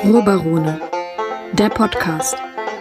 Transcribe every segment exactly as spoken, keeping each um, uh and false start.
Ruhrbarone, der Podcast.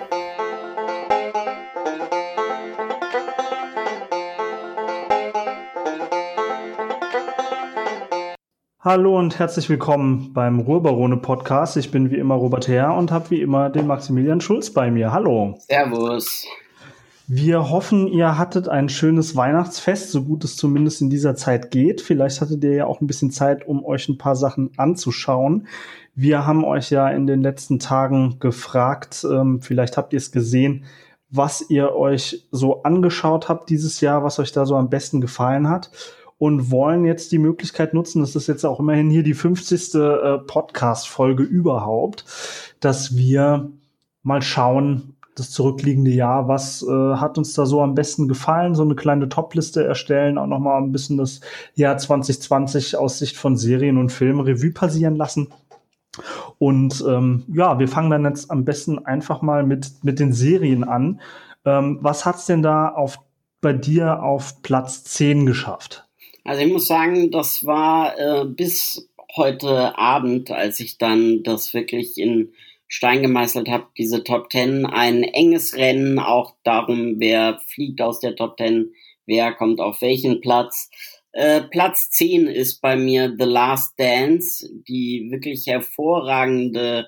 Hallo und herzlich willkommen beim Ruhrbarone Podcast. Ich bin wie immer Robert Herr und habe wie immer den Maximilian Schulz bei mir. Hallo. Servus. Wir hoffen, ihr hattet ein schönes Weihnachtsfest, so gut es zumindest in dieser Zeit geht. Vielleicht hattet ihr ja auch ein bisschen Zeit, um euch ein paar Sachen anzuschauen. Wir haben euch ja in den letzten Tagen gefragt, ähm, vielleicht habt ihr es gesehen, was ihr euch so angeschaut habt dieses Jahr, was euch da so am besten gefallen hat. Und wollen jetzt die Möglichkeit nutzen, das ist jetzt auch immerhin hier die fünfzigste äh, Podcast-Folge überhaupt, dass wir mal schauen, das zurückliegende Jahr, was äh, hat uns da so am besten gefallen, so eine kleine Top-Liste erstellen, auch nochmal ein bisschen das Jahr zwanzig zwanzig aus Sicht von Serien und Filmen Revue passieren lassen. Und ähm, ja, wir fangen dann jetzt am besten einfach mal mit, mit den Serien an. Ähm, was hat's denn da auf, bei dir auf Platz zehn geschafft? Also ich muss sagen, das war äh, bis heute Abend, als ich dann das wirklich in Stein gemeißelt habe, diese Top Ten, ein enges Rennen, auch darum, wer fliegt aus der Top Ten, wer kommt auf welchen Platz. Äh, Platz zehn ist bei mir The Last Dance, die wirklich hervorragende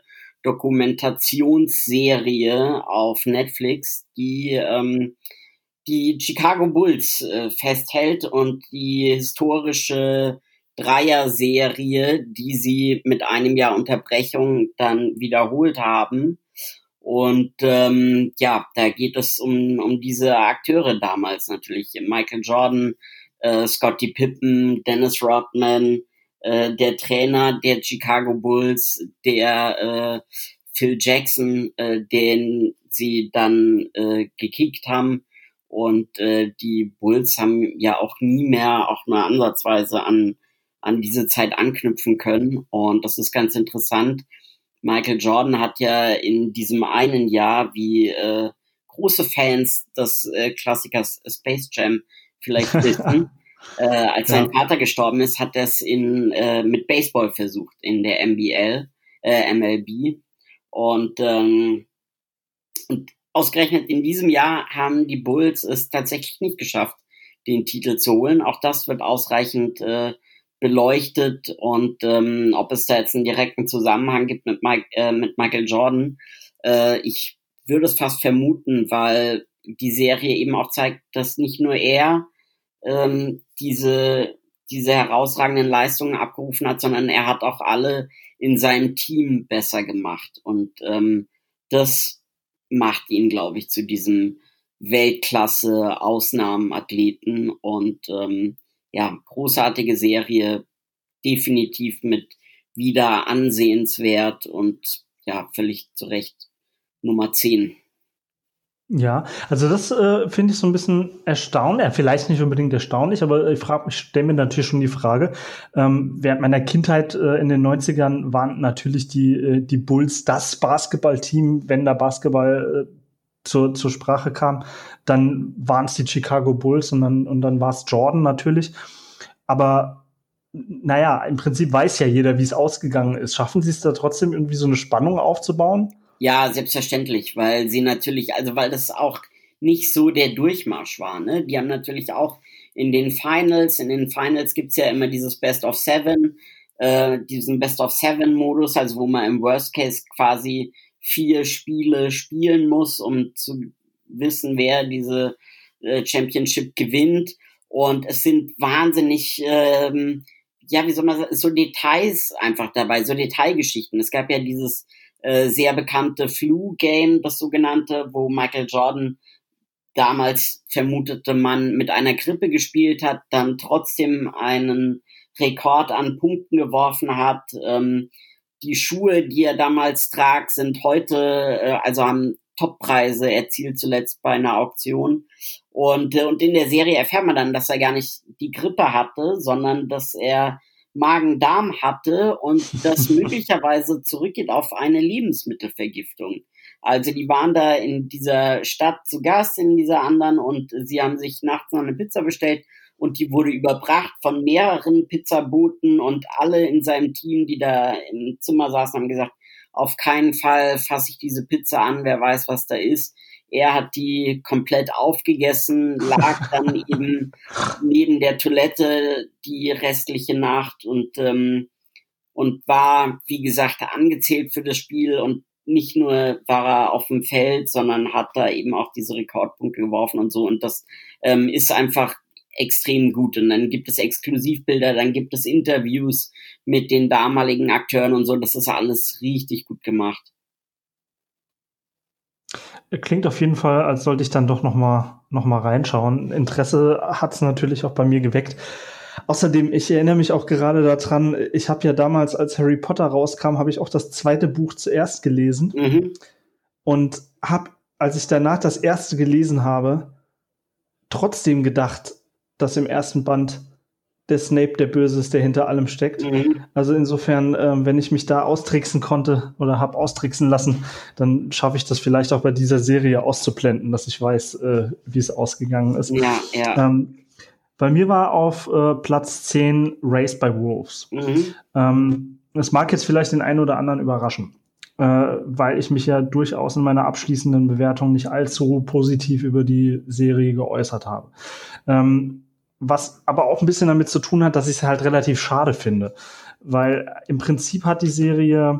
Dokumentationsserie auf Netflix, die ähm, die Chicago Bulls äh, festhält und die historische Dreier-Serie, die sie mit einem Jahr Unterbrechung dann wiederholt haben. Und ähm, ja, da geht es um um diese Akteure damals natürlich. Michael Jordan, äh, Scottie Pippen, Dennis Rodman, äh, der Trainer der Chicago Bulls, der äh, Phil Jackson, äh, den sie dann äh, gekickt haben. Und äh, die Bulls haben ja auch nie mehr auch nur ansatzweise an an diese Zeit anknüpfen können. Und das ist ganz interessant. Michael Jordan hat ja in diesem einen Jahr, wie äh, große Fans des äh, Klassikers Space Jam vielleicht wissen, äh, als ja. sein Vater gestorben ist, hat er es in äh, mit Baseball versucht in der N B L, äh, M L B. Und, ähm, und ausgerechnet in diesem Jahr haben die Bulls es tatsächlich nicht geschafft, den Titel zu holen. Auch das wird ausreichend äh, beleuchtet und ähm, ob es da jetzt einen direkten Zusammenhang gibt mit, Mike, äh, mit Michael Jordan. Äh, ich würde es fast vermuten, weil die Serie eben auch zeigt, dass nicht nur er ähm, diese, diese herausragenden Leistungen abgerufen hat, sondern er hat auch alle in seinem Team besser gemacht. Und ähm, das macht ihn, glaube ich, zu diesem Weltklasse-Ausnahmenathleten und ähm, ja, großartige Serie, definitiv mit wieder ansehenswert und ja, völlig zu Recht Nummer zehn. Ja, also das äh, finde ich so ein bisschen erstaunlich, ja, vielleicht nicht unbedingt erstaunlich, aber ich frage mich, stelle mir natürlich schon die Frage, ähm, während meiner Kindheit äh, in den neunzigern waren natürlich die, äh, die Bulls das Basketballteam, wenn da Basketball äh, zur, zur Sprache kam, dann waren es die Chicago Bulls und dann, und dann war es Jordan natürlich. Aber naja, im Prinzip weiß ja jeder, wie es ausgegangen ist. Schaffen Sie es da trotzdem irgendwie so eine Spannung aufzubauen? Ja, selbstverständlich, weil sie natürlich, also weil das auch nicht so der Durchmarsch war, ne? Die haben natürlich auch in den Finals, in den Finals gibt's ja immer dieses Best of Seven, äh, diesen Best of Seven Modus, also wo man im Worst Case quasi vier Spiele spielen muss, um zu wissen, wer diese äh, Championship gewinnt. Und es sind wahnsinnig, ähm, ja, wie soll man sagen, so Details einfach dabei, so Detailgeschichten. Es gab ja dieses äh, sehr bekannte Flu-Game, das sogenannte, wo Michael Jordan damals vermutete man mit einer Grippe gespielt hat, dann trotzdem einen Rekord an Punkten geworfen hat. Ähm, die Schuhe, die er damals trug, sind heute, äh, also haben Toppreise erzielt, zuletzt bei einer Auktion. Und, äh, und in der Serie erfährt man dann, dass er gar nicht die Grippe hatte, sondern dass er Magen-Darm hatte und das möglicherweise zurückgeht auf eine Lebensmittelvergiftung. Also die waren da in dieser Stadt zu Gast, in dieser anderen, und sie haben sich nachts noch eine Pizza bestellt und die wurde überbracht von mehreren Pizzaboten und alle in seinem Team, die da im Zimmer saßen, haben gesagt, auf keinen Fall fasse ich diese Pizza an, wer weiß, was da ist. Er hat die komplett aufgegessen, lag dann eben neben der Toilette die restliche Nacht und ähm, und war, wie gesagt, angezählt für das Spiel und nicht nur war er auf dem Feld, sondern hat da eben auch diese Rekordpunkte geworfen und so und das ähm, ist einfach extrem gut und dann gibt es Exklusivbilder, dann gibt es Interviews mit den damaligen Akteuren und so, das ist alles richtig gut gemacht. Klingt auf jeden Fall, als sollte ich dann doch noch mal, noch mal reinschauen. Interesse hat es natürlich auch bei mir geweckt. Außerdem, ich erinnere mich auch gerade daran, ich habe ja damals, als Harry Potter rauskam, habe ich auch das zweite Buch zuerst gelesen. Mhm. Und habe, als ich danach das erste gelesen habe, trotzdem gedacht, dass im ersten Band der Snape der Böse ist, der hinter allem steckt. Mhm. Also insofern, ähm, wenn ich mich da austricksen konnte oder habe austricksen lassen, dann schaffe ich das vielleicht auch bei dieser Serie auszublenden, dass ich weiß, äh, wie es ausgegangen ist. Ja, ja. Ähm, bei mir war auf äh, Platz zehn Raised by Wolves. Mhm. Ähm, das mag jetzt vielleicht den einen oder anderen überraschen, äh, weil ich mich ja durchaus in meiner abschließenden Bewertung nicht allzu positiv über die Serie geäußert habe. Ähm, was aber auch ein bisschen damit zu tun hat, dass ich es halt relativ schade finde. Weil im Prinzip hat die Serie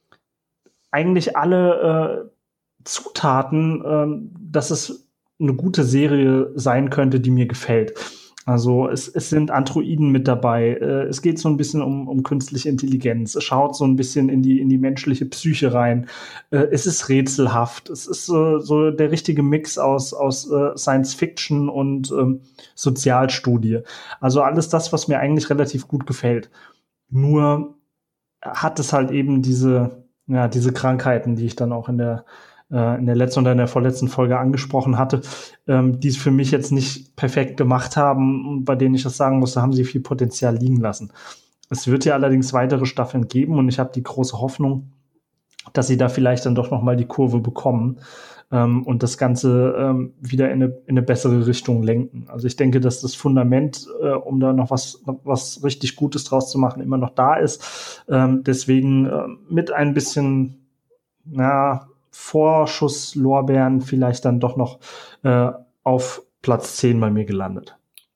eigentlich alle äh, Zutaten, äh, dass es eine gute Serie sein könnte, die mir gefällt. Also es, es sind Androiden mit dabei. Äh, es geht so ein bisschen um, um künstliche Intelligenz. Es schaut so ein bisschen in die, in die menschliche Psyche rein. Äh, es ist rätselhaft. Es ist äh, so der richtige Mix aus, aus äh, Science Fiction und ähm, Sozialstudie. Also alles das, was mir eigentlich relativ gut gefällt. Nur hat es halt eben diese, ja, diese Krankheiten, die ich dann auch in der in der letzten oder in der vorletzten Folge angesprochen hatte, ähm, die es für mich jetzt nicht perfekt gemacht haben und bei denen ich das sagen muss, da haben sie viel Potenzial liegen lassen. Es wird ja allerdings weitere Staffeln geben und ich habe die große Hoffnung, dass sie da vielleicht dann doch noch mal die Kurve bekommen ähm, und das Ganze ähm, wieder in eine, in eine bessere Richtung lenken. Also ich denke, dass das Fundament, äh, um da noch was, noch was richtig Gutes draus zu machen, immer noch da ist. Ähm, deswegen äh, mit ein bisschen, na, Vorschusslorbeeren vielleicht dann doch noch äh, auf Platz zehn bei mir gelandet.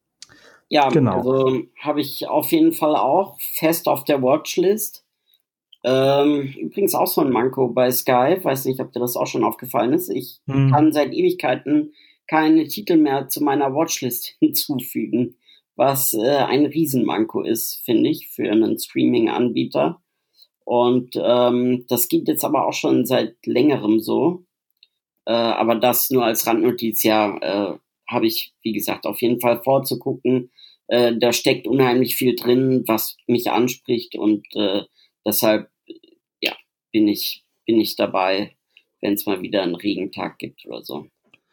Ja, genau. Also habe ich auf jeden Fall auch fest auf der Watchlist. Ähm, übrigens auch so ein Manko bei Sky. Weiß nicht, ob dir das auch schon aufgefallen ist. Ich hm. kann seit Ewigkeiten keine Titel mehr zu meiner Watchlist hinzufügen, was äh, ein Riesenmanko ist, finde ich, für einen Streaming-Anbieter. Und ähm, das geht jetzt aber auch schon seit längerem so. Äh, aber das nur als Randnotiz, ja, äh, habe ich, wie gesagt, auf jeden Fall vorzugucken. Äh, da steckt unheimlich viel drin, was mich anspricht und äh, deshalb, ja, bin ich, bin ich dabei, wenn es mal wieder einen Regentag gibt oder so.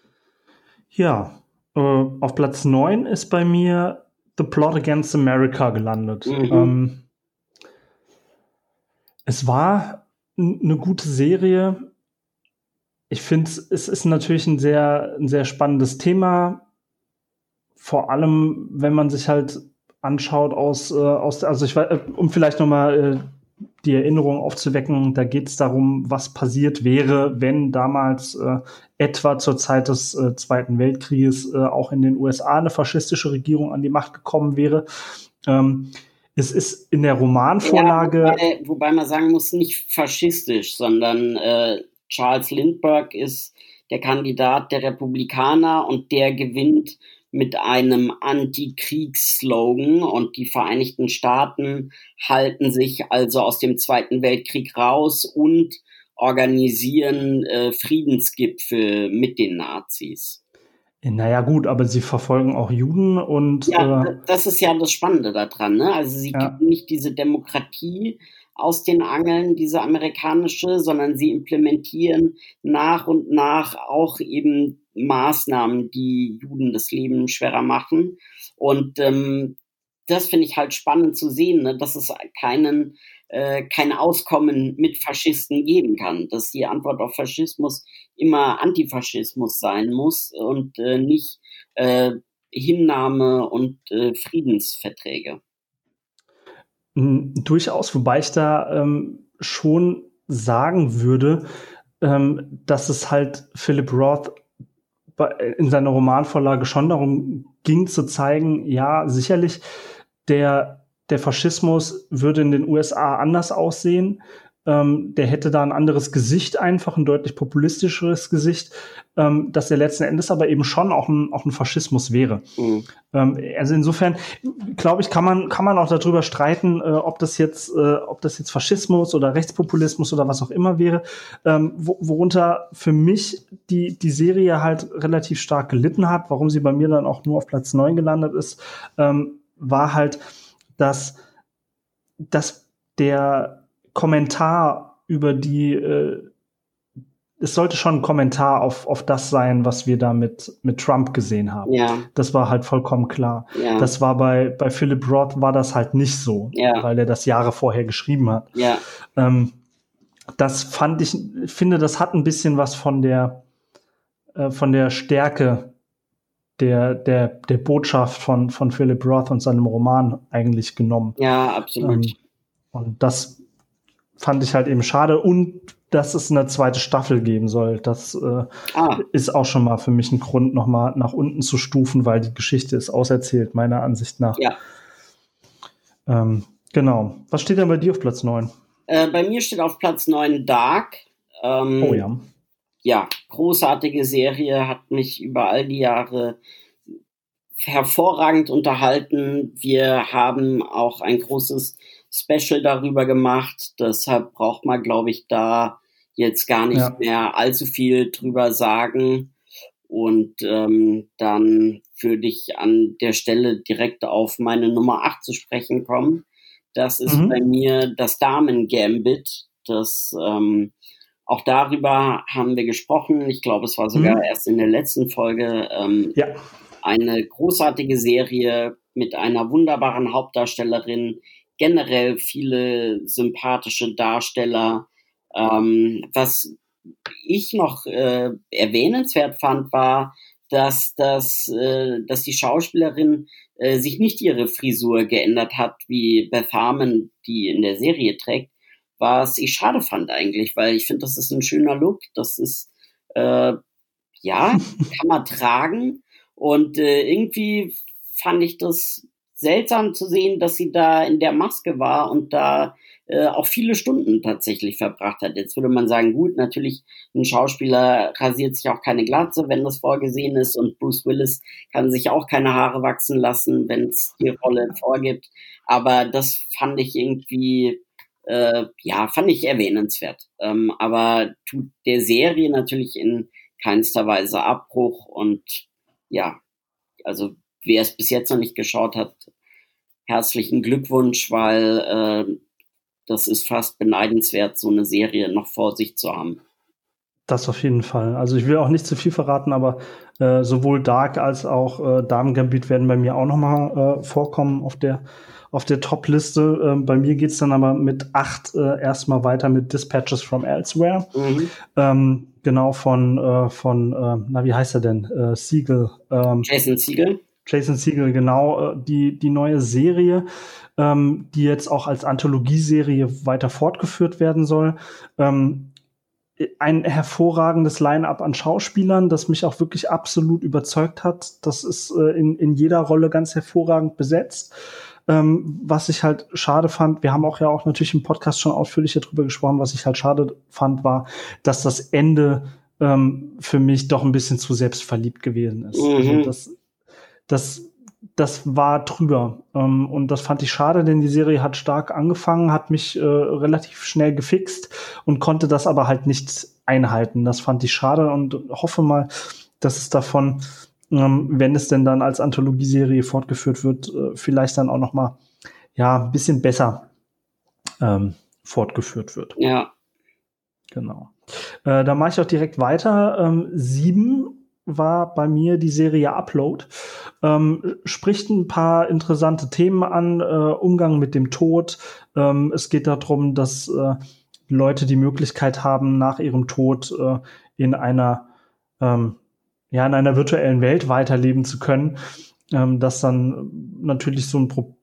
Ja, äh, auf Platz neun ist bei mir The Plot Against America gelandet. Mhm. Ähm, Es war n- eine gute Serie. Ich finde, es ist natürlich ein sehr, ein sehr spannendes Thema. Vor allem, wenn man sich halt anschaut aus, äh, aus also ich weiß, um vielleicht nochmal äh, die Erinnerung aufzuwecken, da geht es darum, was passiert wäre, wenn damals äh, etwa zur Zeit des äh, Zweiten Weltkrieges äh, auch in den U S A eine faschistische Regierung an die Macht gekommen wäre. Ähm, Es ist in der Romanvorlage. Ja, wobei, wobei man sagen muss, nicht faschistisch, sondern äh, Charles Lindbergh ist der Kandidat der Republikaner und der gewinnt mit einem Anti-Kriegs-Slogan und die Vereinigten Staaten halten sich also aus dem Zweiten Weltkrieg raus und organisieren äh, Friedensgipfel mit den Nazis. Naja gut, aber sie verfolgen auch Juden und... Ja, äh, das ist ja das Spannende daran, ne? Also sie ja. geben nicht diese Demokratie aus den Angeln, diese amerikanische, sondern sie implementieren nach und nach auch eben Maßnahmen, die Juden das Leben schwerer machen. Und ähm, das finde ich halt spannend zu sehen, ne? Dass es keinen äh, kein Auskommen mit Faschisten geben kann, dass die Antwort auf Faschismus immer Antifaschismus sein muss und äh, nicht äh, Hinnahme und äh, Friedensverträge. Durchaus, wobei ich da ähm, schon sagen würde, ähm, dass es halt Philip Roth in seiner Romanvorlage schon darum ging zu zeigen, ja, sicherlich, der, der Faschismus würde in den U S A anders aussehen. Ähm, der hätte da ein anderes Gesicht, einfach ein deutlich populistischeres Gesicht, ähm, dass er letzten Endes aber eben schon auch ein, auch ein Faschismus wäre. Mhm. Ähm, also insofern, glaube ich, kann man, kann man auch darüber streiten, äh, ob das jetzt, äh, ob das jetzt Faschismus oder Rechtspopulismus oder was auch immer wäre, ähm, wo, worunter für mich die, die Serie halt relativ stark gelitten hat, warum sie bei mir dann auch nur auf Platz neun gelandet ist, ähm, war halt, dass, dass der Kommentar über die, äh, es sollte schon ein Kommentar auf, auf das sein, was wir da mit, mit Trump gesehen haben. Ja. Das war halt vollkommen klar. Ja. Das war bei, bei Philip Roth war das halt nicht so, ja. weil er das Jahre vorher geschrieben hat. Ja. Ähm, das fand ich, ich finde, das hat ein bisschen was von der, äh, von der Stärke der, der, der Botschaft von, von Philip Roth und seinem Roman eigentlich genommen. Ja, absolut. Ähm, und das fand ich halt eben schade. Und dass es eine zweite Staffel geben soll, das äh, ah. ist auch schon mal für mich ein Grund, noch mal nach unten zu stufen, weil die Geschichte ist auserzählt, meiner Ansicht nach. Ja. Ähm, genau. Was steht denn bei dir auf Platz neun? Äh, bei mir steht auf Platz neun Dark. Ähm, oh ja. Ja, großartige Serie, hat mich über all die Jahre hervorragend unterhalten. Wir haben auch ein großes Special darüber gemacht, deshalb braucht man, glaube ich, da jetzt gar nicht ja. mehr allzu viel drüber sagen. Und ähm, dann würde ich an der Stelle direkt auf meine Nummer acht zu sprechen kommen. Das ist mhm. bei mir das Damen-Gambit. Das ähm, auch darüber haben wir gesprochen. Ich glaube, es war sogar mhm. erst in der letzten Folge. Ähm, ja. Eine großartige Serie mit einer wunderbaren Hauptdarstellerin, generell viele sympathische Darsteller. Ähm, was ich noch äh, erwähnenswert fand, war, dass, das, äh, dass die Schauspielerin äh, sich nicht ihre Frisur geändert hat, wie Beth Harmon die in der Serie trägt, was ich schade fand eigentlich, weil ich finde, das ist ein schöner Look. Das ist, äh, ja, kann man tragen. Und äh, irgendwie fand ich das seltsam zu sehen, dass sie da in der Maske war und da äh, auch viele Stunden tatsächlich verbracht hat. Jetzt würde man sagen, gut, natürlich, ein Schauspieler rasiert sich auch keine Glatze, wenn das vorgesehen ist, und Bruce Willis kann sich auch keine Haare wachsen lassen, wenn es die Rolle vorgibt. Aber das fand ich irgendwie, äh, ja, fand ich erwähnenswert. Ähm, aber tut der Serie natürlich in keinster Weise Abbruch. Und ja, also wer es bis jetzt noch nicht geschaut hat, herzlichen Glückwunsch, weil äh, das ist fast beneidenswert, so eine Serie noch vor sich zu haben. Das auf jeden Fall. Also ich will auch nicht zu viel verraten, aber äh, sowohl Dark als auch äh, Damen-Gambit werden bei mir auch noch mal äh, vorkommen auf der auf der Top-Liste. Ähm, bei mir geht's dann aber mit acht äh, erstmal weiter mit Dispatches from Elsewhere. Mhm. Ähm, genau von, äh, von äh, na wie heißt er denn? Äh, Segel. Ähm, Jason Segel. Jason Segel, genau. Äh, die, die neue Serie, ähm, die jetzt auch als Anthologieserie weiter fortgeführt werden soll. Ähm, ein hervorragendes Line-up an Schauspielern, das mich auch wirklich absolut überzeugt hat. Das ist äh, in, in jeder Rolle ganz hervorragend besetzt. Ähm, was ich halt schade fand, wir haben auch ja auch natürlich im Podcast schon ausführlicher drüber gesprochen, was ich halt schade fand, war, dass das Ende ähm, für mich doch ein bisschen zu selbstverliebt gewesen ist. Mhm. Also das, das, das war drüber. Ähm, und das fand ich schade, denn die Serie hat stark angefangen, hat mich äh, relativ schnell gefixt und konnte das aber halt nicht einhalten. Das fand ich schade und hoffe mal, dass es davon, wenn es denn dann als Anthologieserie fortgeführt wird, vielleicht dann auch noch mal ja ein bisschen besser ähm, fortgeführt wird. Ja. Genau. Äh, da mache ich auch direkt weiter. Ähm, sieben war bei mir die Serie Upload. Ähm, spricht ein paar interessante Themen an, äh, Umgang mit dem Tod. Ähm, es geht darum, dass äh, Leute die Möglichkeit haben, nach ihrem Tod äh, in einer ähm, ja, in einer virtuellen Welt weiterleben zu können, ähm, das dann natürlich so ein Pro-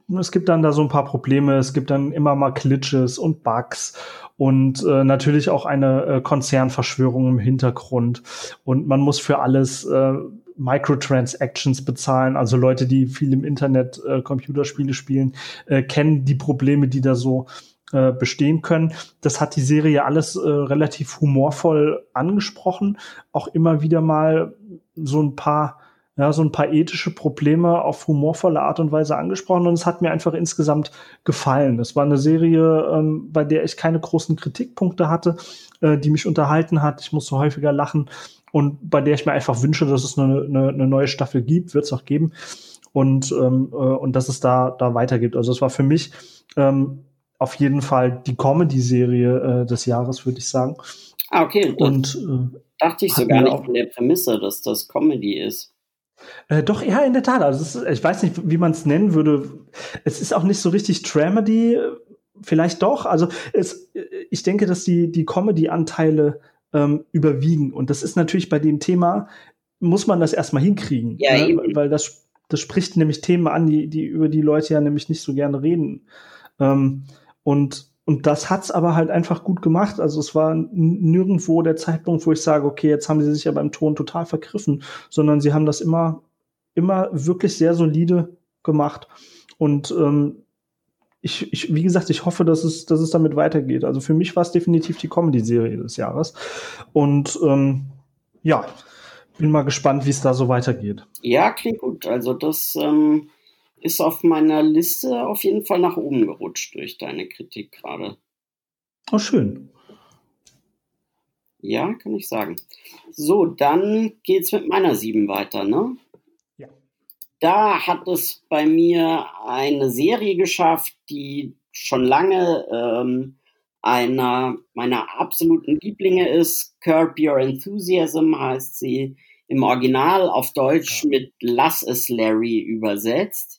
es gibt dann da so ein paar Probleme, es gibt dann immer mal Glitches und Bugs und äh, natürlich auch eine äh, Konzernverschwörung im Hintergrund und man muss für alles äh, Microtransactions bezahlen, also Leute, die viel im Internet äh, Computerspiele spielen, äh, kennen die Probleme, die da so äh, bestehen können. Das hat die Serie alles äh, relativ humorvoll angesprochen, auch immer wieder mal so ein paar ja, so ein paar ethische Probleme auf humorvolle Art und Weise angesprochen und es hat mir einfach insgesamt gefallen. Es war eine Serie, ähm, bei der ich keine großen Kritikpunkte hatte, äh, die mich unterhalten hat. Ich musste häufiger lachen und bei der ich mir einfach wünsche, dass es eine, eine, eine neue Staffel gibt, wird es auch geben und ähm, äh, und dass es da da weitergeht. Also es war für mich ähm, auf jeden Fall die Comedy-Serie äh, des Jahres, würde ich sagen. Ah, okay. Und äh, dachte ich so gar nicht von der Prämisse, dass das Comedy ist. Äh, doch, ja, in der Tat. Also es ist, ich weiß nicht, wie man es nennen würde. Es ist auch nicht so richtig Dramedy. Vielleicht doch. Also es, ich denke, dass die, die Comedy-Anteile ähm, überwiegen. Und das ist natürlich bei dem Thema, muss man das erstmal hinkriegen. Ja, ne? eben. Weil das, das spricht nämlich Themen an, die, die über die Leute ja nämlich nicht so gerne reden. Ähm, und Und das hat's aber halt einfach gut gemacht. Also es war nirgendwo der Zeitpunkt, wo ich sage, okay, jetzt haben sie sich ja beim Ton total vergriffen, sondern sie haben das immer, immer wirklich sehr solide gemacht. Und ähm, ich, ich, wie gesagt, ich hoffe, dass es, dass es damit weitergeht. Also für mich war es definitiv die Comedy-Serie des Jahres. Und ähm, ja, bin mal gespannt, wie es da so weitergeht. Ja, klingt gut. Also das ähm ist auf meiner Liste auf jeden Fall nach oben gerutscht durch deine Kritik gerade. Oh, schön. Ja, kann ich sagen. So, dann geht's mit meiner sieben weiter, ne? Ja. Da hat es bei mir eine Serie geschafft, die schon lange ähm, einer meiner absoluten Lieblinge ist. Curb Your Enthusiasm heißt sie im Original, auf Deutsch mit Lass es Larry übersetzt.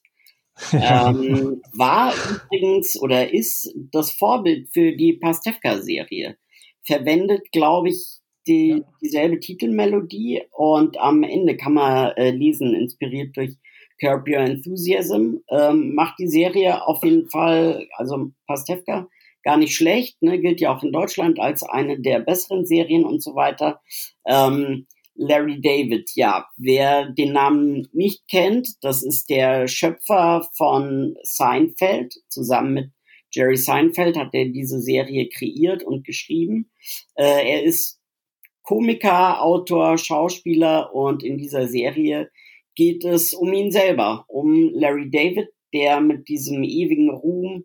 ähm, war übrigens oder ist das Vorbild für die Pastewka-Serie. Verwendet, glaube ich, die, ja. dieselbe Titelmelodie und am Ende kann man äh, lesen, inspiriert durch Curb Your Enthusiasm. Ähm, macht die Serie auf jeden Fall, also Pastewka, gar nicht schlecht, ne? Gilt ja auch in Deutschland als eine der besseren Serien und so weiter. Ähm, Larry David, ja, wer den Namen nicht kennt, das ist der Schöpfer von Seinfeld. Zusammen mit Jerry Seinfeld hat er diese Serie kreiert und geschrieben. Äh, er ist Komiker, Autor, Schauspieler und in dieser Serie geht es um ihn selber, um Larry David, der mit diesem ewigen Ruhm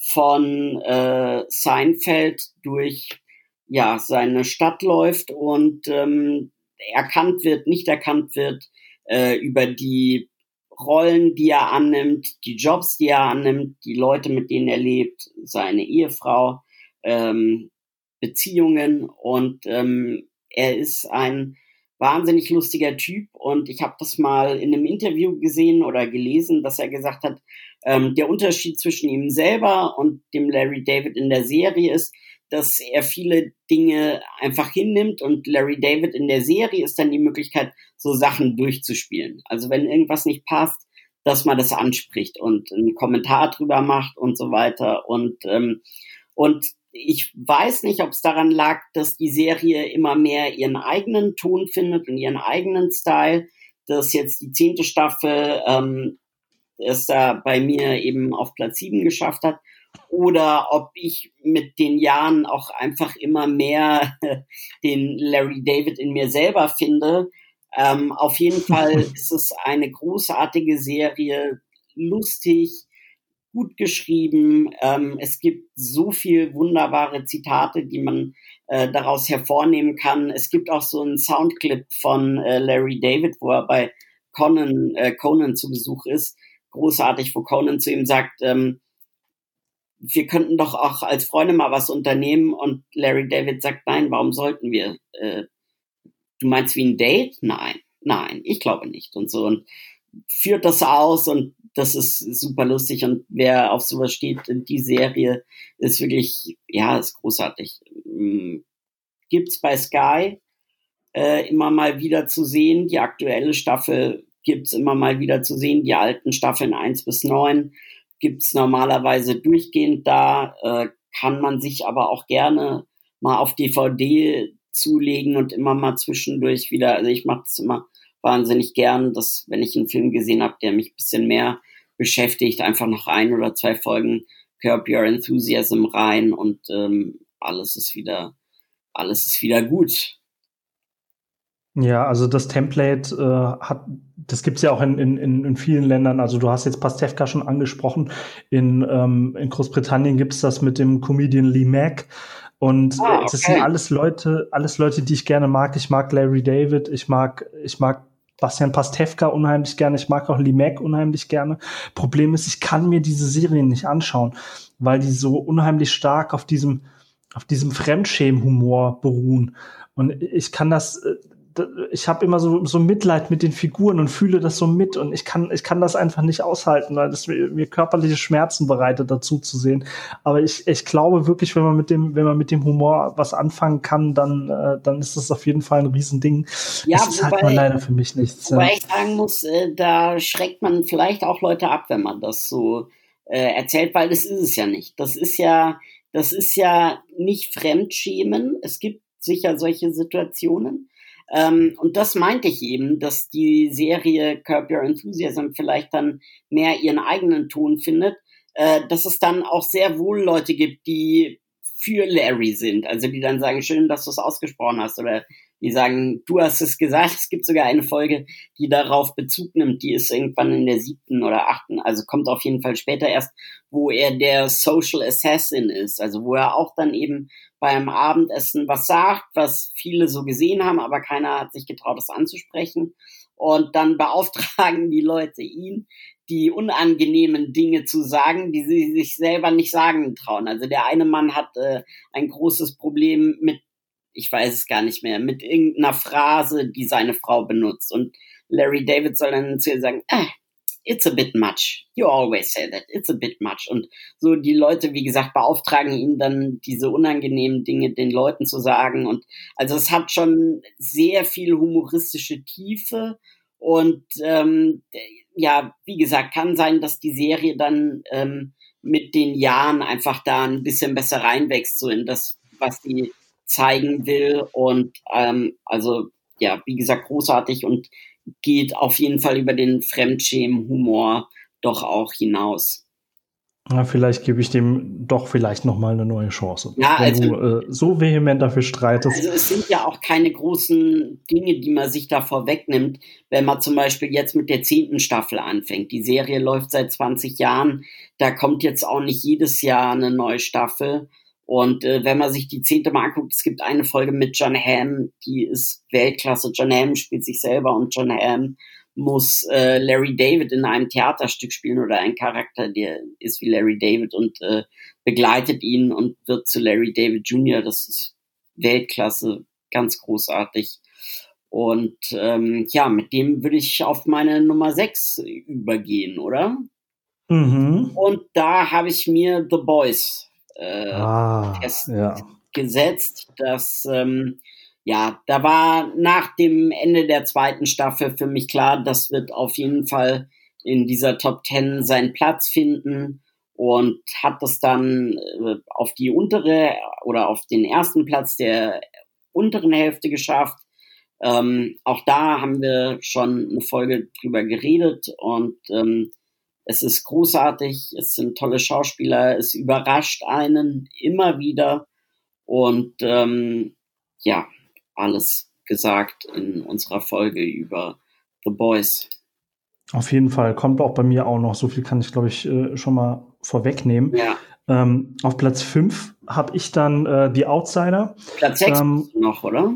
von äh, Seinfeld durch ja seine Stadt läuft und ähm, erkannt wird, nicht erkannt wird, äh, über die Rollen, die er annimmt, die Jobs, die er annimmt, die Leute, mit denen er lebt, seine Ehefrau, ähm, Beziehungen und ähm, er ist ein wahnsinnig lustiger Typ und ich habe das mal in einem Interview gesehen oder gelesen, dass er gesagt hat, ähm, der Unterschied zwischen ihm selber und dem Larry David in der Serie ist, dass er viele Dinge einfach hinnimmt und Larry David in der Serie ist dann die Möglichkeit, so Sachen durchzuspielen. Also wenn irgendwas nicht passt, dass man das anspricht und einen Kommentar drüber macht und so weiter. Und, ähm, und ich weiß nicht, ob es daran lag, dass die Serie immer mehr ihren eigenen Ton findet und ihren eigenen Style, dass jetzt die zehnte Staffel ähm, es da bei mir eben auf Platz sieben geschafft hat. Oder ob ich mit den Jahren auch einfach immer mehr den Larry David in mir selber finde. Ähm, auf jeden Fall ist es eine großartige Serie, lustig, gut geschrieben. Ähm, es gibt so viel wunderbare Zitate, die man äh, daraus hervornehmen kann. Es gibt auch so einen Soundclip von äh, Larry David, wo er bei Conan, äh, Conan zu Besuch ist. Großartig, wo Conan zu ihm sagt, ähm, wir könnten doch auch als Freunde mal was unternehmen und Larry David sagt, nein, warum sollten wir? Äh, du meinst wie ein Date? Nein, nein, ich glaube nicht und so und führt das aus und das ist super lustig und wer auf sowas steht, die Serie ist wirklich, ja, ist großartig. Gibt's bei Sky äh, immer mal wieder zu sehen, die aktuelle Staffel gibt's immer mal wieder zu sehen, die alten Staffeln eins bis neun gibt's normalerweise durchgehend da, äh, kann man sich aber auch gerne mal auf D V D zulegen und immer mal zwischendurch wieder, also ich mache das immer wahnsinnig gern, dass, wenn ich einen Film gesehen habe, der mich ein bisschen mehr beschäftigt, einfach noch ein oder zwei Folgen Curb Your Enthusiasm rein und ähm, alles ist wieder, alles ist wieder gut. Ja, also das Template äh, hat, das gibt's ja auch in, in, in vielen Ländern. Also du hast jetzt Pastewka schon angesprochen. In, ähm, in Großbritannien gibt's das mit dem Comedian Lee Mack. Und Ah, äh, das okay. sind alles Leute, alles Leute, die ich gerne mag. Ich mag Larry David, ich mag, ich mag Bastian Pastewka unheimlich gerne, ich mag auch Lee Mack unheimlich gerne. Problem ist, ich kann mir diese Serien nicht anschauen, weil die so unheimlich stark auf diesem, auf diesem Fremdschämen-Humor beruhen. Und ich kann das, äh, ich habe immer so, so Mitleid mit den Figuren und fühle das so mit und ich kann, ich kann das einfach nicht aushalten, weil das mir, mir körperliche Schmerzen bereitet, dazu zu sehen. Aber ich, ich glaube wirklich, wenn man mit dem, wenn man mit dem Humor was anfangen kann, dann, äh, dann ist das auf jeden Fall ein Riesending. Ja, es ist wobei, halt nur leider für mich nichts. wobei Ja. ich sagen muss, äh, da schreckt man vielleicht auch Leute ab, wenn man das so äh, erzählt, weil das ist es ja nicht. Das ist ja, das ist ja nicht Fremdschämen. Es gibt sicher solche Situationen. Ähm, und das meinte ich eben, dass die Serie Curb Your Enthusiasm vielleicht dann mehr ihren eigenen Ton findet, äh, dass es dann auch sehr wohl Leute gibt, die für Larry sind, also die dann sagen, schön, dass du es ausgesprochen hast, oder die sagen, du hast es gesagt. Es gibt sogar eine Folge, die darauf Bezug nimmt, die ist irgendwann in der siebten oder achten, also kommt auf jeden Fall später erst, wo er der Social Assassin ist, also wo er auch dann eben beim Abendessen was sagt, was viele so gesehen haben, aber keiner hat sich getraut, das anzusprechen. Und dann beauftragen die Leute ihn, die unangenehmen Dinge zu sagen, die sie sich selber nicht sagen trauen. Also der eine Mann hat äh, ein großes Problem mit, ich weiß es gar nicht mehr, mit irgendeiner Phrase, die seine Frau benutzt. Und Larry David soll dann zu ihr sagen, eh, it's a bit much. You always say that. It's a bit much. Und so die Leute, wie gesagt, beauftragen ihn dann, diese unangenehmen Dinge den Leuten zu sagen. Und also es hat schon sehr viel humoristische Tiefe. Und ähm, ja, wie gesagt, kann sein, dass die Serie dann ähm, mit den Jahren einfach da ein bisschen besser reinwächst, so in das, was sie zeigen will. Und ähm, also ja, wie gesagt, großartig und geht auf jeden Fall über den Fremdschämen-Humor doch auch hinaus. Ja, vielleicht gebe ich dem doch vielleicht noch mal eine neue Chance. Ja, wenn also, du äh, so vehement dafür streitest. Also es sind ja auch keine großen Dinge, die man sich da vorwegnimmt, wenn man zum Beispiel jetzt mit der zehnten Staffel anfängt. Die Serie läuft seit zwanzig Jahren, da kommt jetzt auch nicht jedes Jahr eine neue Staffel. Und äh, wenn man sich die zehnte mal anguckt, es gibt eine Folge mit John Hamm, die ist Weltklasse. John Hamm spielt sich selber und John Hamm muss äh, Larry David in einem Theaterstück spielen oder ein Charakter, der ist wie Larry David und äh, begleitet ihn und wird zu Larry David Junior Das ist Weltklasse, ganz großartig. Und ähm, ja, mit dem würde ich auf meine Nummer sechs übergehen, oder? Mhm. Und da habe ich mir The Boys Äh, ah, festgesetzt, ja. dass ähm, ja, da war nach dem Ende der zweiten Staffel für mich klar, das wird auf jeden Fall in dieser Top Ten seinen Platz finden und hat das dann äh, auf die untere oder auf den ersten Platz der unteren Hälfte geschafft. Ähm, auch da haben wir schon eine Folge drüber geredet und ähm, es ist großartig, es sind tolle Schauspieler, es überrascht einen immer wieder und ähm, ja, alles gesagt in unserer Folge über The Boys. Auf jeden Fall, kommt auch bei mir auch noch, so viel kann ich glaube ich äh, schon mal vorwegnehmen. Ja. Ähm, auf Platz fünf habe ich dann äh, die Outsider. Platz sechs ähm, noch, oder?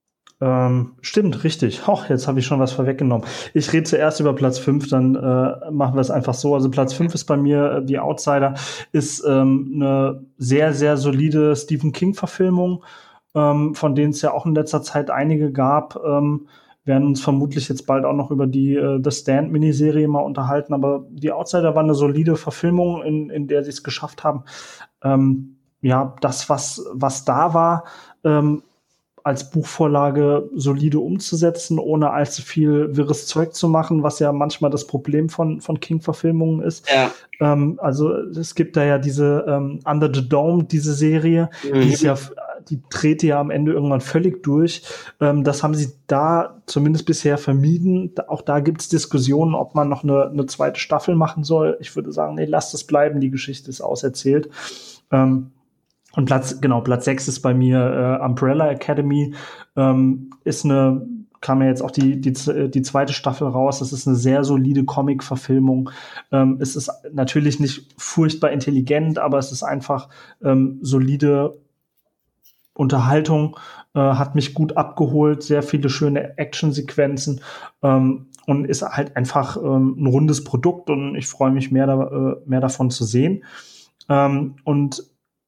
Ähm, stimmt, richtig. Hoch, jetzt habe ich schon was vorweggenommen. Ich rede zuerst über Platz fünf, dann äh, machen wir es einfach so. Also Platz fünf ist bei mir äh, die Outsider, ist ähm, eine sehr, sehr solide Stephen King-Verfilmung, ähm, von denen es ja auch in letzter Zeit einige gab. Ähm, werden uns vermutlich jetzt bald auch noch über die äh, The Stand-Miniserie mal unterhalten, aber die Outsider war eine solide Verfilmung, in, in der sie es geschafft haben, ähm, ja, das, was, was da war, ähm, als Buchvorlage solide umzusetzen, ohne allzu viel wirres Zeug zu machen, was ja manchmal das Problem von, von King-Verfilmungen ist. Ja. Ähm, also es gibt da ja diese ähm, Under the Dome, diese Serie, Mhm. die ist ja, die dreht ja am Ende irgendwann völlig durch. Ähm, das haben sie da zumindest bisher vermieden. Da, auch da gibt es Diskussionen, ob man noch eine, eine zweite Staffel machen soll. Ich würde sagen, nee, lasst es bleiben, die Geschichte ist auserzählt. Ähm, Und Platz, genau, Platz sechs ist bei mir äh, Umbrella Academy. Ähm, ist eine, kam ja jetzt auch die, die, die zweite Staffel raus. Das ist eine sehr solide Comic-Verfilmung. Ähm, es ist natürlich nicht furchtbar intelligent, aber es ist einfach ähm, solide Unterhaltung, äh, hat mich gut abgeholt, sehr viele schöne Actionsequenzen ähm, und ist halt einfach ähm, ein rundes Produkt und ich freue mich mehr, da, äh, mehr davon zu sehen. Ähm, und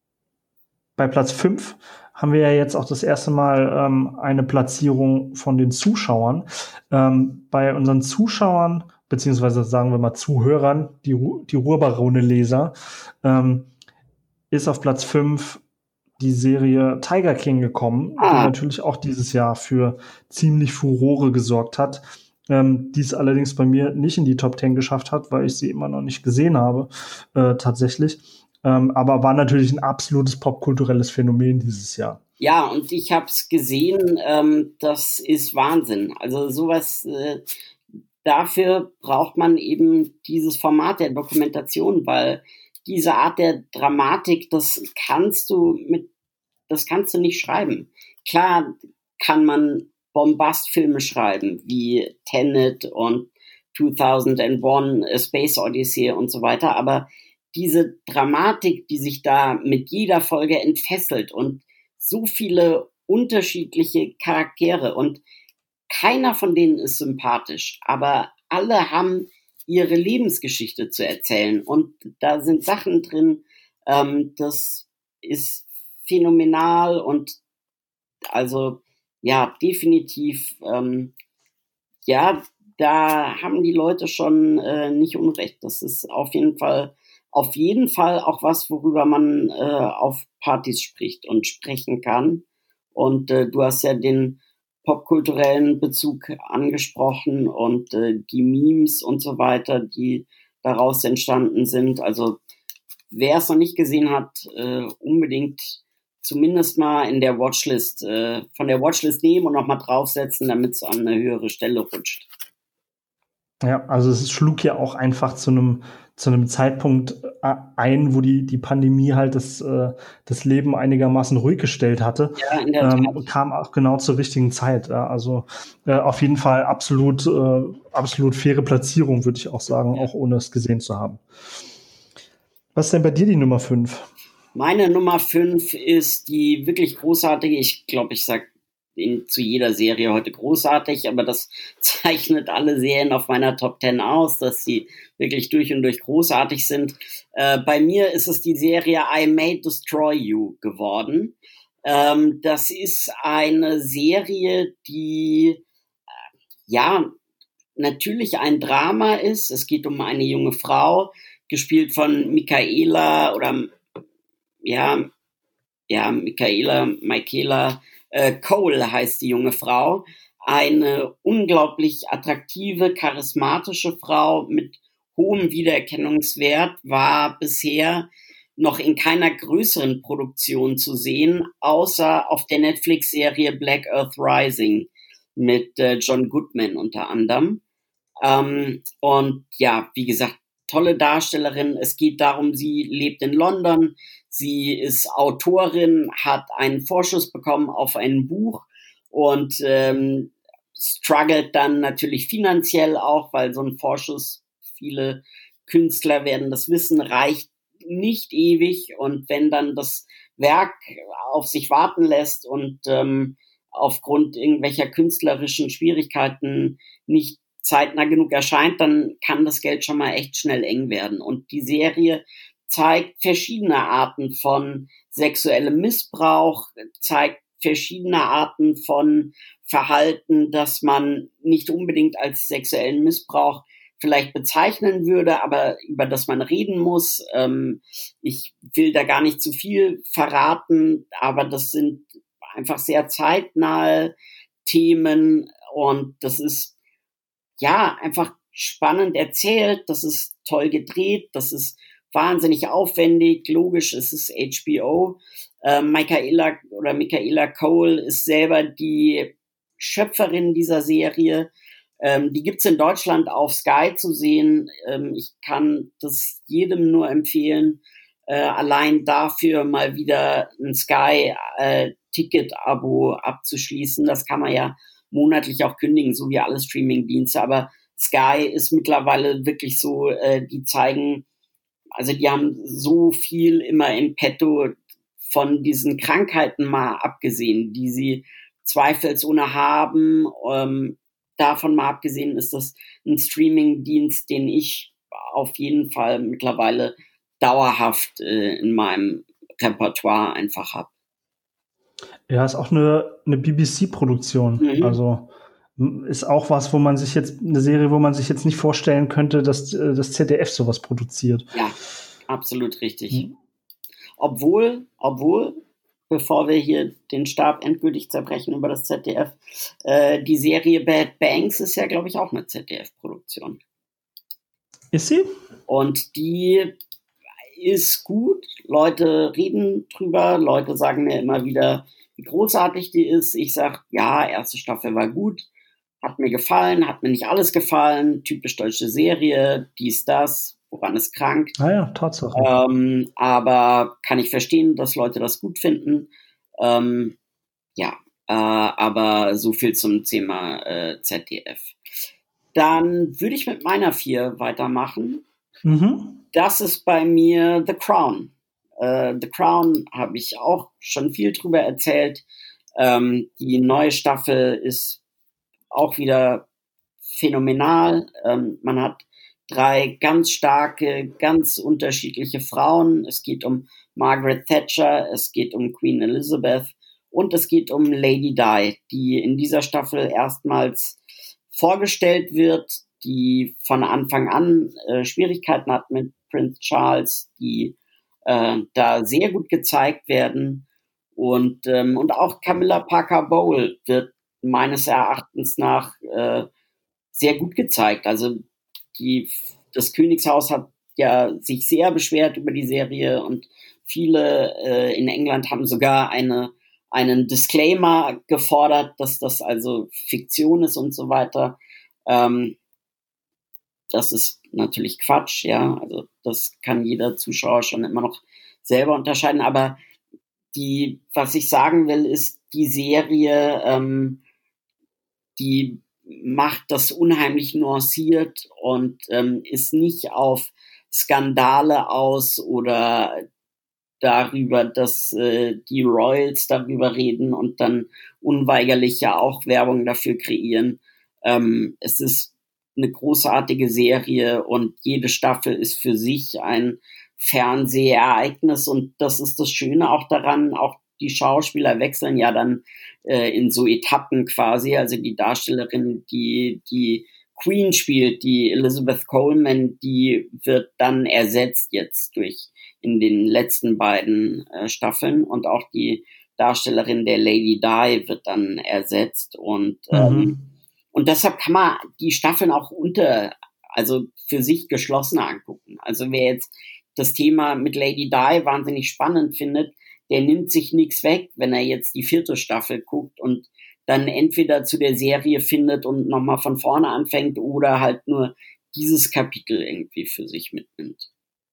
bei Platz fünf haben wir ja jetzt auch das erste Mal ähm, eine Platzierung von den Zuschauern. Ähm, bei unseren Zuschauern, beziehungsweise sagen wir mal Zuhörern, die, Ru- die Ruhrbarone-Leser, ähm, ist auf Platz fünf die Serie Tiger King gekommen, Ah. die natürlich auch dieses Jahr für ziemlich Furore gesorgt hat. Ähm, die es allerdings bei mir nicht in die Top Ten geschafft hat, weil ich sie immer noch nicht gesehen habe, äh, tatsächlich. Ähm, aber war natürlich ein absolutes popkulturelles Phänomen dieses Jahr. Ja, und ich habe es gesehen, ähm, das ist Wahnsinn. Also sowas, äh, dafür braucht man eben dieses Format der Dokumentation, weil diese Art der Dramatik, das kannst du mit, das kannst du nicht schreiben. Klar kann man Bombastfilme schreiben, wie Tenet und zweitausendeins, A Space Odyssey und so weiter, aber diese Dramatik, die sich da mit jeder Folge entfesselt und so viele unterschiedliche Charaktere und keiner von denen ist sympathisch, aber alle haben ihre Lebensgeschichte zu erzählen und da sind Sachen drin, ähm, das ist phänomenal und also ja, definitiv, ähm, ja, da haben die Leute schon äh, nicht unrecht. Das ist auf jeden Fall, auf jeden Fall auch was, worüber man äh, auf Partys spricht und sprechen kann. Und äh, du hast ja den popkulturellen Bezug angesprochen und äh, die Memes und so weiter, die daraus entstanden sind. Also wer es noch nicht gesehen hat, äh, unbedingt zumindest mal in der Watchlist, äh, von der Watchlist nehmen und nochmal draufsetzen, damit es an eine höhere Stelle rutscht. Ja, also es schlug ja auch einfach zu einem zu einem Zeitpunkt äh, ein, wo die die Pandemie halt das äh, das Leben einigermaßen ruhig gestellt hatte. Ja, in der ähm, Tat. Kam auch genau zur richtigen Zeit. Ja, also äh, auf jeden Fall absolut äh, absolut faire Platzierung, würde ich auch sagen, Ja. auch ohne es gesehen zu haben. Was ist denn bei dir die Nummer fünf? Meine Nummer fünf ist die wirklich großartige, ich glaube, ich sag in, zu jeder Serie heute großartig, aber das zeichnet alle Serien auf meiner Top Ten aus, dass sie wirklich durch und durch großartig sind. Äh, bei mir ist es die Serie I May Destroy You geworden. Ähm, das ist eine Serie, die äh, ja natürlich ein Drama ist. Es geht um eine junge Frau, gespielt von Michaela oder ja, ja, Michaela, Michaela äh, Cole heißt die junge Frau. Eine unglaublich attraktive, charismatische Frau mit hohem Wiedererkennungswert, war bisher noch in keiner größeren Produktion zu sehen, außer auf der Netflix-Serie Black Earth Rising mit äh, John Goodman unter anderem. Ähm, und ja, wie gesagt, tolle Darstellerin. Es geht darum, sie lebt in London, sie ist Autorin, hat einen Vorschuss bekommen auf ein Buch und ähm, struggelt dann natürlich finanziell auch, weil so ein Vorschuss, viele Künstler werden das wissen, reicht nicht ewig. Und wenn dann das Werk auf sich warten lässt und ähm, aufgrund irgendwelcher künstlerischen Schwierigkeiten nicht zeitnah genug erscheint, dann kann das Geld schon mal echt schnell eng werden. Und die Serie zeigt verschiedene Arten von sexuellem Missbrauch, zeigt verschiedene Arten von Verhalten, das man nicht unbedingt als sexuellen Missbrauch vielleicht bezeichnen würde, aber über das man reden muss. Ähm, ich will da gar nicht zu viel verraten, aber das sind einfach sehr zeitnahe Themen und das ist ja einfach spannend erzählt, das ist toll gedreht, das ist wahnsinnig aufwendig, logisch, es ist H B O. Äh, Michaela oder Michaela Cole ist selber die Schöpferin dieser Serie. Ähm, die gibt's in Deutschland auf Sky zu sehen. Ähm, ich kann das jedem nur empfehlen, äh, allein dafür mal wieder ein Sky-Ticket-Abo äh, abzuschließen. Das kann man ja monatlich auch kündigen, so wie alle Streaming-Dienste. Aber Sky ist mittlerweile wirklich so, äh, die zeigen, also die haben so viel immer in petto, von diesen Krankheiten mal abgesehen, die sie zweifelsohne haben. Ähm, davon mal abgesehen ist das ein Streaming-Dienst, den ich auf jeden Fall mittlerweile dauerhaft äh, in meinem Repertoire einfach habe. Ja, ist auch eine, eine B B C-Produktion. Mhm. Also ist auch was, wo man sich jetzt, eine Serie, wo man sich jetzt nicht vorstellen könnte, dass das Z D F sowas produziert. Ja, absolut richtig. Mhm. Obwohl, obwohl, bevor wir hier den Stab endgültig zerbrechen über das Z D F, äh, die Serie Bad Banks ist ja, glaube ich, auch eine Z D F-Produktion. Ist sie? Und die ist gut. Leute reden drüber. Leute sagen mir immer wieder, wie großartig die ist. Ich sag, ja, erste Staffel war gut. Hat mir gefallen, hat mir nicht alles gefallen. Typisch deutsche Serie, dies, das. Woran es krankt. Ah ja, Tatsache. Ähm, aber kann ich verstehen, dass Leute das gut finden. Ähm, ja, äh, aber so viel zum Thema äh, Z D F. Dann würde ich mit meiner vier weitermachen. Mhm. Das ist bei mir The Crown. Äh, The Crown habe ich auch schon viel drüber erzählt. Ähm, die neue Staffel ist auch wieder phänomenal. Ähm, man hat drei ganz starke, ganz unterschiedliche Frauen. Es geht um Margaret Thatcher, es geht um Queen Elizabeth und es geht um Lady Di, die in dieser Staffel erstmals vorgestellt wird, die von Anfang an äh, Schwierigkeiten hat mit Prince Charles, die äh, da sehr gut gezeigt werden. Und, ähm, und auch Camilla Parker Bowles wird meines Erachtens nach äh, sehr gut gezeigt. Also die, das Königshaus hat ja sich sehr beschwert über die Serie und viele äh, in England haben sogar eine, einen Disclaimer gefordert, dass das also Fiktion ist und so weiter. Ähm, das ist natürlich Quatsch, ja. Also das kann jeder Zuschauer schon immer noch selber unterscheiden. Aber die, was ich sagen will, ist, die Serie, ähm, die macht das unheimlich nuanciert und ähm, ist nicht auf Skandale aus oder darüber, dass äh, die Royals darüber reden und dann unweigerlich ja auch Werbung dafür kreieren. Ähm, es ist eine großartige Serie und jede Staffel ist für sich ein Fernsehereignis und das ist das Schöne auch daran, auch die Schauspieler wechseln ja dann äh, in so Etappen quasi, also die Darstellerin, die die Queen spielt, die Elizabeth Coleman, die wird dann ersetzt jetzt durch in den letzten beiden äh, Staffeln und auch die Darstellerin der Lady Di wird dann ersetzt und ähm, mhm. und deshalb kann man die Staffeln auch unter, also für sich geschlossener angucken. Also wer jetzt das Thema mit Lady Di wahnsinnig spannend findet, der nimmt sich nichts weg, wenn er jetzt die vierte Staffel guckt und dann entweder zu der Serie findet und nochmal von vorne anfängt oder halt nur dieses Kapitel irgendwie für sich mitnimmt.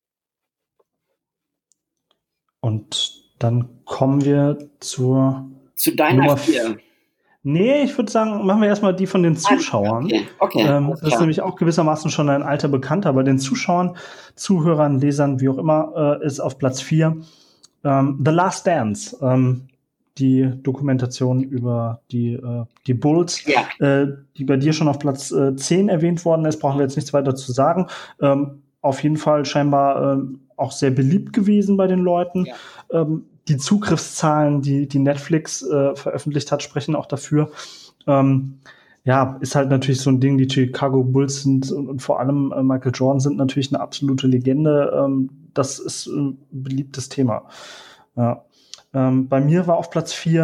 Und dann kommen wir zur zu deiner Nummer vier. Nee, ich würde sagen, machen wir erstmal die von den Zuschauern. Okay, okay, ähm, das ist nämlich auch gewissermaßen schon ein alter Bekannter. Bei den Zuschauern, Zuhörern, Lesern, wie auch immer, äh, ist auf Platz vier ähm, The Last Dance. Ähm, die Dokumentation über die, äh, die Bulls, ja. äh, die bei dir schon auf Platz äh, zehn erwähnt worden ist, brauchen wir jetzt nichts weiter zu sagen. Ähm, auf jeden Fall scheinbar ähm, auch sehr beliebt gewesen bei den Leuten. Ja. Ähm, die Zugriffszahlen, die, die Netflix äh, veröffentlicht hat, sprechen auch dafür. Ähm, ja, ist halt natürlich so ein Ding, die Chicago Bulls sind und, und vor allem äh, Michael Jordan sind natürlich eine absolute Legende. Ähm, das ist ein beliebtes Thema. Ja. Ähm, bei mir war auf Platz vier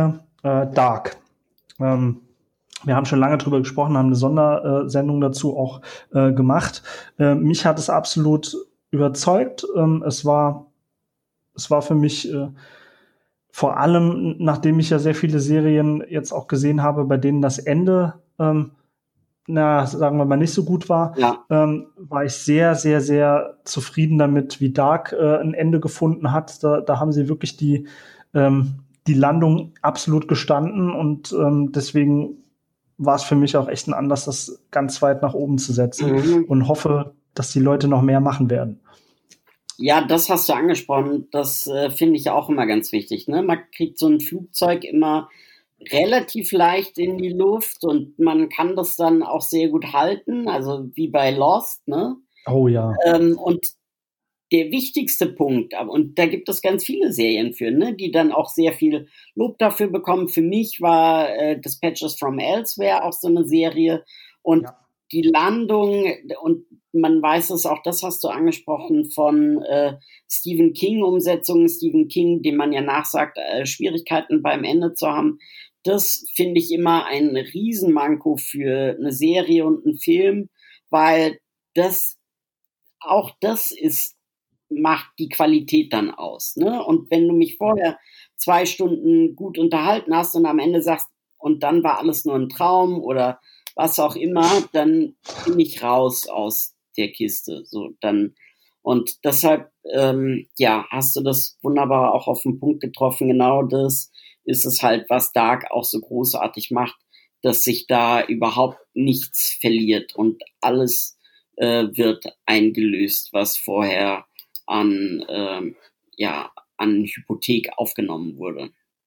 äh, Dark. Ähm, wir haben schon lange drüber gesprochen, haben eine Sondersendung dazu auch äh, gemacht. Äh, mich hat es absolut überzeugt. Ähm, es war, es war für mich äh, vor allem, nachdem ich ja sehr viele Serien jetzt auch gesehen habe, bei denen das Ende, ähm, na, sagen wir mal, nicht so gut war, Ja. ähm, war ich sehr, sehr, sehr zufrieden damit, wie Dark äh, ein Ende gefunden hat. Da, da haben sie wirklich die, ähm, die Landung absolut gestanden und ähm, deswegen war es für mich auch echt ein Anlass, das ganz weit nach oben zu setzen Mhm. und hoffe, dass die Leute noch mehr machen werden. Ja, das hast du angesprochen. Das äh, finde ich auch immer ganz wichtig. Ne? Man kriegt so ein Flugzeug immer relativ leicht in die Luft und man kann das dann auch sehr gut halten, also wie bei Lost. Ne? Oh ja. Ähm, und der wichtigste Punkt, und da gibt es ganz viele Serien für, ne, die dann auch sehr viel Lob dafür bekommen. Für mich war äh, Dispatches from Elsewhere auch so eine Serie und ja. Die Landung, und man weiß es auch, das hast du angesprochen, von äh, Stephen King-Umsetzungen, Stephen King, dem man ja nachsagt, äh, Schwierigkeiten beim Ende zu haben. Das finde ich immer ein Riesenmanko für eine Serie und einen Film, weil das, auch das ist, macht die Qualität dann aus. Ne? Und wenn du mich vorher zwei Stunden gut unterhalten hast und am Ende sagst, und dann war alles nur ein Traum oder was auch immer, dann bin ich raus aus der Kiste. So, dann, und deshalb, ähm, ja, hast du das wunderbar auch auf den Punkt getroffen. Genau das ist es halt, was Dark auch so großartig macht, dass sich da überhaupt nichts verliert und alles äh, wird eingelöst, was vorher an, ähm, ja, an Hypothek aufgenommen wurde.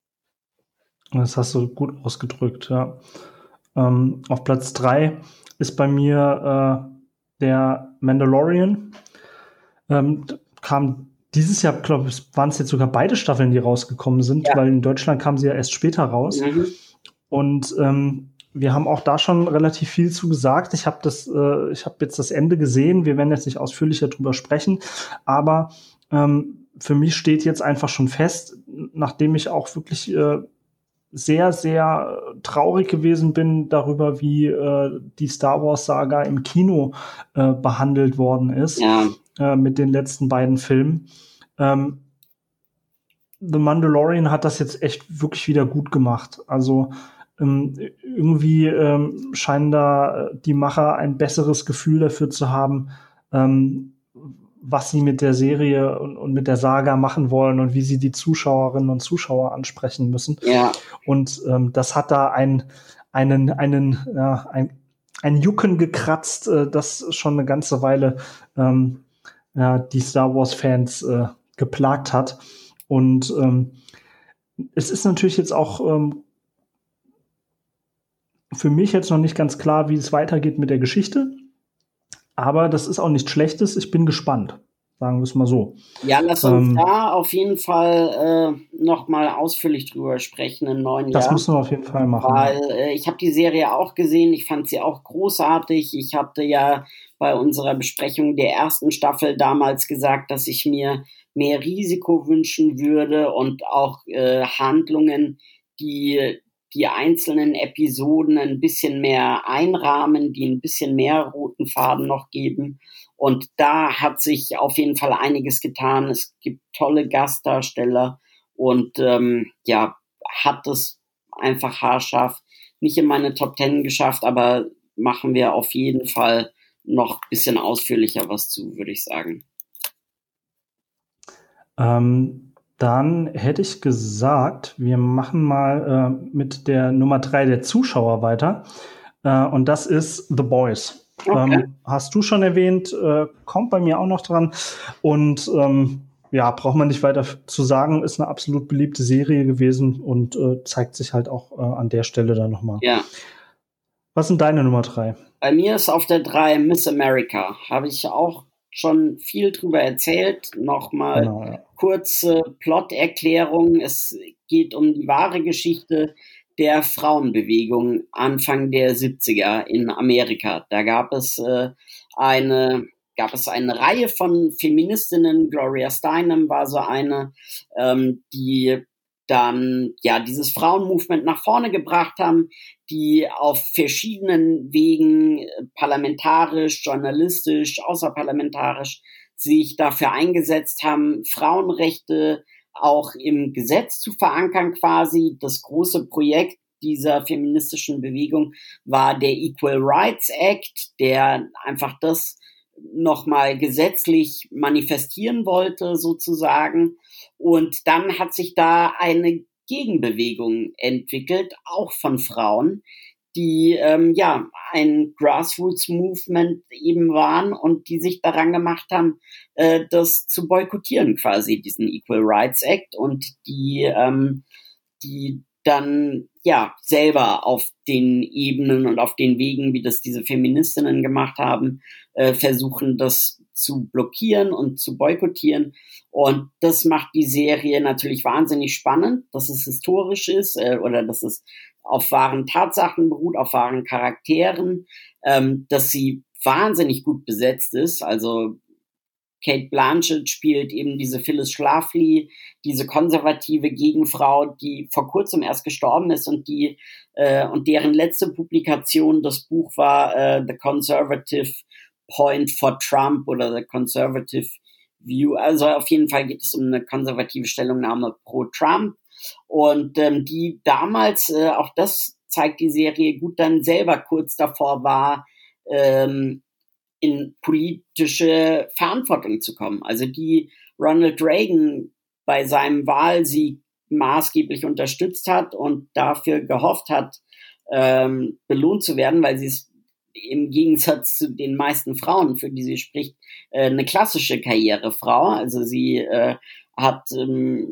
Das hast du gut ausgedrückt, ja. Ähm, auf Platz drei ist bei mir äh, der Mandalorian. Ähm, kam dieses Jahr, glaube ich, waren es jetzt sogar beide Staffeln, die rausgekommen sind, ja. Weil in Deutschland kamen sie ja erst später raus. Mhm. Und ähm, wir haben auch da schon relativ viel zu gesagt. Ich habe das, äh, ich habe jetzt das Ende gesehen. Wir werden jetzt nicht ausführlicher drüber sprechen, aber ähm, für mich steht jetzt einfach schon fest, nachdem ich auch wirklich äh, sehr, sehr traurig gewesen bin darüber, wie äh, die Star Wars Saga im Kino äh, behandelt worden ist, ja. äh, mit den letzten beiden Filmen. Ähm, The Mandalorian hat das jetzt echt wirklich wieder gut gemacht. Also ähm, irgendwie ähm, scheinen da die Macher ein besseres Gefühl dafür zu haben, ähm, was sie mit der Serie und, und mit der Saga machen wollen und wie sie die Zuschauerinnen und Zuschauer ansprechen müssen. Ja. Und ähm, das hat da ein, einen, einen, ja, ein, ein Jucken gekratzt, äh, das schon eine ganze Weile ähm, ja, die Star Wars-Fans äh, geplagt hat. Und ähm, es ist natürlich jetzt auch ähm, für mich jetzt noch nicht ganz klar, wie es weitergeht mit der Geschichte. Aber das ist auch nichts Schlechtes. Ich bin gespannt, sagen wir es mal so. Ja, lass uns ähm, da auf jeden Fall äh, noch mal ausführlich drüber sprechen im neuen das Jahr. Das müssen wir auf jeden Fall machen. Weil äh, ich habe die Serie auch gesehen. Ich fand sie auch großartig. Ich hatte ja bei unserer Besprechung der ersten Staffel damals gesagt, dass ich mir mehr Risiko wünschen würde und auch äh, Handlungen, die die einzelnen Episoden ein bisschen mehr einrahmen, die ein bisschen mehr roten Faden noch geben. Und da hat sich auf jeden Fall einiges getan. Es gibt tolle Gastdarsteller und ähm, ja, hat es einfach haarscharf nicht in meine Top Ten geschafft, aber machen wir auf jeden Fall noch ein bisschen ausführlicher was zu, würde ich sagen. Ähm Dann hätte ich gesagt, wir machen mal äh, mit der Nummer drei der Zuschauer weiter. Äh, und das ist The Boys. Okay. Ähm, hast du schon erwähnt, äh, kommt bei mir auch noch dran. Und ähm, ja, braucht man nicht weiter zu sagen, ist eine absolut beliebte Serie gewesen und äh, zeigt sich halt auch äh, an der Stelle dann nochmal. Ja. Was sind deine Nummer drei? Bei mir ist auf der drei Miss America. Habe ich auch schon viel drüber erzählt. Nochmal genau, ja. Kurze Plot-Erklärung. Es geht um die wahre Geschichte der Frauenbewegung Anfang der siebziger in Amerika. Da gab es äh, eine gab es eine Reihe von Feministinnen. Gloria Steinem war so eine, ähm, die dann ja dieses Frauenmovement nach vorne gebracht haben, die auf verschiedenen Wegen parlamentarisch, journalistisch, außerparlamentarisch sich dafür eingesetzt haben, Frauenrechte auch im Gesetz zu verankern quasi. Das große Projekt dieser feministischen Bewegung war der Equal Rights Act, der einfach das nochmal gesetzlich manifestieren wollte sozusagen. Und dann hat sich da eine Gegenbewegung entwickelt, auch von Frauen, die ähm, ja ein Grassroots-Movement eben waren und die sich daran gemacht haben, äh, das zu boykottieren quasi, diesen Equal Rights Act, und die, ähm, die dann ja selber auf den Ebenen und auf den Wegen, wie das diese Feministinnen gemacht haben, äh, versuchen, das zu blockieren und zu boykottieren. Und das macht die Serie natürlich wahnsinnig spannend, dass es historisch ist äh, oder dass es auf wahren Tatsachen beruht, auf wahren Charakteren, ähm, dass sie wahnsinnig gut besetzt ist. Also Cate Blanchett spielt eben diese Phyllis Schlafly, diese konservative Gegenfrau, die vor kurzem erst gestorben ist und die äh, und deren letzte Publikation, das Buch war äh, The Conservative Point for Trump oder The Conservative View. Also auf jeden Fall geht es um eine konservative Stellungnahme pro Trump. Und ähm, die damals, äh, auch das zeigt die Serie gut, dann selber kurz davor war, ähm, in politische Verantwortung zu kommen. Also die Ronald Reagan bei seinem Wahlsieg maßgeblich unterstützt hat und dafür gehofft hat, ähm, belohnt zu werden, weil sie es im Gegensatz zu den meisten Frauen, für die sie spricht, äh, eine klassische Karrierefrau. Also sie äh, hat ähm,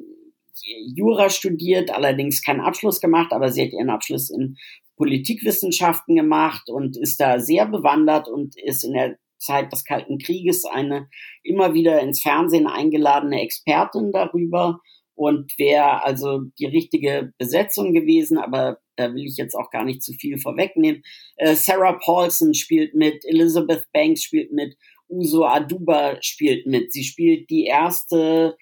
Jura studiert, allerdings keinen Abschluss gemacht, aber sie hat ihren Abschluss in Politikwissenschaften gemacht und ist da sehr bewandert und ist in der Zeit des Kalten Krieges eine immer wieder ins Fernsehen eingeladene Expertin darüber und wäre also die richtige Besetzung gewesen, aber da will ich jetzt auch gar nicht zu viel vorwegnehmen. Äh, Sarah Paulson spielt mit, Elizabeth Banks spielt mit, Uzo Aduba spielt mit. Sie spielt die erste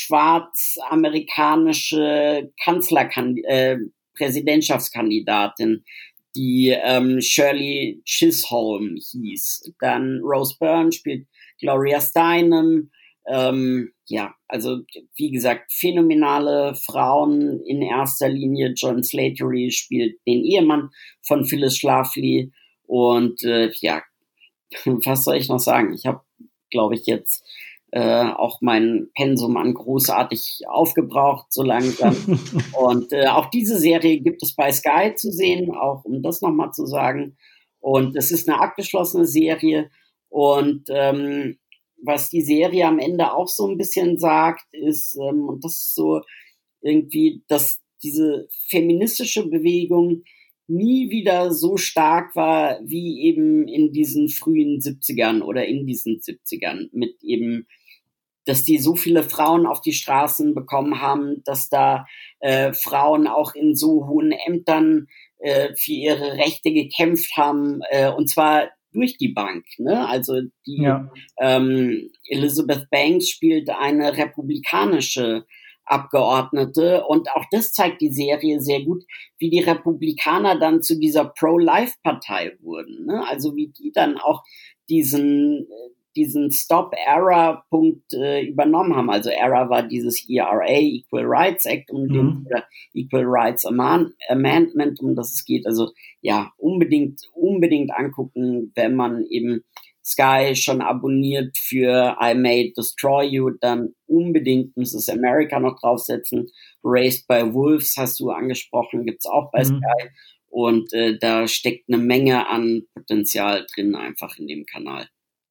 schwarz-amerikanische Kanzlerkandidatin, äh, Präsidentschaftskandidatin, die ähm, Shirley Chisholm hieß. Dann Rose Byrne spielt Gloria Steinem. Ähm, ja, also wie gesagt, phänomenale Frauen in erster Linie. John Slattery spielt den Ehemann von Phyllis Schlafly. Und äh, ja, was soll ich noch sagen? Ich habe, glaube ich, jetzt äh, auch mein Pensum an großartig aufgebraucht, so langsam. Und äh, auch diese Serie gibt es bei Sky zu sehen, auch um das nochmal zu sagen. Und es ist eine abgeschlossene Serie. Und ähm, was die Serie am Ende auch so ein bisschen sagt, ist, ähm, und das ist so irgendwie, dass diese feministische Bewegung nie wieder so stark war wie eben in diesen frühen siebzigern oder in diesen siebzigern mit eben, dass die so viele Frauen auf die Straßen bekommen haben, dass da äh, Frauen auch in so hohen Ämtern äh, für ihre Rechte gekämpft haben, äh, und zwar durch die Bank. Ne? Also die ja. ähm, Elizabeth Banks spielt eine republikanische Abgeordnete und auch das zeigt die Serie sehr gut, wie die Republikaner dann zu dieser Pro-Life-Partei wurden. Ne? Also wie die dann auch diesen diesen Stop-Error-Punkt äh, übernommen haben. Also Error war dieses E R A, Equal Rights Act, um mhm. den, oder Equal Rights Amendment, um das es geht. Also ja, unbedingt, unbedingt angucken, wenn man eben Sky schon abonniert für I May Destroy You, dann unbedingt Missus America noch draufsetzen. Raised by Wolves hast du angesprochen, gibt's auch bei mhm. Sky. Und äh, da steckt eine Menge an Potenzial drin einfach in dem Kanal.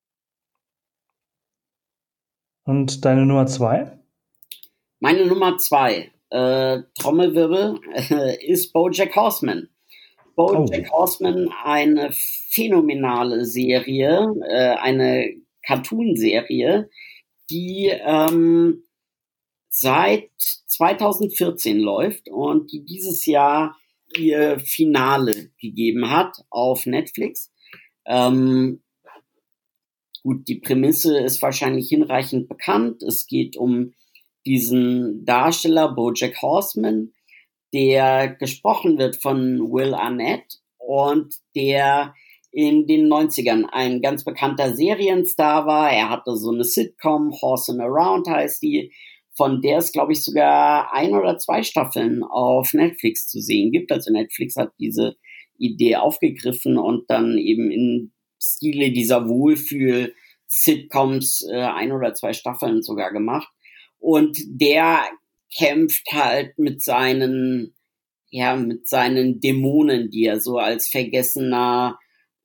Und deine Nummer zwei? Meine Nummer zwei, äh, Trommelwirbel, äh, ist BoJack Horseman. BoJack oh. Horseman, eine phänomenale Serie, äh, eine Cartoon-Serie, die ähm, seit zweitausendvierzehn läuft und die dieses Jahr ihr Finale gegeben hat auf Netflix. Ähm, Gut, die Prämisse ist wahrscheinlich hinreichend bekannt. Es geht um diesen Darsteller BoJack Horseman, der gesprochen wird von Will Arnett und der in den neunzigern ein ganz bekannter Serienstar war. Er hatte so eine Sitcom, Horsin' Around heißt die, von der es, glaube ich, sogar ein oder zwei Staffeln auf Netflix zu sehen gibt. Also Netflix hat diese Idee aufgegriffen und dann eben in Stile dieser Wohlfühl-Sitcoms äh, ein oder zwei Staffeln sogar gemacht. Und der kämpft halt mit seinen, ja, mit seinen Dämonen, die er so als vergessener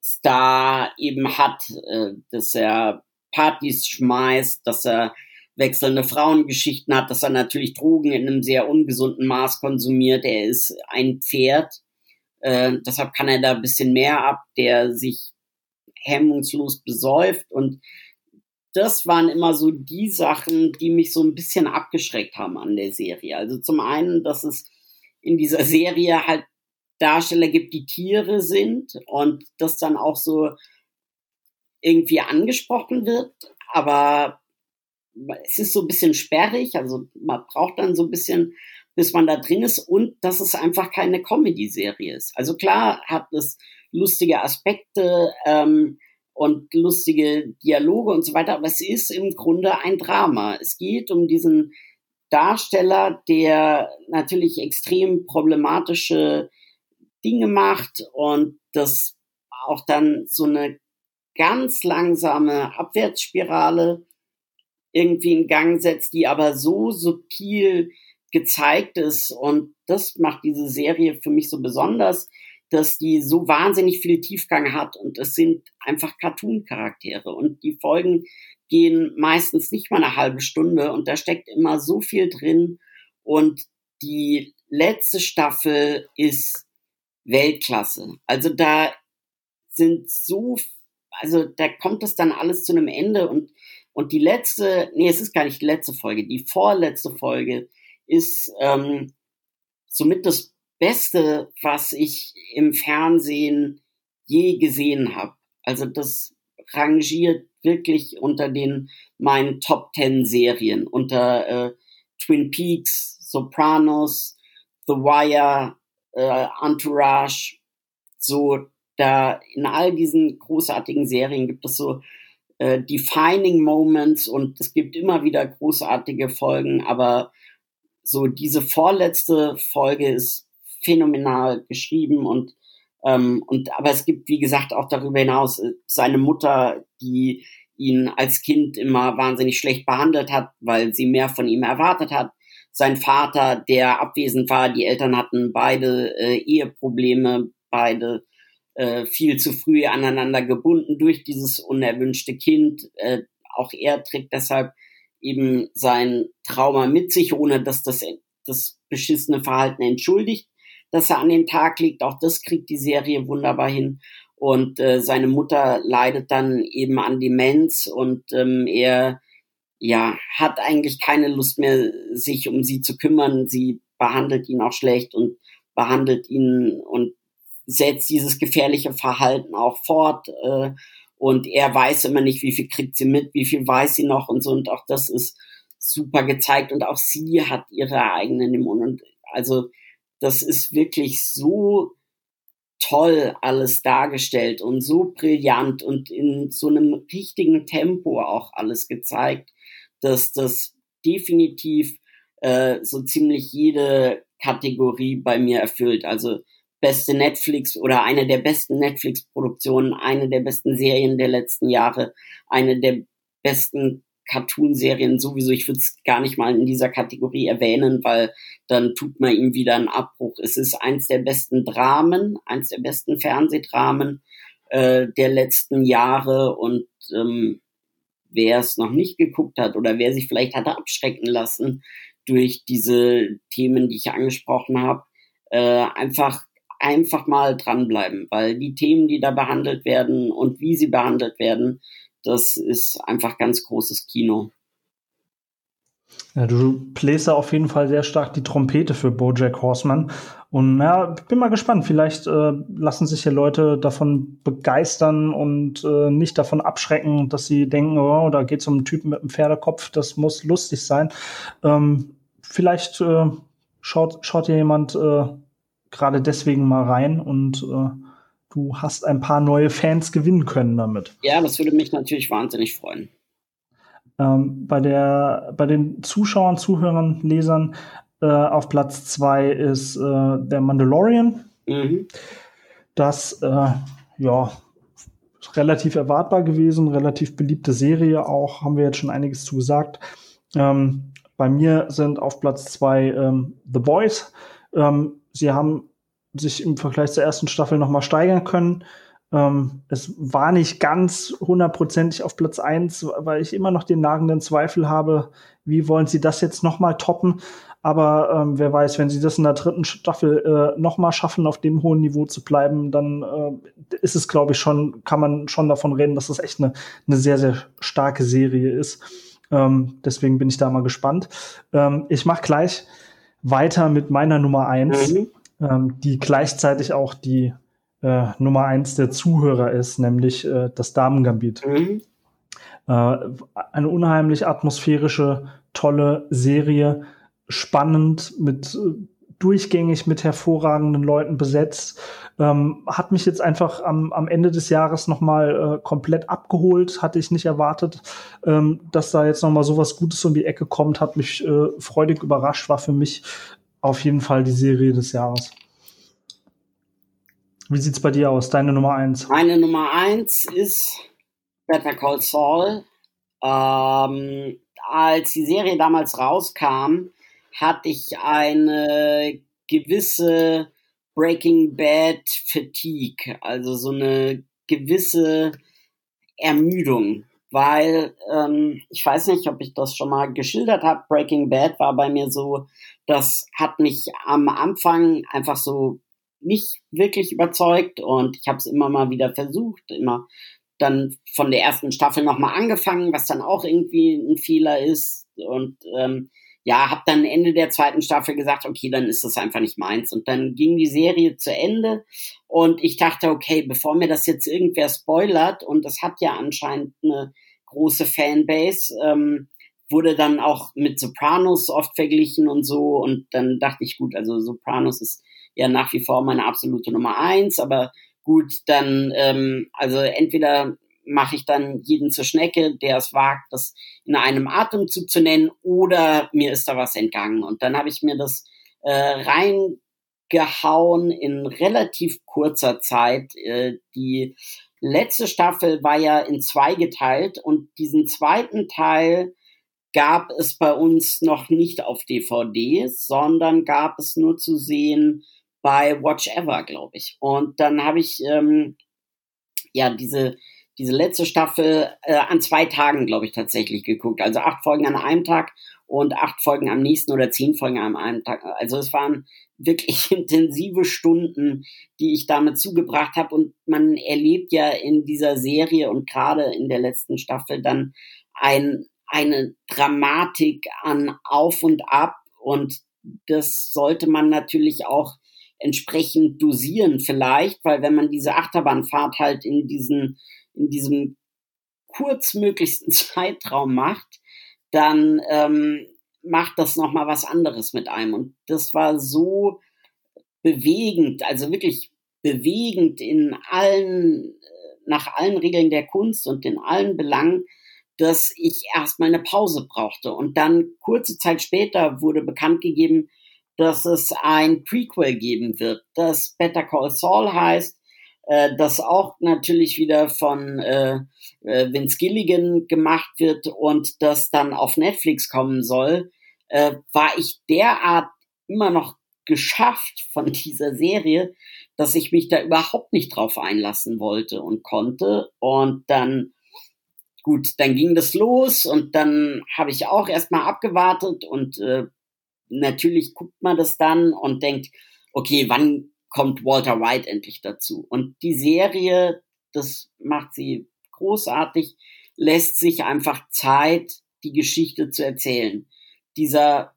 Star eben hat, äh, dass er Partys schmeißt, dass er wechselnde Frauengeschichten hat, dass er natürlich Drogen in einem sehr ungesunden Maß konsumiert. Er ist ein Pferd, äh, deshalb kann er da ein bisschen mehr ab, der sich hemmungslos besäuft. Und das waren immer so die Sachen, die mich so ein bisschen abgeschreckt haben an der Serie. Also zum einen, dass es in dieser Serie halt Darsteller gibt, die Tiere sind und das dann auch so irgendwie angesprochen wird, aber es ist so ein bisschen sperrig, also man braucht dann so ein bisschen, bis man da drin ist, und dass es einfach keine Comedy-Serie ist. Also klar hat es lustige Aspekte ähm, und lustige Dialoge und so weiter, aber es ist im Grunde ein Drama. Es geht um diesen Darsteller, der natürlich extrem problematische Dinge macht und das auch dann so eine ganz langsame Abwärtsspirale irgendwie in Gang setzt, die aber so subtil gezeigt ist. Und das macht diese Serie für mich so besonders, dass die so wahnsinnig viel Tiefgang hat. Und es sind einfach Cartoon-Charaktere. Und die Folgen gehen meistens nicht mal eine halbe Stunde. Und da steckt immer so viel drin. Und die letzte Staffel ist Weltklasse. Also da sind so, also da kommt es dann alles zu einem Ende. Und Und die letzte, nee, es ist gar nicht die letzte Folge, die vorletzte Folge ist ähm, somit das Beste, was ich im Fernsehen je gesehen habe. Also das rangiert wirklich unter den meinen Top Ten Serien, unter äh, Twin Peaks, Sopranos, The Wire, äh, Entourage. So, da in all diesen großartigen Serien gibt es so äh, defining Moments und es gibt immer wieder großartige Folgen, aber so diese vorletzte Folge ist phänomenal geschrieben und ähm, und aber es gibt, wie gesagt, auch darüber hinaus äh, seine Mutter, die ihn als Kind immer wahnsinnig schlecht behandelt hat, weil sie mehr von ihm erwartet hat. Sein Vater, der abwesend war, die Eltern hatten beide äh, Eheprobleme, beide äh, viel zu früh aneinander gebunden durch dieses unerwünschte Kind. Äh, auch er trägt deshalb eben sein Trauma mit sich, ohne dass das das beschissene Verhalten entschuldigt, dass er an den Tag legt. Auch das kriegt die Serie wunderbar hin. Und äh, seine Mutter leidet dann eben an Demenz und ähm, er ja hat eigentlich keine Lust mehr, sich um sie zu kümmern. Sie behandelt ihn auch schlecht und behandelt ihn und setzt dieses gefährliche Verhalten auch fort. Äh, und er weiß immer nicht, wie viel kriegt sie mit, wie viel weiß sie noch und so. Und auch das ist super gezeigt. Und auch sie hat ihre eigenen Dämonen. Und also das ist wirklich so toll alles dargestellt und so brillant und in so einem richtigen Tempo auch alles gezeigt, dass das definitiv äh, so ziemlich jede Kategorie bei mir erfüllt. Also beste Netflix oder eine der besten Netflix-Produktionen, eine der besten Serien der letzten Jahre, eine der besten Cartoon-Serien sowieso. Ich würde es gar nicht mal in dieser Kategorie erwähnen, weil dann tut man ihm wieder einen Abbruch. Es ist eins der besten Dramen, eins der besten Fernsehdramen äh, der letzten Jahre und ähm, wer es noch nicht geguckt hat oder wer sich vielleicht hatte abschrecken lassen durch diese Themen, die ich angesprochen habe, äh, einfach einfach mal dranbleiben, weil die Themen, die da behandelt werden und wie sie behandelt werden, das ist einfach ganz großes Kino. Ja, du playst da auf jeden Fall sehr stark die Trompete für BoJack Horseman. Und ja, bin mal gespannt. Vielleicht äh, lassen sich ja Leute davon begeistern und äh, nicht davon abschrecken, dass sie denken, oh, da geht's um einen Typen mit einem Pferdekopf, das muss lustig sein. Ähm, vielleicht äh, schaut, schaut hier jemand äh, gerade deswegen mal rein und äh, du hast ein paar neue Fans gewinnen können damit. Ja, das würde mich natürlich wahnsinnig freuen. Ähm, bei der, bei den Zuschauern, Zuhörern, Lesern äh, auf Platz zwei ist äh, der Mandalorian. Mhm. Das, äh, ja, relativ erwartbar gewesen, relativ beliebte Serie auch, haben wir jetzt schon einiges zu gesagt. Ähm, bei mir sind auf Platz zwei ähm, The Boys. Ähm, sie haben sich im Vergleich zur ersten Staffel noch mal steigern können. Ähm, es war nicht ganz hundertprozentig auf Platz eins, weil ich immer noch den nagenden Zweifel habe, wie wollen sie das jetzt noch mal toppen? Aber ähm, wer weiß, wenn sie das in der dritten Staffel äh, noch mal schaffen, auf dem hohen Niveau zu bleiben, dann äh, ist es, glaube ich, schon, kann man schon davon reden, dass das echt eine, eine sehr, sehr starke Serie ist. Ähm, deswegen bin ich da mal gespannt. Ähm, ich mache gleich weiter mit meiner Nummer eins, Mhm. ähm, die gleichzeitig auch die äh, Nummer eins der Zuhörer ist, nämlich äh, das Damen-Gambit. Mhm. Äh, eine unheimlich atmosphärische, tolle Serie, spannend, mit äh, durchgängig mit hervorragenden Leuten besetzt. Ähm, hat mich jetzt einfach am, am Ende des Jahres noch mal äh, komplett abgeholt. Hatte ich nicht erwartet, ähm, dass da jetzt noch mal sowas Gutes um die Ecke kommt. Hat mich äh, freudig überrascht. War für mich auf jeden Fall die Serie des Jahres. Wie sieht's bei dir aus? Deine Nummer eins? Meine Nummer eins ist Better Call Saul. Ähm, als die Serie damals rauskam, hatte ich eine gewisse Breaking Bad Fatigue, also so eine gewisse Ermüdung, weil ähm, ich weiß nicht, ob ich das schon mal geschildert habe. Breaking Bad war bei mir so, das hat mich am Anfang einfach so nicht wirklich überzeugt und ich habe es immer mal wieder versucht, immer dann von der ersten Staffel nochmal angefangen, was dann auch irgendwie ein Fehler ist und ähm, ja, habe dann Ende der zweiten Staffel gesagt, okay, dann ist das einfach nicht meins. Und dann ging die Serie zu Ende und ich dachte, okay, bevor mir das jetzt irgendwer spoilert, und das hat ja anscheinend eine große Fanbase, ähm, wurde dann auch mit Sopranos oft verglichen und so. Und dann dachte ich, gut, also Sopranos ist ja nach wie vor meine absolute Nummer eins, aber gut, dann, ähm, also entweder mache ich dann jeden zur Schnecke, der es wagt, das in einem Atemzug zu nennen, oder mir ist da was entgangen. Und dann habe ich mir das äh, reingehauen in relativ kurzer Zeit. Äh, die letzte Staffel war ja in zwei geteilt und diesen zweiten Teil gab es bei uns noch nicht auf D V D, sondern gab es nur zu sehen bei Watch Ever, glaube ich. Und dann habe ich ähm, ja diese diese letzte Staffel äh, an zwei Tagen, glaube ich, tatsächlich geguckt. Also acht Folgen an einem Tag und acht Folgen am nächsten oder zehn Folgen an einem Tag. Also es waren wirklich intensive Stunden, die ich damit zugebracht habe. Und man erlebt ja in dieser Serie und gerade in der letzten Staffel dann ein, eine Dramatik an Auf und Ab. Und das sollte man natürlich auch entsprechend dosieren vielleicht, weil wenn man diese Achterbahnfahrt halt in diesen in diesem kurzmöglichsten Zeitraum macht, dann ähm, macht das nochmal was anderes mit einem. Und das war so bewegend, also wirklich bewegend in allen, nach allen Regeln der Kunst und in allen Belangen, dass ich erstmal eine Pause brauchte. Und dann kurze Zeit später wurde bekannt gegeben, dass es ein Prequel geben wird, das Better Call Saul heißt, äh, das auch natürlich wieder von äh, Vince Gilligan gemacht wird und das dann auf Netflix kommen soll, äh, war ich derart immer noch geschafft von dieser Serie, dass ich mich da überhaupt nicht drauf einlassen wollte und konnte. Und dann, gut, dann ging das los und dann habe ich auch erstmal abgewartet und äh, natürlich guckt man das dann und denkt, okay, wann kommt Walter White endlich dazu? Und die Serie, das macht sie großartig, lässt sich einfach Zeit, die Geschichte zu erzählen. dieser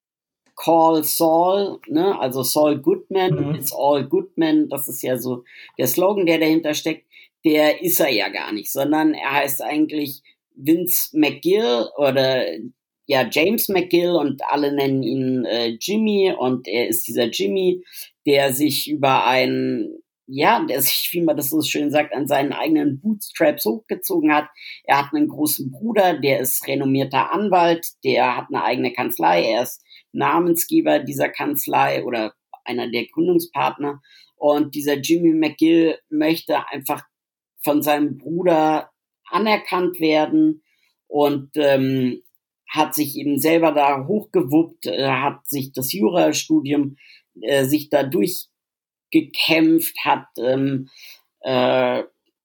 Call Saul, ne, also Saul Goodman, Mhm. it's all Goodman, das ist ja so der Slogan, der dahinter steckt, der ist er ja gar nicht, sondern er heißt eigentlich Vince McGill oder ja James McGill und alle nennen ihn äh, Jimmy und er ist dieser Jimmy, der sich über einen, ja, der sich, wie man das so schön sagt, an seinen eigenen Bootstraps hochgezogen hat. Er hat einen großen Bruder, der ist renommierter Anwalt, der hat eine eigene Kanzlei, er ist Namensgeber dieser Kanzlei oder einer der Gründungspartner und dieser Jimmy McGill möchte einfach von seinem Bruder anerkannt werden und ähm, hat sich eben selber da hochgewuppt, äh, hat sich das Jurastudium äh, sich da durchgekämpft, hat ähm, äh,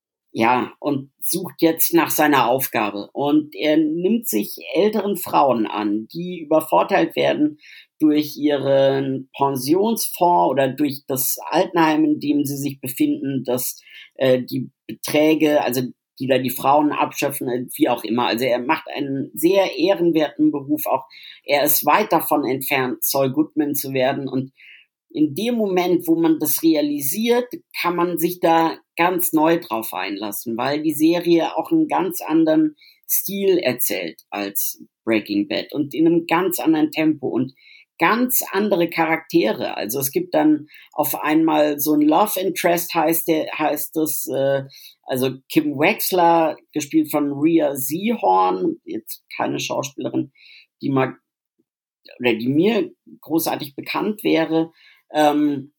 ja und sucht jetzt nach seiner Aufgabe und er nimmt sich älteren Frauen an, die übervorteilt werden durch ihren Pensionsfonds oder durch das Altenheim, in dem sie sich befinden, dass äh, die Beträge, also die da die Frauen abschöpfen, wie auch immer. Also er macht einen sehr ehrenwerten Beruf, auch er ist weit davon entfernt, Saul Goodman zu werden und in dem Moment, wo man das realisiert, kann man sich da ganz neu drauf einlassen, weil die Serie auch einen ganz anderen Stil erzählt als Breaking Bad und in einem ganz anderen Tempo und ganz andere Charaktere. Also es gibt dann auf einmal so ein Love Interest, heißt der, heißt das, äh, also Kim Wexler, gespielt von Rhea Seehorn, jetzt keine Schauspielerin, die mal oder die mir großartig bekannt wäre, ähm,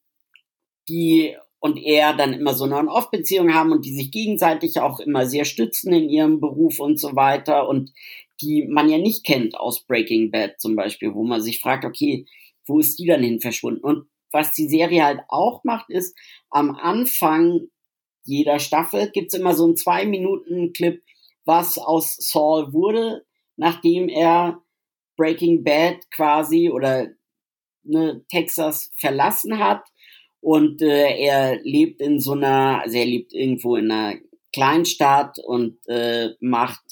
die und er dann immer so eine On-Off-Beziehung haben und die sich gegenseitig auch immer sehr stützen in ihrem Beruf und so weiter und die man ja nicht kennt aus Breaking Bad zum Beispiel, wo man sich fragt, okay, wo ist die dann hin verschwunden? Und was die Serie halt auch macht, ist, am Anfang jeder Staffel gibt's immer so einen Zwei-Minuten-Clip, was aus Saul wurde, nachdem er Breaking Bad quasi oder ne, Texas verlassen hat und äh, er lebt in so einer, also er lebt irgendwo in einer Kleinstadt und äh, macht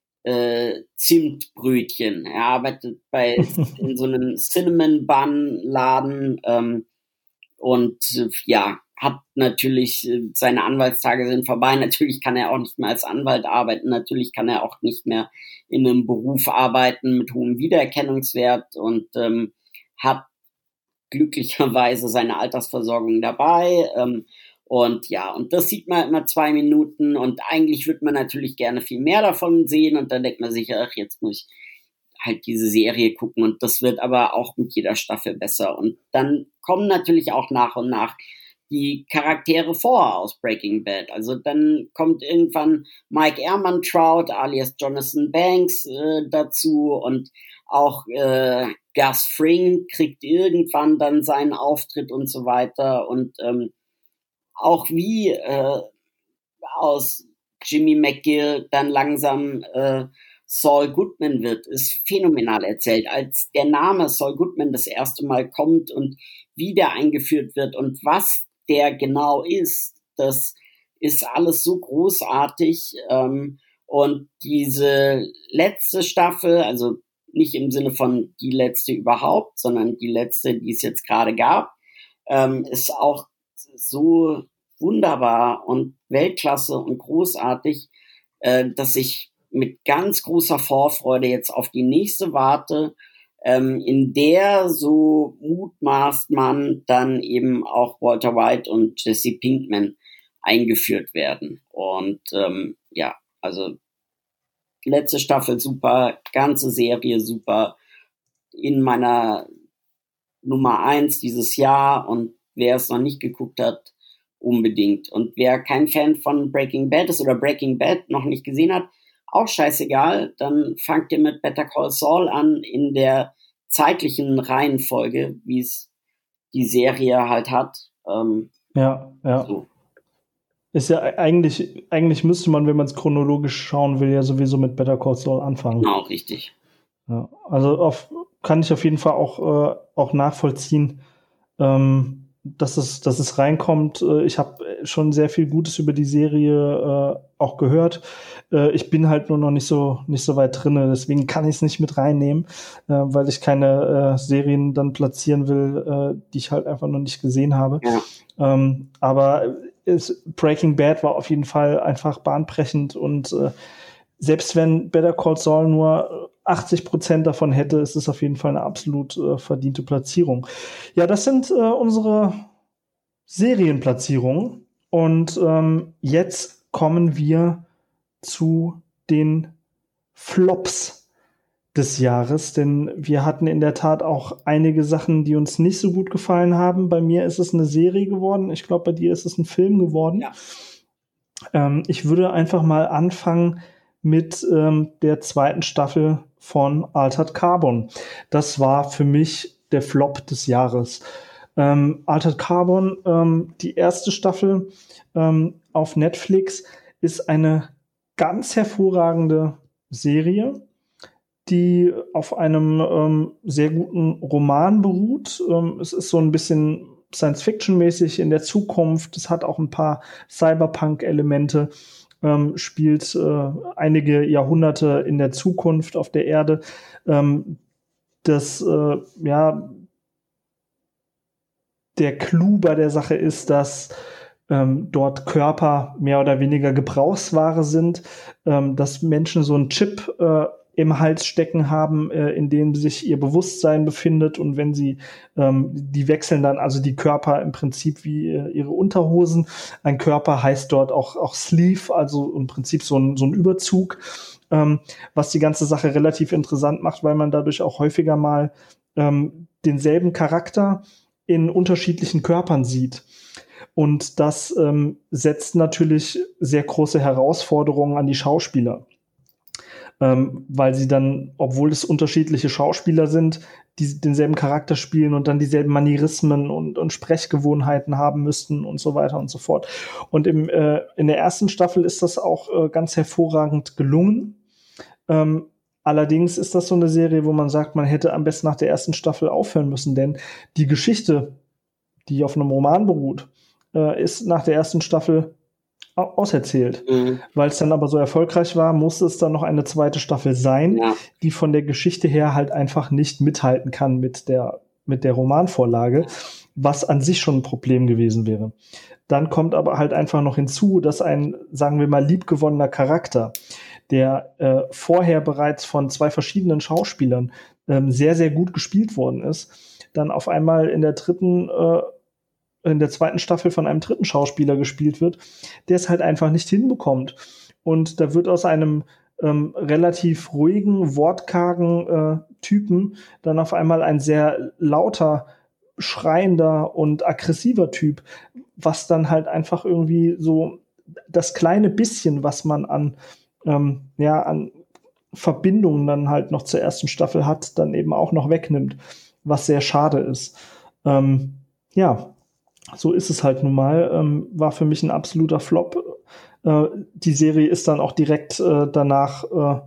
äh, Zimtbrötchen. Er arbeitet bei in so einem Cinnamon Bun Laden ähm, und äh, ja, hat natürlich, äh, seine Anwaltstage sind vorbei, natürlich kann er auch nicht mehr als Anwalt arbeiten, natürlich kann er auch nicht mehr in einem Beruf arbeiten mit hohem Wiedererkennungswert und ähm, hat glücklicherweise seine Altersversorgung dabei. Ähm, und ja, und das sieht man immer zwei Minuten und eigentlich würde man natürlich gerne viel mehr davon sehen und dann denkt man sich, ach, jetzt muss ich halt diese Serie gucken und das wird aber auch mit jeder Staffel besser. Und dann kommen natürlich auch nach und nach die Charaktere vor aus Breaking Bad. Also dann kommt irgendwann Mike Ehrmantraut alias Jonathan Banks äh, dazu und auch äh, Gus Fring kriegt irgendwann dann seinen Auftritt und so weiter und ähm, auch wie äh, aus Jimmy McGill dann langsam äh, Saul Goodman wird, ist phänomenal erzählt. Als der Name Saul Goodman das erste Mal kommt und wie der eingeführt wird und was der genau ist, das ist alles so großartig. Ähm, und diese letzte Staffel, also nicht im Sinne von die letzte überhaupt, sondern die letzte, die es jetzt gerade gab, ähm, ist auch so wunderbar und Weltklasse und großartig, äh, dass ich mit ganz großer Vorfreude jetzt auf die nächste warte, ähm, in der, so mutmaßt man, dann eben auch Walter White und Jesse Pinkman eingeführt werden. Und ähm, ja, also letzte Staffel super, ganze Serie super, in meiner Nummer eins dieses Jahr und wer es noch nicht geguckt hat, unbedingt. Und wer kein Fan von Breaking Bad ist oder Breaking Bad noch nicht gesehen hat, auch scheißegal, dann fangt ihr mit Better Call Saul an in der zeitlichen Reihenfolge, wie es die Serie halt hat. Ähm, ja, ja. So. Ist ja eigentlich, eigentlich müsste man, wenn man es chronologisch schauen will, ja sowieso mit Better Call Saul anfangen. Genau, richtig. Ja, also auf, kann ich auf jeden Fall auch, äh, auch nachvollziehen. Ähm, dass es, dass es reinkommt. Ich habe schon sehr viel Gutes über die Serie äh, auch gehört. Äh, ich bin halt nur noch nicht so nicht so weit drinne, deswegen kann ich es nicht mit reinnehmen, äh, weil ich keine äh, Serien dann platzieren will, äh, die ich halt einfach noch nicht gesehen habe. Ja. Ähm, aber es, Breaking Bad war auf jeden Fall einfach bahnbrechend und äh, selbst wenn Better Call Saul nur achtzig Prozent davon hätte, ist es auf jeden Fall eine absolut äh, verdiente Platzierung. Ja, das sind äh, unsere Serienplatzierungen. Und ähm, jetzt kommen wir zu den Flops des Jahres, denn wir hatten in der Tat auch einige Sachen, die uns nicht so gut gefallen haben. Bei mir ist es eine Serie geworden. Ich glaube, bei dir ist es ein Film geworden. Ja. Ähm, ich würde einfach mal anfangen mit ähm, der zweiten Staffel von Altered Carbon. Das war für mich der Flop des Jahres. Ähm, Altered Carbon, ähm, die erste Staffel ähm, auf Netflix, ist eine ganz hervorragende Serie, die auf einem ähm, sehr guten Roman beruht. Ähm, es ist so ein bisschen Science-Fiction-mäßig in der Zukunft. Es hat auch ein paar Cyberpunk-Elemente. Ähm, spielt äh, einige Jahrhunderte in der Zukunft auf der Erde. Ähm, das, äh, ja, der Clou bei der Sache ist, dass ähm, dort Körper mehr oder weniger Gebrauchsware sind, ähm, dass Menschen so einen Chip äh, im Hals stecken haben, äh, in dem sich ihr Bewusstsein befindet, und wenn sie, ähm, die wechseln dann also die Körper im Prinzip wie äh, ihre Unterhosen. Ein Körper heißt dort auch, auch Sleeve, also im Prinzip so ein, so ein Überzug, ähm, was die ganze Sache relativ interessant macht, weil man dadurch auch häufiger mal ähm, denselben Charakter in unterschiedlichen Körpern sieht. Und das ähm, setzt natürlich sehr große Herausforderungen an die Schauspieler. Ähm, weil sie dann, obwohl es unterschiedliche Schauspieler sind, die denselben Charakter spielen und dann dieselben Manierismen und, und Sprechgewohnheiten haben müssten und so weiter und so fort. Und im, äh, in der ersten Staffel ist das auch äh, ganz hervorragend gelungen. Ähm, allerdings ist das so eine Serie, wo man sagt, man hätte am besten nach der ersten Staffel aufhören müssen, denn die Geschichte, die auf einem Roman beruht, äh, ist nach der ersten Staffel auserzählt. Mhm. Weil es dann aber so erfolgreich war, musste es dann noch eine zweite Staffel sein, ja, die von der Geschichte her halt einfach nicht mithalten kann mit der, mit der Romanvorlage, was an sich schon ein Problem gewesen wäre. Dann kommt aber halt einfach noch hinzu, dass ein, sagen wir mal, liebgewonnener Charakter, der äh, vorher bereits von zwei verschiedenen Schauspielern ähm, sehr, sehr gut gespielt worden ist, dann auf einmal in der dritten äh, in der zweiten Staffel von einem dritten Schauspieler gespielt wird, der es halt einfach nicht hinbekommt. Und da wird aus einem ähm, relativ ruhigen, wortkargen äh, Typen dann auf einmal ein sehr lauter, schreiender und aggressiver Typ, was dann halt einfach irgendwie so das kleine bisschen, was man an, ähm, ja, an Verbindungen dann halt noch zur ersten Staffel hat, dann eben auch noch wegnimmt, was sehr schade ist. Ähm, ja, so ist es halt nun mal. Ähm, war für mich ein absoluter Flop. Äh, die Serie ist dann auch direkt äh, danach äh,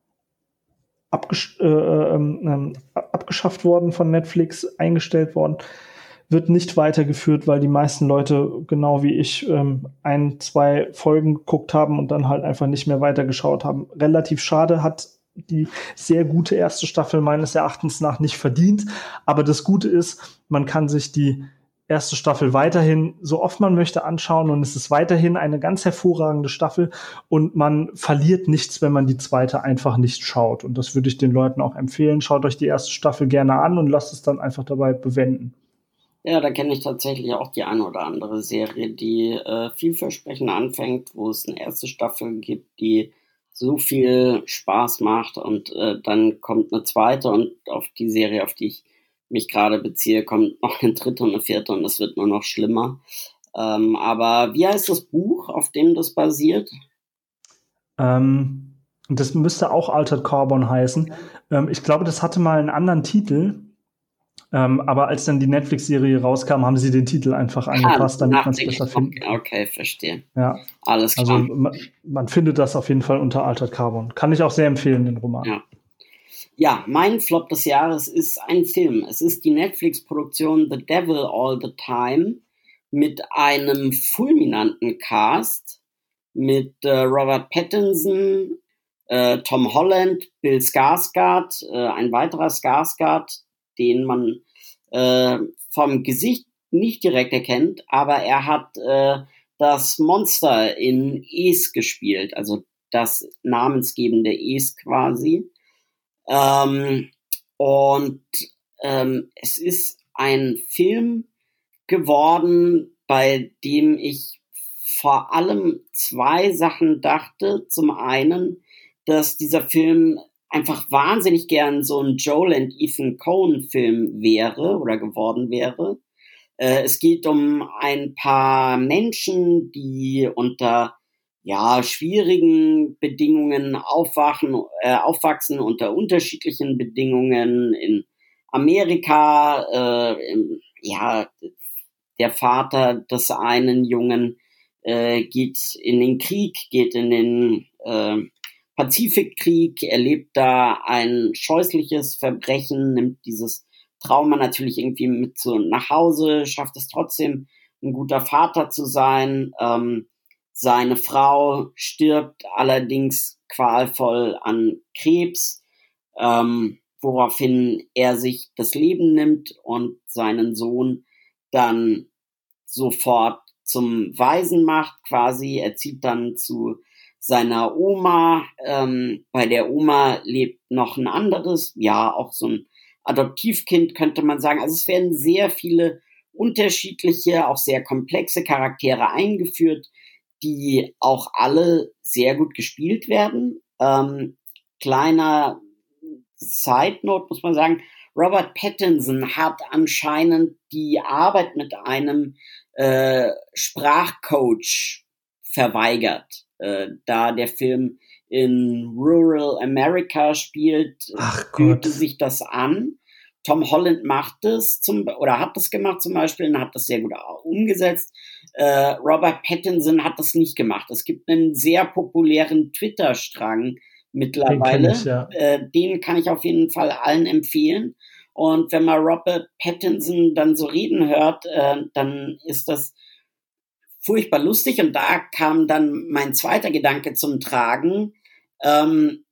abgesch- äh, äh, äh, abgeschafft worden von Netflix, eingestellt worden. Wird nicht weitergeführt, weil die meisten Leute, genau wie ich, ähm, ein, zwei Folgen geguckt haben und dann halt einfach nicht mehr weitergeschaut haben. Relativ schade, hat die sehr gute erste Staffel meines Erachtens nach nicht verdient. Aber das Gute ist, man kann sich die erste Staffel weiterhin so oft man möchte anschauen, und es ist weiterhin eine ganz hervorragende Staffel, und man verliert nichts, wenn man die zweite einfach nicht schaut. Und das würde ich den Leuten auch empfehlen. Schaut euch die erste Staffel gerne an und lasst es dann einfach dabei bewenden. Ja, da kenne ich tatsächlich auch die eine oder andere Serie, die äh, vielversprechend anfängt, wo es eine erste Staffel gibt, die so viel Spaß macht, und äh, dann kommt eine zweite, und auf die Serie, auf die ich mich gerade beziehe, kommt noch eine dritte und eine vierte, und es wird nur noch schlimmer. Ähm, aber wie heißt das Buch, auf dem das basiert? Ähm, das müsste auch Altered Carbon heißen. Ähm, ich glaube, das hatte mal einen anderen Titel. Ähm, aber als dann die Netflix-Serie rauskam, haben sie den Titel einfach angepasst, damit man es besser findet. Okay, okay, verstehe. Ja. Alles klar. Also man, man findet das auf jeden Fall unter Altered Carbon. Kann ich auch sehr empfehlen, den Roman. Ja. Ja, mein Flop des Jahres ist ein Film. Es ist die Netflix-Produktion The Devil All the Time mit einem fulminanten Cast, mit äh, Robert Pattinson, äh, Tom Holland, Bill Skarsgård, äh, ein weiterer Skarsgård, den man äh, vom Gesicht nicht direkt erkennt, aber er hat äh, das Monster in Es gespielt, also das namensgebende Es quasi. Ähm, und ähm, es ist ein Film geworden, bei dem ich vor allem zwei Sachen dachte. Zum einen, dass dieser Film einfach wahnsinnig gern so ein Joel and Ethan Coen Film wäre oder geworden wäre. Äh, es geht um ein paar Menschen, die unter ja, schwierigen Bedingungen aufwachen, äh, aufwachsen, unter unterschiedlichen Bedingungen in Amerika. Äh, im, ja, der Vater des einen Jungen äh, geht in den Krieg, geht in den äh, Pazifikkrieg, erlebt da ein scheußliches Verbrechen, nimmt dieses Trauma natürlich irgendwie mit so nach Hause, schafft es trotzdem, ein guter Vater zu sein. Ähm, seine Frau stirbt allerdings qualvoll an Krebs, ähm, woraufhin er sich das Leben nimmt und seinen Sohn dann sofort zum Waisen macht, quasi. Er zieht dann zu seiner Oma. Ähm, bei der Oma lebt noch ein anderes, ja, auch so ein Adoptivkind, könnte man sagen. Also es werden sehr viele unterschiedliche, auch sehr komplexe Charaktere eingeführt, die auch alle sehr gut gespielt werden. Ähm, kleiner Side Note muss man sagen, Robert Pattinson hat anscheinend die Arbeit mit einem äh, Sprachcoach verweigert, äh, da der Film in Rural America spielt, fühlte sich das an. Tom Holland macht es zum, oder hat das gemacht zum Beispiel und hat das sehr gut umgesetzt. Äh, Robert Pattinson hat das nicht gemacht. Es gibt einen sehr populären Twitter-Strang mittlerweile. Den, ich, ja. äh, den kann ich auf jeden Fall allen empfehlen. Und wenn man Robert Pattinson dann so reden hört, äh, dann ist das furchtbar lustig. Und da kam dann mein zweiter Gedanke zum Tragen, ähm,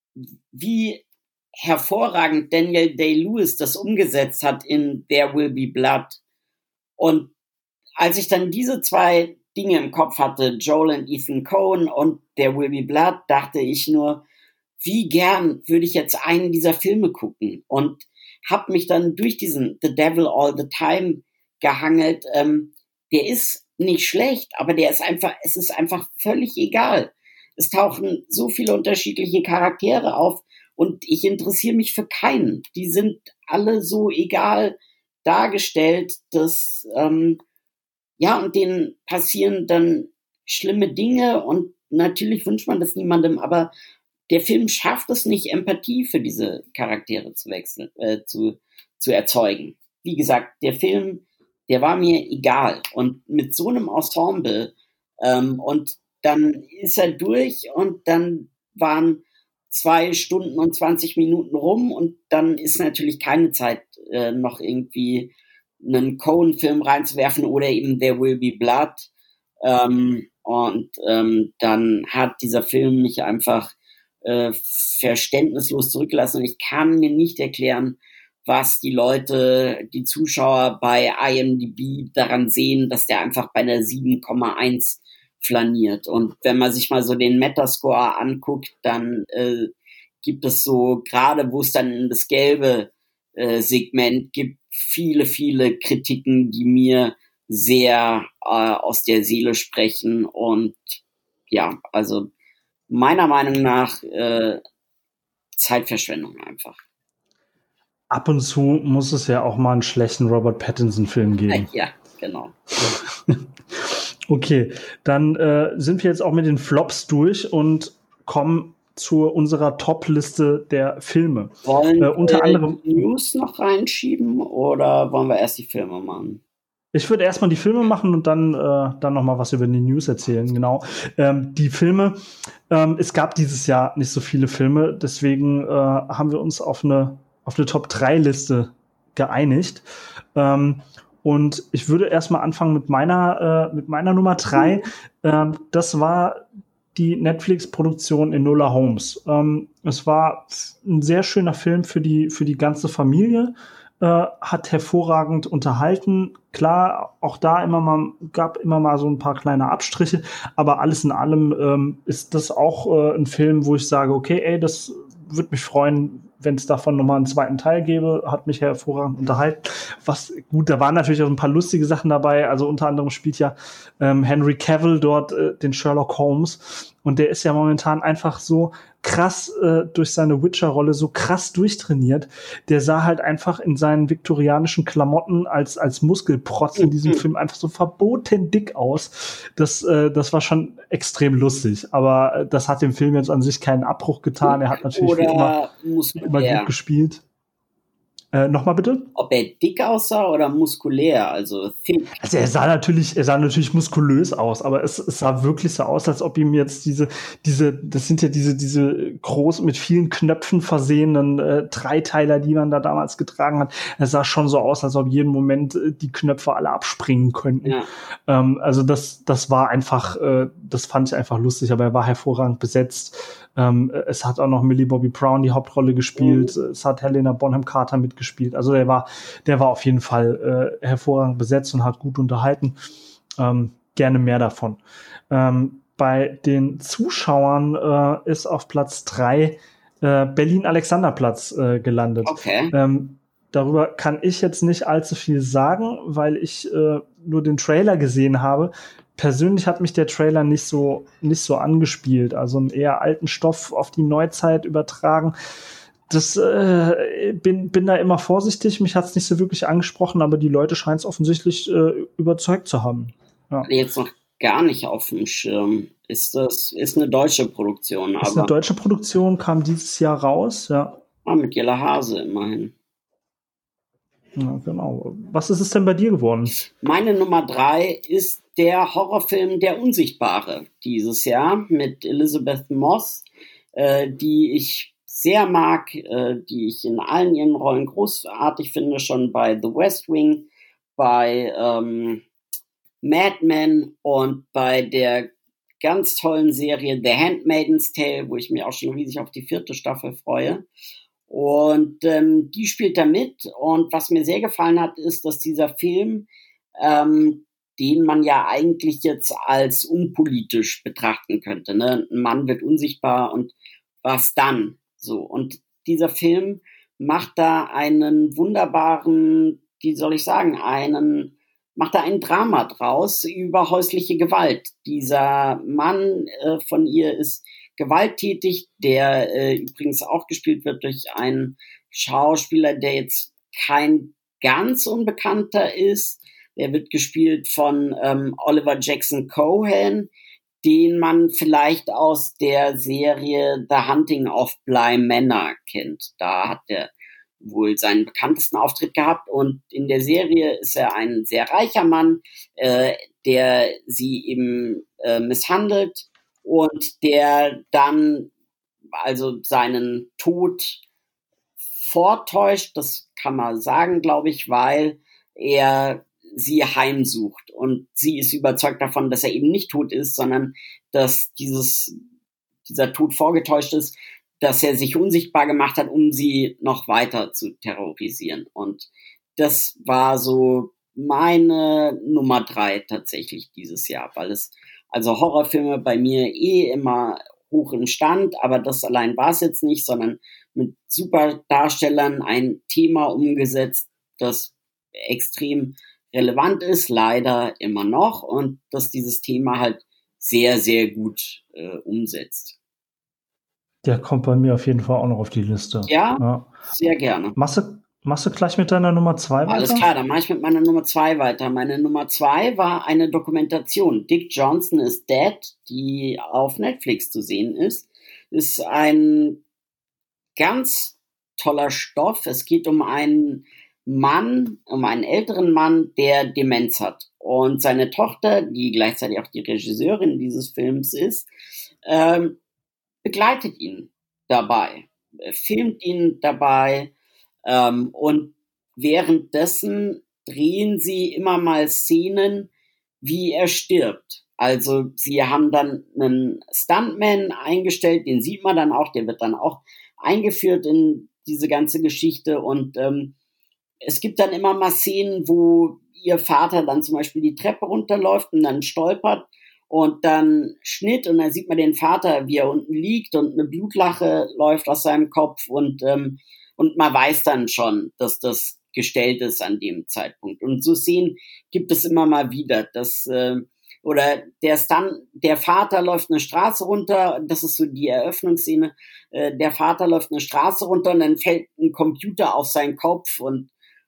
wie hervorragend Daniel Day-Lewis das umgesetzt hat in There Will Be Blood. Und als ich dann diese zwei Dinge im Kopf hatte, Joel and Ethan Coen und There Will Be Blood, dachte ich nur, wie gern würde ich jetzt einen dieser Filme gucken? Und habe mich dann durch diesen The Devil All the Time gehangelt. Ähm, der ist nicht schlecht, aber der ist einfach, es ist einfach völlig egal. Es tauchen so viele unterschiedliche Charaktere auf und ich interessiere mich für keinen. Die sind alle so egal dargestellt, dass ähm, ja, und denen passieren dann schlimme Dinge und natürlich wünscht man das niemandem, aber der Film schafft es nicht, Empathie für diese Charaktere zu wechseln, äh, zu, zu erzeugen. Wie gesagt, der Film, der war mir egal. Und mit so einem Ensemble ähm, und dann ist er durch und dann waren zwei Stunden und zwanzig Minuten rum und dann ist natürlich keine Zeit, äh, noch irgendwie einen Coen-Film reinzuwerfen oder eben There Will Be Blood. Ähm, und ähm, dann hat dieser Film mich einfach äh, verständnislos zurückgelassen und ich kann mir nicht erklären, was die Leute, die Zuschauer bei I M D B daran sehen, dass der einfach bei einer sieben Komma eins flaniert. Und wenn man sich mal so den Metascore anguckt, dann äh, gibt es so, gerade wo es dann in das gelbe äh, Segment gibt, viele, viele Kritiken, die mir sehr äh, aus der Seele sprechen. Und ja, also meiner Meinung nach äh, Zeitverschwendung einfach. Ab und zu muss es ja auch mal einen schlechten Robert Pattinson-Film geben. Ja, genau. Okay, dann äh, sind wir jetzt auch mit den Flops durch und kommen zu unserer Top-Liste der Filme. Wollen äh, unter wir anderem die News noch reinschieben oder wollen wir erst die Filme machen? Ich würde erstmal die Filme machen und dann, äh, dann noch mal was über die News erzählen, genau. Ähm, die Filme, ähm, es gab dieses Jahr nicht so viele Filme, deswegen äh, haben wir uns auf eine, auf eine Top drei Liste geeinigt. Ähm, und ich würde erstmal anfangen mit meiner, äh, mit meiner Nummer drei. Ähm, das war die Netflix-Produktion Enola Holmes. Ähm, es war ein sehr schöner Film für die, für die ganze Familie. Äh, hat hervorragend unterhalten. Klar, auch da immer mal, gab immer mal so ein paar kleine Abstriche, aber alles in allem ähm, ist das auch äh, ein Film, wo ich sage, okay, ey, das würde mich freuen, wenn es davon nochmal einen zweiten Teil gäbe. Hat mich hervorragend unterhalten. Was, gut, da waren natürlich auch ein paar lustige Sachen dabei. Also unter anderem spielt ja ähm, Henry Cavill dort äh, den Sherlock Holmes. Und der ist ja momentan einfach so krass äh, durch seine Witcher-Rolle so krass durchtrainiert. Der sah halt einfach in seinen viktorianischen Klamotten als als Muskelprotz in diesem Film einfach so verboten dick aus. Das äh, das war schon extrem lustig. Aber äh, das hat dem Film jetzt an sich keinen Abbruch getan. Er hat natürlich wie immer, immer gut gespielt. Äh, Nochmal bitte? Ob er dick aussah oder muskulär, also thick. Also er sah natürlich, er sah natürlich muskulös aus, aber es, es sah wirklich so aus, als ob ihm jetzt diese, diese, das sind ja diese, diese groß mit vielen Knöpfen versehenen äh, Dreiteiler, die man da damals getragen hat. Es sah schon so aus, als ob jeden Moment äh, die Knöpfe alle abspringen könnten. Ja. Ähm, also das, das war einfach, äh, das fand ich einfach lustig, aber er war hervorragend besetzt. Ähm, es hat auch noch Millie Bobby Brown die Hauptrolle gespielt. Mhm. Es hat Helena Bonham Carter mitgespielt. Also der war, der war auf jeden Fall äh, hervorragend besetzt und hat gut unterhalten. Ähm, gerne mehr davon. Ähm, bei den Zuschauern äh, ist auf Platz drei äh, Berlin-Alexanderplatz äh, gelandet. Okay. Ähm, darüber kann ich jetzt nicht allzu viel sagen, weil ich äh, nur den Trailer gesehen habe. Persönlich hat mich der Trailer nicht so, nicht so angespielt. Also einen eher alten Stoff auf die Neuzeit übertragen. Das äh, bin, bin da immer vorsichtig. Mich hat es nicht so wirklich angesprochen, aber die Leute scheinen es offensichtlich äh, überzeugt zu haben. Ja. Jetzt noch gar nicht auf dem Schirm. Ist das ist eine deutsche Produktion? Ist aber eine deutsche Produktion, kam dieses Jahr raus, ja. Ah, mit Jella Hase immerhin. Ja, genau. Was ist es denn bei dir geworden? Meine Nummer drei ist der Horrorfilm Der Unsichtbare dieses Jahr mit Elizabeth Moss, äh, die ich sehr mag, äh, die ich in allen ihren Rollen großartig finde, schon bei The West Wing, bei ähm, Mad Men und bei der ganz tollen Serie The Handmaid's Tale, wo ich mich auch schon riesig auf die vierte Staffel freue. Und ähm, die spielt da mit. Und was mir sehr gefallen hat, ist, dass dieser Film, ähm, den man ja eigentlich jetzt als unpolitisch betrachten könnte, ne? Ein Mann wird unsichtbar und was dann? So. Und dieser Film macht da einen wunderbaren, wie soll ich sagen, einen, macht da ein Drama draus über häusliche Gewalt. Dieser Mann äh, von ihr ist gewalttätig, der äh, übrigens auch gespielt wird durch einen Schauspieler, der jetzt kein ganz Unbekannter ist. Der wird gespielt von ähm, Oliver Jackson Cohen, den man vielleicht aus der Serie The Hunting of Bly Manor kennt. Da hat er wohl seinen bekanntesten Auftritt gehabt und in der Serie ist er ein sehr reicher Mann, äh, der sie eben äh, misshandelt und der dann also seinen Tod vortäuscht, das kann man sagen, glaube ich, weil er sie heimsucht und sie ist überzeugt davon, dass er eben nicht tot ist, sondern dass dieses, dieser Tod vorgetäuscht ist, dass er sich unsichtbar gemacht hat, um sie noch weiter zu terrorisieren. Und das war so meine Nummer drei tatsächlich dieses Jahr, weil es also Horrorfilme bei mir eh immer hoch im Stand, aber das allein war es jetzt nicht, sondern mit super Darstellern ein Thema umgesetzt, das extrem relevant ist, leider immer noch, und dass dieses Thema halt sehr, sehr gut äh, umsetzt. Der kommt bei mir auf jeden Fall auch noch auf die Liste. Ja, ja. Sehr gerne. Machst du, machst du gleich mit deiner Nummer zwei weiter? Alles klar, dann mache ich mit meiner Nummer zwei weiter. Meine Nummer zwei war eine Dokumentation. Dick Johnson is Dead, die auf Netflix zu sehen ist. Ist ein ganz toller Stoff. Es geht um einen Mann, um einen älteren Mann, der Demenz hat. Und seine Tochter, die gleichzeitig auch die Regisseurin dieses Films ist, ähm, begleitet ihn dabei, filmt ihn dabei, ähm, und währenddessen drehen sie immer mal Szenen, wie er stirbt. Also sie haben dann einen Stuntman eingestellt, den sieht man dann auch, der wird dann auch eingeführt in diese ganze Geschichte und ähm, es gibt dann immer mal Szenen, wo ihr Vater dann zum Beispiel die Treppe runterläuft und dann stolpert und dann Schnitt und dann sieht man den Vater, wie er unten liegt und eine Blutlache läuft aus seinem Kopf und, ähm, und man weiß dann schon, dass das gestellt ist an dem Zeitpunkt. Und so Szenen gibt es immer mal wieder, dass äh, oder der Stunt, der Vater läuft eine Straße runter, das ist so die Eröffnungsszene, äh, der Vater läuft eine Straße runter und dann fällt ein Computer auf seinen Kopf und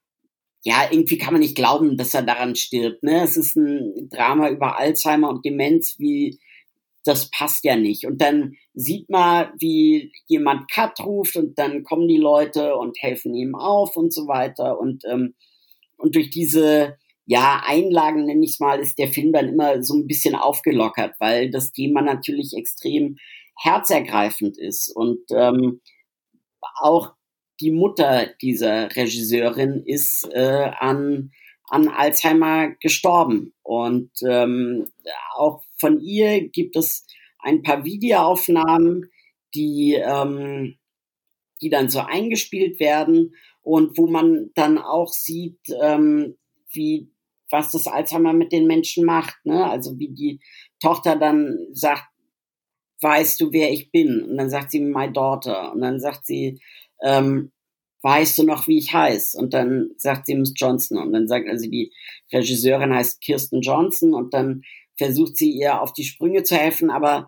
ja, irgendwie kann man nicht glauben, dass er daran stirbt. Ne? Es ist ein Drama über Alzheimer und Demenz, wie das passt ja nicht. Und dann sieht man, wie jemand Cut ruft und dann kommen die Leute und helfen ihm auf und so weiter. Und ähm, und durch diese ja Einlagen, nenne ich es mal, ist der Film dann immer so ein bisschen aufgelockert, weil das Thema natürlich extrem herzergreifend ist. Und ähm, auch die Mutter dieser Regisseurin ist äh, an, an Alzheimer gestorben. Und ähm, auch von ihr gibt es ein paar Videoaufnahmen, die, ähm, die dann so eingespielt werden und wo man dann auch sieht, ähm, wie was das Alzheimer mit den Menschen macht. Ne? Also wie die Tochter dann sagt, weißt du, wer ich bin? Und dann sagt sie, my daughter. Und dann sagt sie, ähm, weißt du noch, wie ich heiße? Und dann sagt sie Miss Johnson. Und dann sagt, also die Regisseurin heißt Kirsten Johnson. Und dann versucht sie ihr auf die Sprünge zu helfen. Aber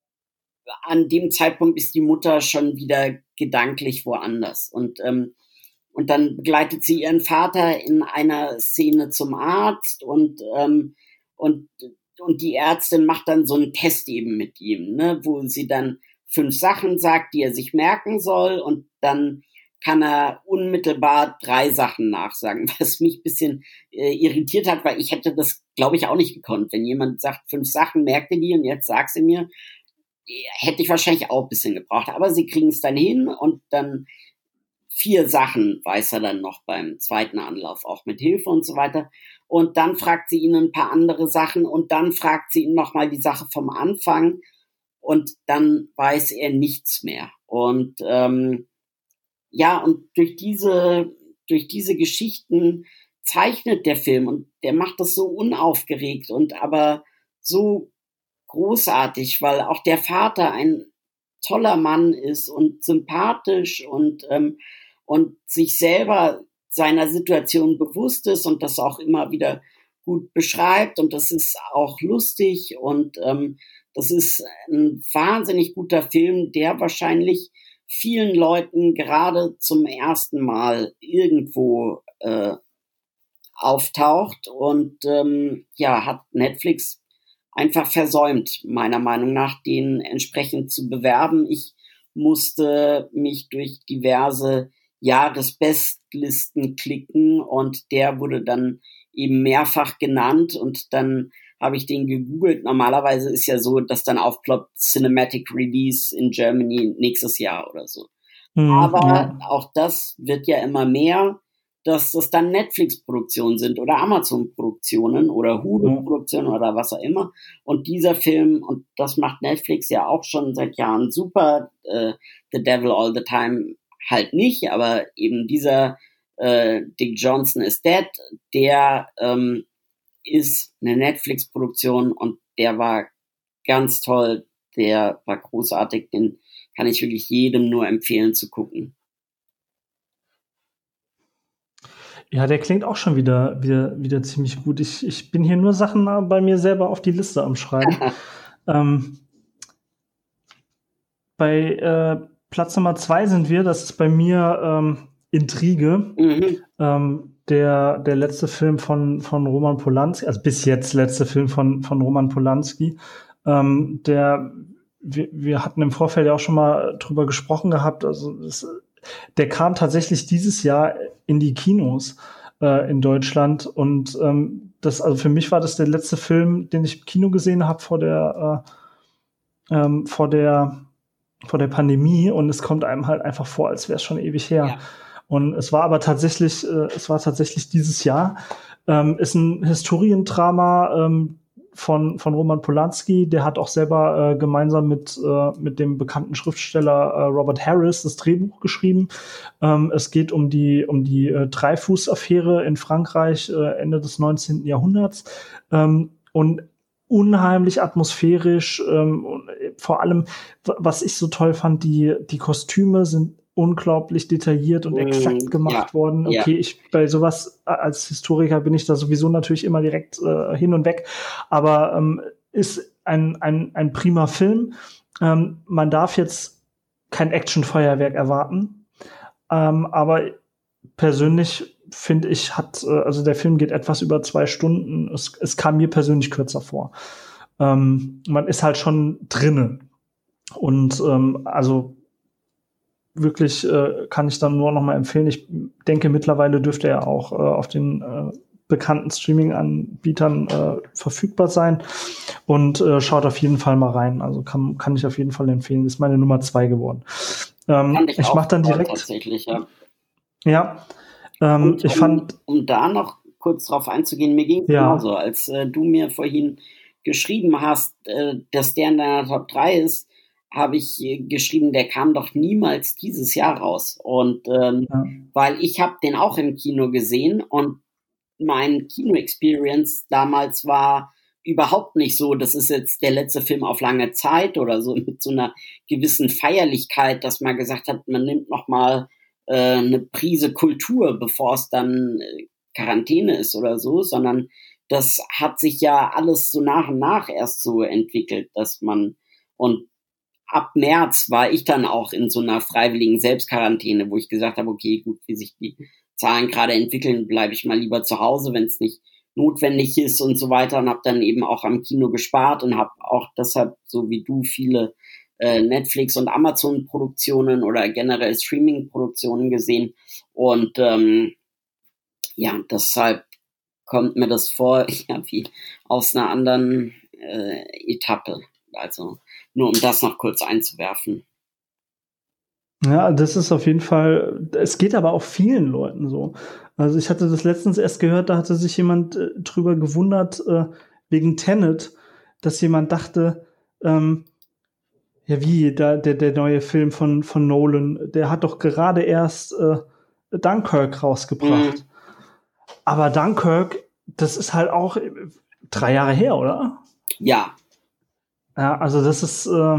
an dem Zeitpunkt ist die Mutter schon wieder gedanklich woanders. Und, ähm, und dann begleitet sie ihren Vater in einer Szene zum Arzt. Und, ähm, und, und die Ärztin macht dann so einen Test eben mit ihm, ne, wo sie dann fünf Sachen sagt, die er sich merken soll. Und dann kann er unmittelbar drei Sachen nachsagen, was mich ein bisschen äh, irritiert hat, weil ich hätte das, glaube ich, auch nicht gekonnt. Wenn jemand sagt, fünf Sachen, merkte die und jetzt sag sie mir, hätte ich wahrscheinlich auch ein bisschen gebraucht. Aber sie kriegen es dann hin und dann vier Sachen weiß er dann noch beim zweiten Anlauf, auch mit Hilfe und so weiter. Und dann fragt sie ihn ein paar andere Sachen und dann fragt sie ihn nochmal die Sache vom Anfang und dann weiß er nichts mehr. Und ähm, ja, und durch diese, durch diese Geschichten zeichnet der Film und der macht das so unaufgeregt und aber so großartig, weil auch der Vater ein toller Mann ist und sympathisch und, ähm, und sich selber seiner Situation bewusst ist und das auch immer wieder gut beschreibt und das ist auch lustig und ähm, das ist ein wahnsinnig guter Film, der wahrscheinlich vielen Leuten gerade zum ersten Mal irgendwo äh, auftaucht und ähm, ja, hat Netflix einfach versäumt, meiner Meinung nach, den entsprechend zu bewerben. Ich musste mich durch diverse Jahresbestlisten klicken und der wurde dann eben mehrfach genannt und dann habe ich den gegoogelt. Normalerweise ist ja so, dass dann aufploppt Cinematic Release in Germany nächstes Jahr oder so. Mhm, aber ja. Auch das wird ja immer mehr, dass das dann Netflix-Produktionen sind oder Amazon-Produktionen oder Hulu-Produktionen mhm. oder was auch immer. Und dieser Film, und das macht Netflix ja auch schon seit Jahren super, äh, The Devil All the Time halt nicht, aber eben dieser äh, Dick Johnson is Dead, der ähm, ist eine Netflix-Produktion und der war ganz toll, der war großartig, den kann ich wirklich jedem nur empfehlen zu gucken. Ja, der klingt auch schon wieder, wieder, wieder ziemlich gut. Ich, ich bin hier nur Sachen bei mir selber auf die Liste am Schreiben. ähm, bei äh, Platz Nummer zwei sind wir, das ist bei mir ähm, Intrige. Mhm. Ähm, der, der letzte Film von, von Roman Polanski, also bis jetzt letzte Film von, von Roman Polanski. Ähm, der, wir, wir hatten im Vorfeld ja auch schon mal drüber gesprochen gehabt. Also es der kam tatsächlich dieses Jahr in die Kinos äh, in Deutschland und ähm, das, also für mich war das der letzte Film, den ich im Kino gesehen habe vor der äh, ähm, vor der vor der Pandemie, und es kommt einem halt einfach vor, als wäre es schon ewig her. Ja. Und es war aber tatsächlich, äh, es war tatsächlich dieses Jahr. Ähm, ist ein Historiendrama ähm, von von Roman Polanski. Der hat auch selber äh, gemeinsam mit äh, mit dem bekannten Schriftsteller äh, Robert Harris das Drehbuch geschrieben. Ähm, es geht um die um die äh, Dreyfus-Affäre in Frankreich äh, Ende des neunzehnten Jahrhunderts ähm, und unheimlich atmosphärisch. Ähm, und vor allem, was ich so toll fand, die die Kostüme sind unglaublich detailliert und exakt gemacht ja, worden. Okay, ja. ich bei sowas als Historiker bin ich da sowieso natürlich immer direkt äh, hin und weg, aber ähm, ist ein ein ein prima Film. Ähm, man darf jetzt kein Actionfeuerwerk erwarten, ähm, aber persönlich finde ich, hat äh, also der Film geht etwas über zwei Stunden. Es, es kam mir persönlich kürzer vor. Ähm, man ist halt schon drinnen und ähm, also wirklich äh, kann ich dann nur noch mal empfehlen. Ich denke, mittlerweile dürfte er auch äh, auf den äh, bekannten Streaming-Anbietern äh, verfügbar sein. Und äh, schaut auf jeden Fall mal rein. Also kann, kann ich auf jeden Fall empfehlen. Ist meine Nummer zwei geworden. Ähm, ich ich mache dann direkt. Tatsächlich, ja. Ja. Ähm, Und ich um, fand. Um da noch kurz drauf einzugehen, mir ging es ja. genauso. Als äh, du mir vorhin geschrieben hast, äh, dass der in deiner Top drei ist, habe ich äh, geschrieben, der kam doch niemals dieses Jahr raus. Und ähm, ja. weil ich habe den auch im Kino gesehen und mein Kino-Experience damals war überhaupt nicht so, das ist jetzt der letzte Film auf lange Zeit oder so, mit so einer gewissen Feierlichkeit, dass man gesagt hat, man nimmt noch mal äh, eine Prise Kultur, bevor es dann äh, Quarantäne ist oder so, sondern das hat sich ja alles so nach und nach erst so entwickelt, dass man, und ab März war ich dann auch in so einer freiwilligen Selbstquarantäne, wo ich gesagt habe, okay, gut, wie sich die Zahlen gerade entwickeln, bleibe ich mal lieber zu Hause, wenn es nicht notwendig ist und so weiter, und habe dann eben auch am Kino gespart und habe auch deshalb, so wie du, viele äh, Netflix- und Amazon-Produktionen oder generell Streaming-Produktionen gesehen, und ähm, ja, deshalb kommt mir das vor, ja, wie aus einer anderen äh, Etappe, also nur um das noch kurz einzuwerfen. Ja, das ist auf jeden Fall, es geht aber auch vielen Leuten so. Also ich hatte das letztens erst gehört, da hatte sich jemand äh, drüber gewundert, äh, wegen Tenet, dass jemand dachte, ähm, ja wie, da, der, der neue Film von, von Nolan, der hat doch gerade erst äh, Dunkirk rausgebracht. Mhm. Aber Dunkirk, das ist halt auch drei Jahre her, oder? Ja. Ja, also das ist äh,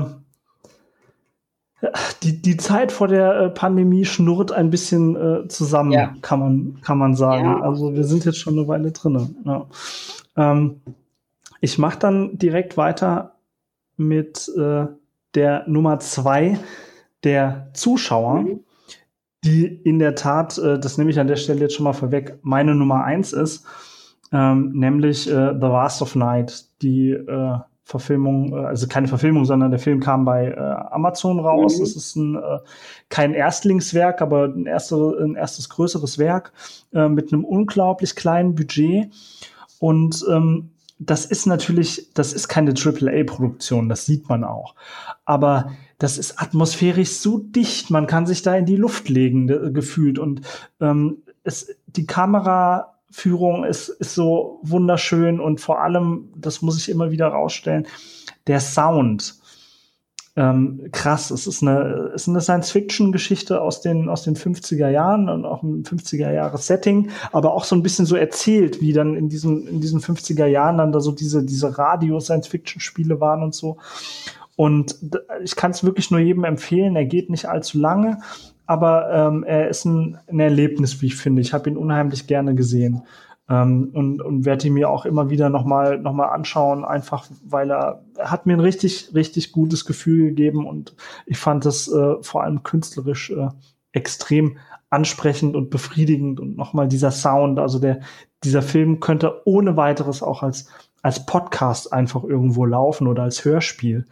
die die Zeit vor der äh, Pandemie schnurrt ein bisschen äh, zusammen, ja. kann man kann man sagen. Ja. Also wir sind jetzt schon eine Weile drin. Ja. Ähm, ich mache dann direkt weiter mit äh, der Nummer zwei der Zuschauer, mhm. die in der Tat, äh, das nehme ich an der Stelle jetzt schon mal vorweg, meine Nummer eins ist, ähm, nämlich äh, The Last of Night, die äh, Verfilmung, also keine Verfilmung, sondern der Film kam bei äh, Amazon raus. Mhm. Es ist ein, äh, kein Erstlingswerk, aber ein, erste, ein erstes größeres Werk äh, mit einem unglaublich kleinen Budget. Und ähm, das ist natürlich, das ist keine Triple A Produktion, das sieht man auch. Aber das ist atmosphärisch so dicht, man kann sich da in die Luft legen, de, gefühlt. Und ähm, es, die Kamera Führung ist, ist so wunderschön, und vor allem, das muss ich immer wieder rausstellen, der Sound. Ähm, krass, es ist eine, es ist eine Science-Fiction-Geschichte aus den, aus den fünfziger Jahren und auch ein fünfziger-Jahre-Setting, aber auch so ein bisschen so erzählt, wie dann in diesen, in diesen fünfziger Jahren dann da so diese, diese Radio-Science-Fiction-Spiele waren und so. Und ich kann es wirklich nur jedem empfehlen, er geht nicht allzu lange, aber ähm, er ist ein, ein Erlebnis, wie ich finde. Ich habe ihn unheimlich gerne gesehen ähm, und, und werde ihn mir auch immer wieder nochmal noch mal anschauen, einfach weil er, er hat mir ein richtig, richtig gutes Gefühl gegeben, und ich fand das äh, vor allem künstlerisch äh, extrem ansprechend und befriedigend, und nochmal dieser Sound, also der dieser Film könnte ohne weiteres auch als, als Podcast einfach irgendwo laufen oder als Hörspiel.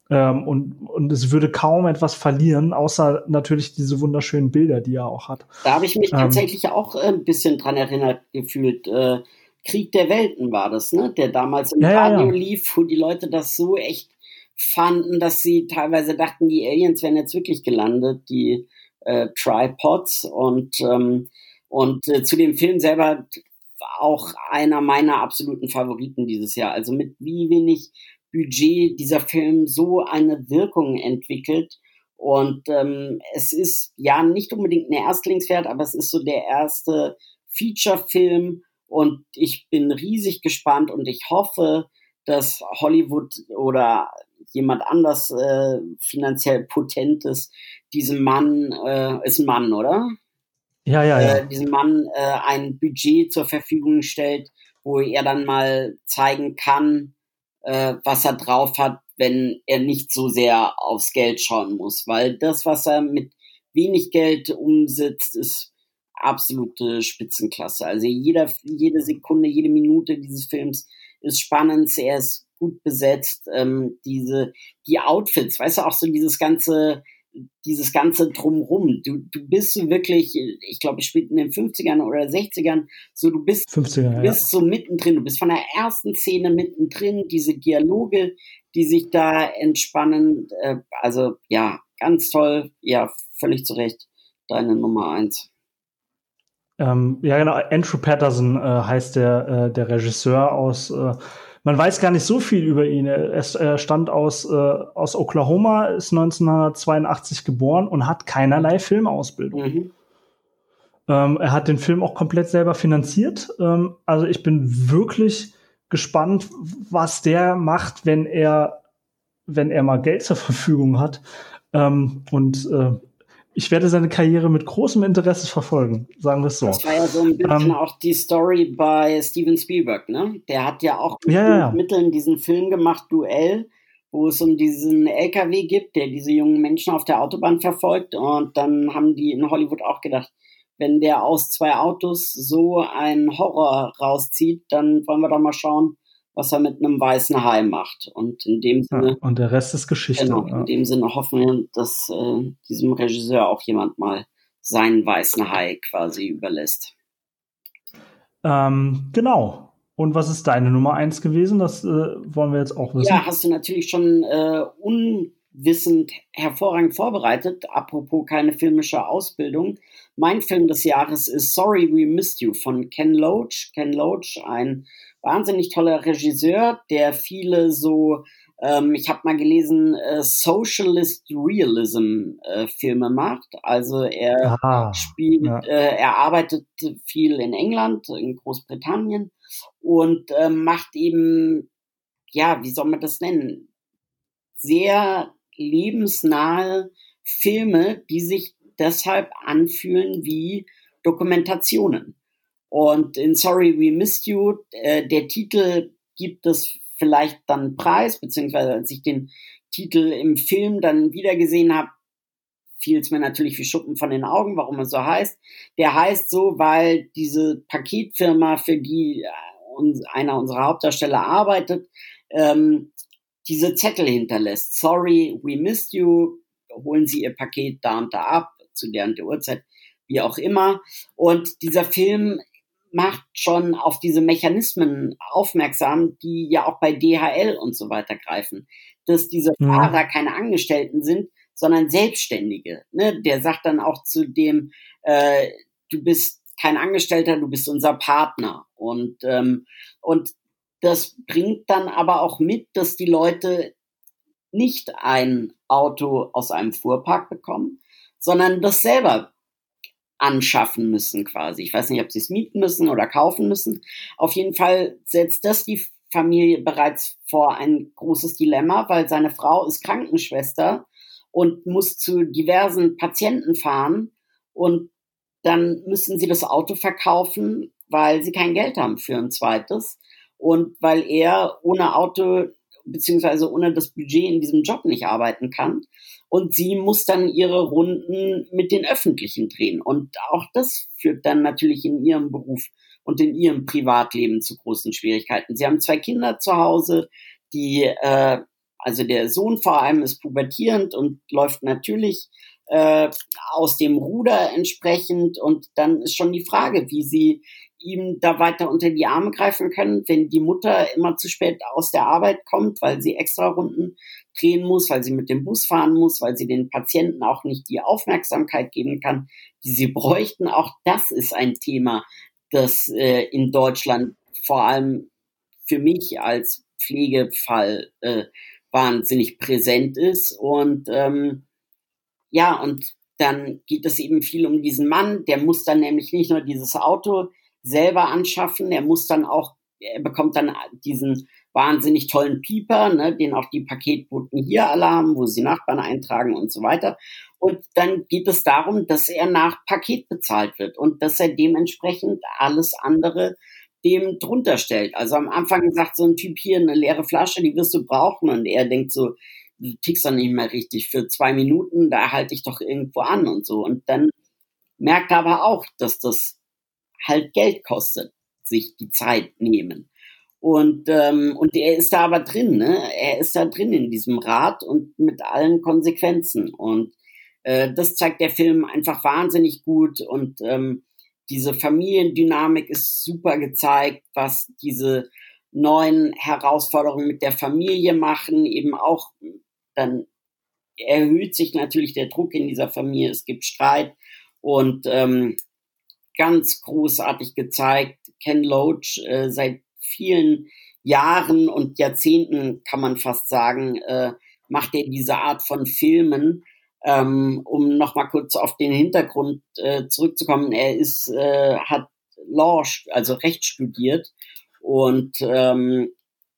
Ähm, und, und es würde kaum etwas verlieren, außer natürlich diese wunderschönen Bilder, die er auch hat. Da habe ich mich Ähm, tatsächlich auch ein bisschen dran erinnert gefühlt. Äh, Krieg der Welten war das, ne? Der damals im ja, ja, Radio ja. lief, wo die Leute das so echt fanden, dass sie teilweise dachten, die Aliens wären jetzt wirklich gelandet, die äh, Tripods. Und, ähm, und äh, zu dem Film selber auch einer meiner absoluten Favoriten dieses Jahr. Also mit wie wenig Budget dieser Film so eine Wirkung entwickelt. Und ähm, es ist ja nicht unbedingt ein Erstlingswert, aber es ist so der erste Feature-Film. Und ich bin riesig gespannt und ich hoffe, dass Hollywood oder jemand anders äh, finanziell Potentes diesem Mann, äh, ist ein Mann, oder? Ja, ja, ja. Äh, diesem Mann äh, ein Budget zur Verfügung stellt, wo er dann mal zeigen kann, äh, was er drauf hat, wenn er nicht so sehr aufs Geld schauen muss. Weil das, was er mit wenig Geld umsetzt, ist absolute Spitzenklasse. Also jeder, jede Sekunde, jede Minute dieses Films ist spannend, er ist gut besetzt. Ähm, diese, die Outfits, weißt du, auch so dieses ganze dieses ganze Drumrum. Du, du bist so wirklich, ich glaube, ich spiele in den fünfzigern oder sechzigern, so du bist, fünfziger, du bist ja. so mittendrin, du bist von der ersten Szene mittendrin, diese Dialoge, die sich da entspannen, äh, also ja, ganz toll, ja, völlig zu Recht, deine Nummer eins. Ähm, ja, genau. Andrew Patterson äh, heißt der, äh, der Regisseur aus. Äh, man weiß gar nicht so viel über ihn. Er, er stammt aus, äh, aus Oklahoma, ist neunzehnhundertzweiundachtzig geboren und hat keinerlei Filmausbildung. Mhm. Ähm, er hat den Film auch komplett selber finanziert. Ähm, also ich bin wirklich gespannt, was der macht, wenn er, wenn er mal Geld zur Verfügung hat. Ähm, und äh, ich werde seine Karriere mit großem Interesse verfolgen, sagen wir es so. Das war ja so ein bisschen ähm, auch die Story bei Steven Spielberg, ne? Der hat ja auch mit ja, ja. Mitteln diesen Film gemacht, Duell, wo es um diesen L K W gibt, der diese jungen Menschen auf der Autobahn verfolgt. Und dann haben die in Hollywood auch gedacht, wenn der aus zwei Autos so einen Horror rauszieht, dann wollen wir doch mal schauen, was er mit einem weißen Hai macht. Und in dem Sinne, ja, und der Rest ist Geschichte. genau, in ja. dem Sinne hoffen wir, dass äh, diesem Regisseur auch jemand mal seinen weißen Hai quasi überlässt. Ähm, genau. Und was ist deine Nummer eins gewesen? Das äh, wollen wir jetzt auch wissen. Ja, hast du natürlich schon äh, unwissend hervorragend vorbereitet. Apropos keine filmische Ausbildung. Mein Film des Jahres ist Sorry We Missed You von Ken Loach. Ken Loach, ein wahnsinnig toller Regisseur, der viele so, ähm, ich habe mal gelesen, äh, Socialist Realism äh, Filme macht. Also er Aha, spielt, ja. äh, er arbeitet viel in England, in Großbritannien und äh, macht eben, ja, wie soll man das nennen, sehr lebensnahe Filme, die sich deshalb anfühlen wie Dokumentationen. Und in Sorry We Missed You, äh, der Titel gibt es vielleicht dann Preis, beziehungsweise als ich den Titel im Film dann wiedergesehen habe, fiel es mir natürlich wie Schuppen von den Augen, warum er so heißt. Der heißt so, weil diese Paketfirma, für die uns, einer unserer Hauptdarsteller arbeitet, ähm, diese Zettel hinterlässt. Sorry, we missed you. Holen Sie Ihr Paket da und da ab, zu der und der Uhrzeit, wie auch immer. Und dieser Film macht schon auf diese Mechanismen aufmerksam, die ja auch bei D H L und so weiter greifen. Dass diese Mhm. Fahrer keine Angestellten sind, sondern Selbstständige. Ne? Der sagt dann auch zu dem, äh, du bist kein Angestellter, du bist unser Partner. Und, ähm, und das bringt dann aber auch mit, dass die Leute nicht ein Auto aus einem Fuhrpark bekommen, sondern das selber anschaffen müssen quasi. Ich weiß nicht, ob sie es mieten müssen oder kaufen müssen. Auf jeden Fall setzt das die Familie bereits vor ein großes Dilemma, weil seine Frau ist Krankenschwester und muss zu diversen Patienten fahren und dann müssen sie das Auto verkaufen, weil sie kein Geld haben für ein zweites und weil er ohne Auto beziehungsweise ohne das Budget in diesem Job nicht arbeiten kann. Und sie muss dann ihre Runden mit den Öffentlichen drehen. Und auch das führt dann natürlich in ihrem Beruf und in ihrem Privatleben zu großen Schwierigkeiten. Sie haben zwei Kinder zu Hause, die äh, also der Sohn vor allem ist pubertierend und läuft natürlich äh, aus dem Ruder entsprechend. Und dann ist schon die Frage, wie sie ihm da weiter unter die Arme greifen können, wenn die Mutter immer zu spät aus der Arbeit kommt, weil sie extra Runden drehen muss, weil sie mit dem Bus fahren muss, weil sie den Patienten auch nicht die Aufmerksamkeit geben kann, die sie bräuchten. Auch das ist ein Thema, das äh, in Deutschland vor allem für mich als Pflegefall äh, wahnsinnig präsent ist. Und ähm, ja, und dann geht es eben viel um diesen Mann, der muss dann nämlich nicht nur dieses Auto selber anschaffen, er muss dann auch, er bekommt dann diesen wahnsinnig tollen Pieper, ne, den auch die Paketboten hier alle haben, wo sie Nachbarn eintragen und so weiter. Und dann geht es darum, dass er nach Paket bezahlt wird und dass er dementsprechend alles andere dem drunter stellt. Also am Anfang sagt so ein Typ, hier eine leere Flasche, die wirst du brauchen, und er denkt so, du tickst doch nicht mehr richtig, für zwei Minuten, da halte ich doch irgendwo an und so. Und dann merkt er aber auch, dass das halt Geld kostet, sich die Zeit nehmen. Und, ähm, und er ist da aber drin, ne? Er ist da drin in diesem Rad und mit allen Konsequenzen. Und äh, das zeigt der Film einfach wahnsinnig gut. Und ähm, diese Familiendynamik ist super gezeigt, was diese neuen Herausforderungen mit der Familie machen. Eben auch, dann erhöht sich natürlich der Druck in dieser Familie. Es gibt Streit und ähm, ganz großartig gezeigt. Ken Loach äh, seit vielen Jahren und Jahrzehnten, kann man fast sagen, äh, macht er diese Art von Filmen. Ähm, um nochmal kurz auf den Hintergrund äh, zurückzukommen, er ist, äh, hat Law, also Recht studiert und ähm,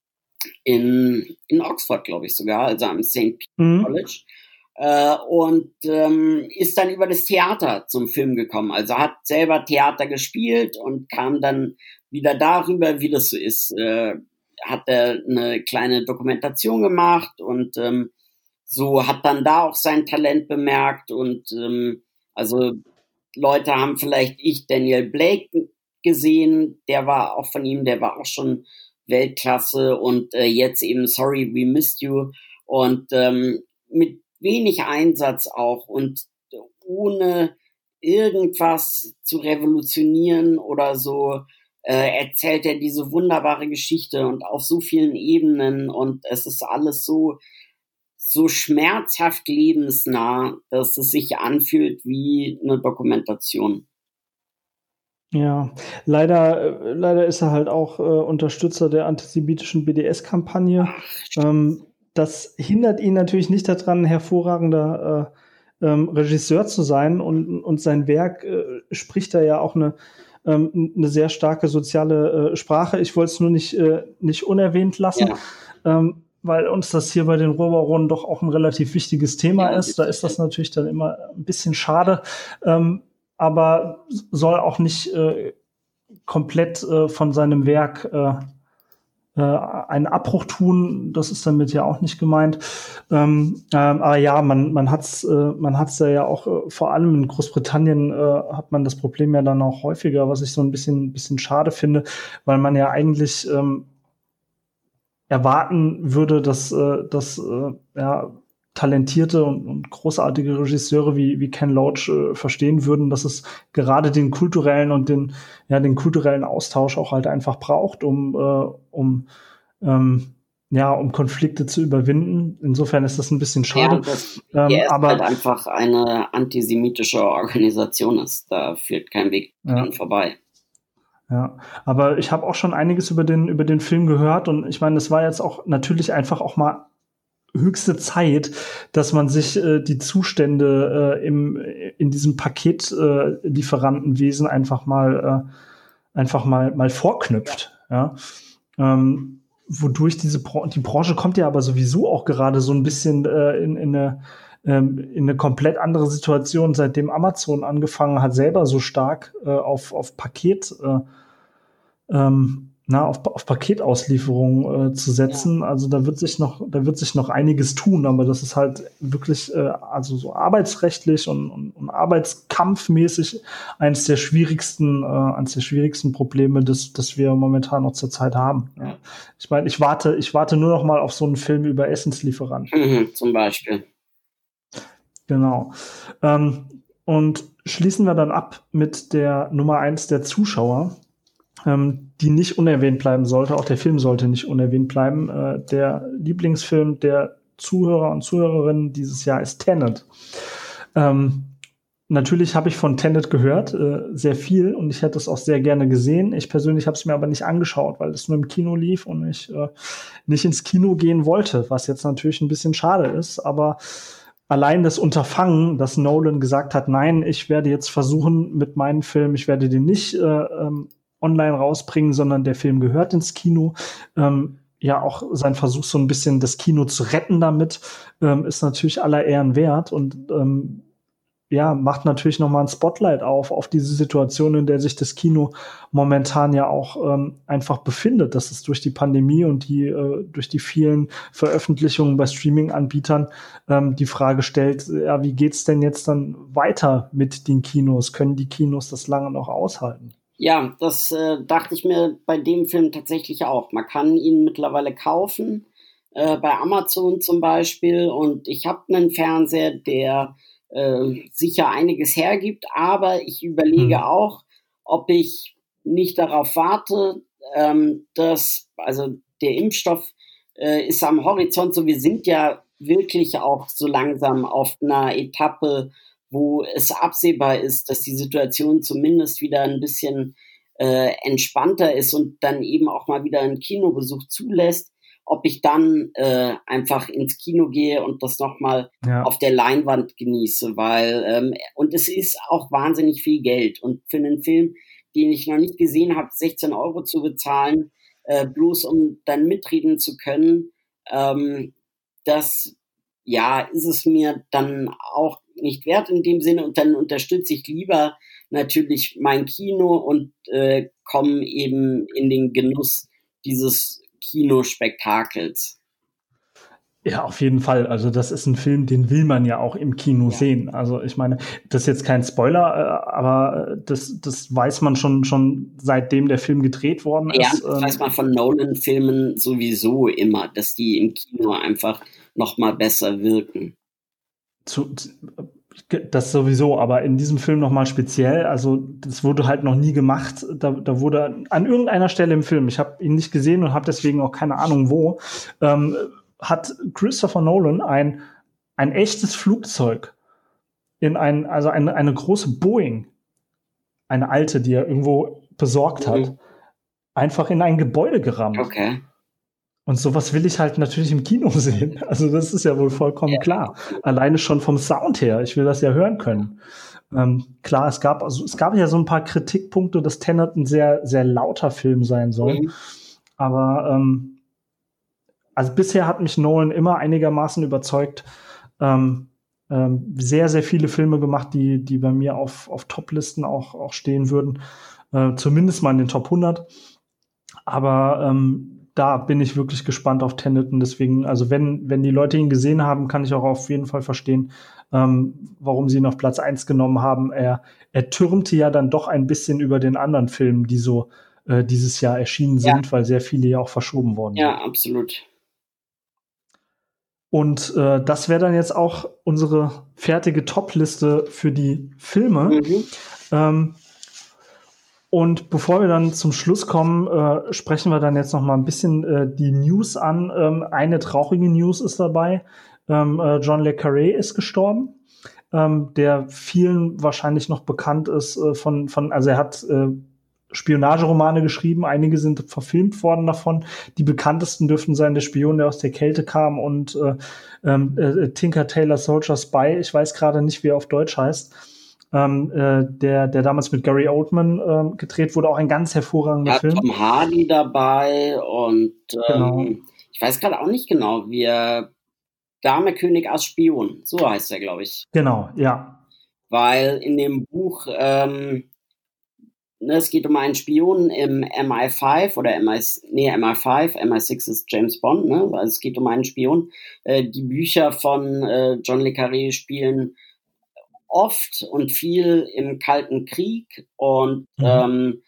in, in Oxford, glaube ich sogar, also am Saint Peter's mhm. College. Äh, und ähm, ist dann über das Theater zum Film gekommen. Also hat selber Theater gespielt und kam dann wieder darüber, wie das so ist. Äh, hat er eine kleine Dokumentation gemacht und ähm, so hat dann da auch sein Talent bemerkt. Und ähm, also Leute haben vielleicht ich Daniel Blake gesehen, der war auch von ihm, der war auch schon Weltklasse, und äh, jetzt eben Sorry We Missed You, und ähm, mit wenig Einsatz auch und ohne irgendwas zu revolutionieren oder so, äh, erzählt er diese wunderbare Geschichte und auf so vielen Ebenen, und es ist alles so, so schmerzhaft lebensnah, dass es sich anfühlt wie eine Dokumentation. Ja, leider, leider ist er halt auch äh, Unterstützer der antisemitischen B D S-Kampagne. Ähm, das hindert ihn natürlich nicht daran, hervorragender äh, ähm, Regisseur zu sein, und, und sein Werk äh, spricht da ja auch eine, ähm, eine sehr starke soziale äh, Sprache. Ich wollte es nur nicht, äh, nicht unerwähnt lassen, ja. ähm, weil uns das hier bei den Rohbaronen doch auch ein relativ wichtiges Thema ja, ist. Da ist das natürlich dann immer ein bisschen schade. Ähm, aber soll auch nicht äh, komplett äh, von seinem Werk äh, äh, einen Abbruch tun. Das ist damit ja auch nicht gemeint. Ähm, ähm, aber ja, man man hat's äh, man hat's ja auch äh, vor allem in Großbritannien äh, hat man das Problem ja dann auch häufiger, was ich so ein bisschen bisschen schade finde, weil man ja eigentlich ähm, erwarten würde, dass äh, dass äh, ja talentierte und, und großartige Regisseure wie, wie Ken Loach äh, verstehen würden, dass es gerade den kulturellen und den, ja, den kulturellen Austausch auch halt einfach braucht, um, äh, um, ähm, ja, um Konflikte zu überwinden. Insofern ist das ein bisschen schade. Ja, das, ähm, er ist aber halt einfach eine antisemitische Organisation ist. Da führt kein Weg dran ja. vorbei. Ja, aber ich habe auch schon einiges über den, über den Film gehört, und ich meine, es war jetzt auch natürlich einfach auch mal höchste Zeit, dass man sich äh, die Zustände äh, im in diesem Paketlieferantenwesen äh, einfach mal äh, einfach mal mal vorknüpft, ja. Ähm, wodurch diese Bra- die Branche kommt ja aber sowieso auch gerade so ein bisschen äh, in, in eine ähm, in eine komplett andere Situation, seitdem Amazon angefangen hat, selber so stark äh, auf auf Paket äh, ähm, na, auf, auf Paketauslieferung äh, zu setzen. Ja. Also da wird sich noch, da wird sich noch einiges tun, aber das ist halt wirklich, äh, also so arbeitsrechtlich und, und, und arbeitskampfmäßig eines der schwierigsten, äh, eines der schwierigsten Probleme, das, das wir momentan noch zur Zeit haben. Ja. Ich meine, ich warte, ich warte nur noch mal auf so einen Film über Essenslieferanten. Mhm, zum Beispiel. Genau. Ähm, und schließen wir dann ab mit der Nummer eins der Zuschauer, ähm, die nicht unerwähnt bleiben sollte. Auch der Film sollte nicht unerwähnt bleiben. Äh, der Lieblingsfilm der Zuhörer und Zuhörerinnen dieses Jahr ist Tenet. Ähm, natürlich habe ich von Tenet gehört, äh, sehr viel, und ich hätte es auch sehr gerne gesehen. Ich persönlich habe es mir aber nicht angeschaut, weil es nur im Kino lief und ich äh, nicht ins Kino gehen wollte, was jetzt natürlich ein bisschen schade ist, aber allein das Unterfangen, dass Nolan gesagt hat, nein, ich werde jetzt versuchen mit meinem Film, ich werde den nicht äh, ähm, online rausbringen, sondern der Film gehört ins Kino. Ähm, ja, auch sein Versuch, so ein bisschen das Kino zu retten damit, ähm, ist natürlich aller Ehren wert und ähm, ja, macht natürlich nochmal ein Spotlight auf, auf diese Situation, in der sich das Kino momentan ja auch ähm, einfach befindet, dass es durch die Pandemie und die äh, durch die vielen Veröffentlichungen bei Streaming-Anbietern ähm, die Frage stellt, ja, wie geht's denn jetzt dann weiter mit den Kinos? Können die Kinos das lange noch aushalten? Ja, das äh, dachte ich mir bei dem Film tatsächlich auch. Man kann ihn mittlerweile kaufen, äh, bei Amazon zum Beispiel, und ich habe einen Fernseher, der äh, sicher einiges hergibt, aber ich überlege hm. auch, ob ich nicht darauf warte, ähm, dass, also der Impfstoff äh, ist am Horizont, so wir sind ja wirklich auch so langsam auf einer Etappe, wo es absehbar ist, dass die Situation zumindest wieder ein bisschen äh, entspannter ist und dann eben auch mal wieder einen Kinobesuch zulässt, ob ich dann äh, einfach ins Kino gehe und das nochmal ja. auf der Leinwand genieße, weil ähm, und es ist auch wahnsinnig viel Geld, und für einen Film, den ich noch nicht gesehen habe, sechzehn Euro zu bezahlen, äh, bloß um dann mitreden zu können, ähm, das ja, ist es mir dann auch nicht wert in dem Sinne, und dann unterstütze ich lieber natürlich mein Kino und äh, komme eben in den Genuss dieses Kinospektakels. Ja, auf jeden Fall. Also das ist ein Film, den will man ja auch im Kino ja. sehen. Also ich meine, das ist jetzt kein Spoiler, aber das, das weiß man schon, schon seitdem der Film gedreht worden ja, ist. Ja, das weiß man von Nolan-Filmen sowieso immer, dass die im Kino einfach noch mal besser wirken. Zu, das sowieso, aber in diesem Film noch mal speziell. Also das wurde halt noch nie gemacht. Da, da wurde an irgendeiner Stelle im Film, ich habe ihn nicht gesehen und habe deswegen auch keine Ahnung wo, ähm, hat Christopher Nolan ein, ein echtes Flugzeug in ein, also eine, eine große Boeing, eine alte, die er irgendwo besorgt mhm. hat, einfach in ein Gebäude gerammt. Okay. Und sowas will ich halt natürlich im Kino sehen. Also das ist ja wohl vollkommen ja. klar. Alleine schon vom Sound her. Ich will das ja hören können. Ähm, klar, es gab, also es gab ja so ein paar Kritikpunkte, dass Tenet ein sehr, sehr lauter Film sein soll. Mhm. Aber ähm, also bisher hat mich Nolan immer einigermaßen überzeugt. Ähm, ähm, sehr, sehr viele Filme gemacht, die, die bei mir auf, auf Top-Listen auch, auch stehen würden. Äh, zumindest mal in den Top hundert. Aber ähm, da bin ich wirklich gespannt auf Tenet. Und deswegen, also wenn, wenn die Leute ihn gesehen haben, kann ich auch auf jeden Fall verstehen, ähm, warum sie ihn auf Platz eins genommen haben. Er, er türmte ja dann doch ein bisschen über den anderen Filmen, die so äh, dieses Jahr erschienen sind, ja. weil sehr viele ja auch verschoben worden ja, sind. Ja, absolut. Und äh, das wäre dann jetzt auch unsere fertige Top-Liste für die Filme. Mhm. Ähm, und bevor wir dann zum Schluss kommen, äh, sprechen wir dann jetzt noch mal ein bisschen äh, die News an. Ähm, eine traurige News ist dabei. Ähm, äh, John le Carré ist gestorben, ähm, der vielen wahrscheinlich noch bekannt ist äh, von, von, also er hat äh, Spionageromane geschrieben, einige sind verfilmt worden davon. Die bekanntesten dürften sein Der Spion, der aus der Kälte kam, und äh, äh, Tinker Tailor Soldier Spy. Ich weiß gerade nicht, wie er auf Deutsch heißt. Ähm, äh, der, der damals mit Gary Oldman äh, gedreht wurde, auch ein ganz hervorragender ja, Film. Tom Hardy dabei und ähm, genau. ich weiß gerade auch nicht genau, wie er Dame König als Spion, so heißt er, glaube ich. Genau, ja. Weil in dem Buch ähm, ne, es geht um einen Spion im M I fünf oder M I, nee, M I fünf, M I sechs ist James Bond, ne? Also es geht um einen Spion. Äh, die Bücher von äh, John le Carré spielen oft und viel im Kalten Krieg und mhm. ähm,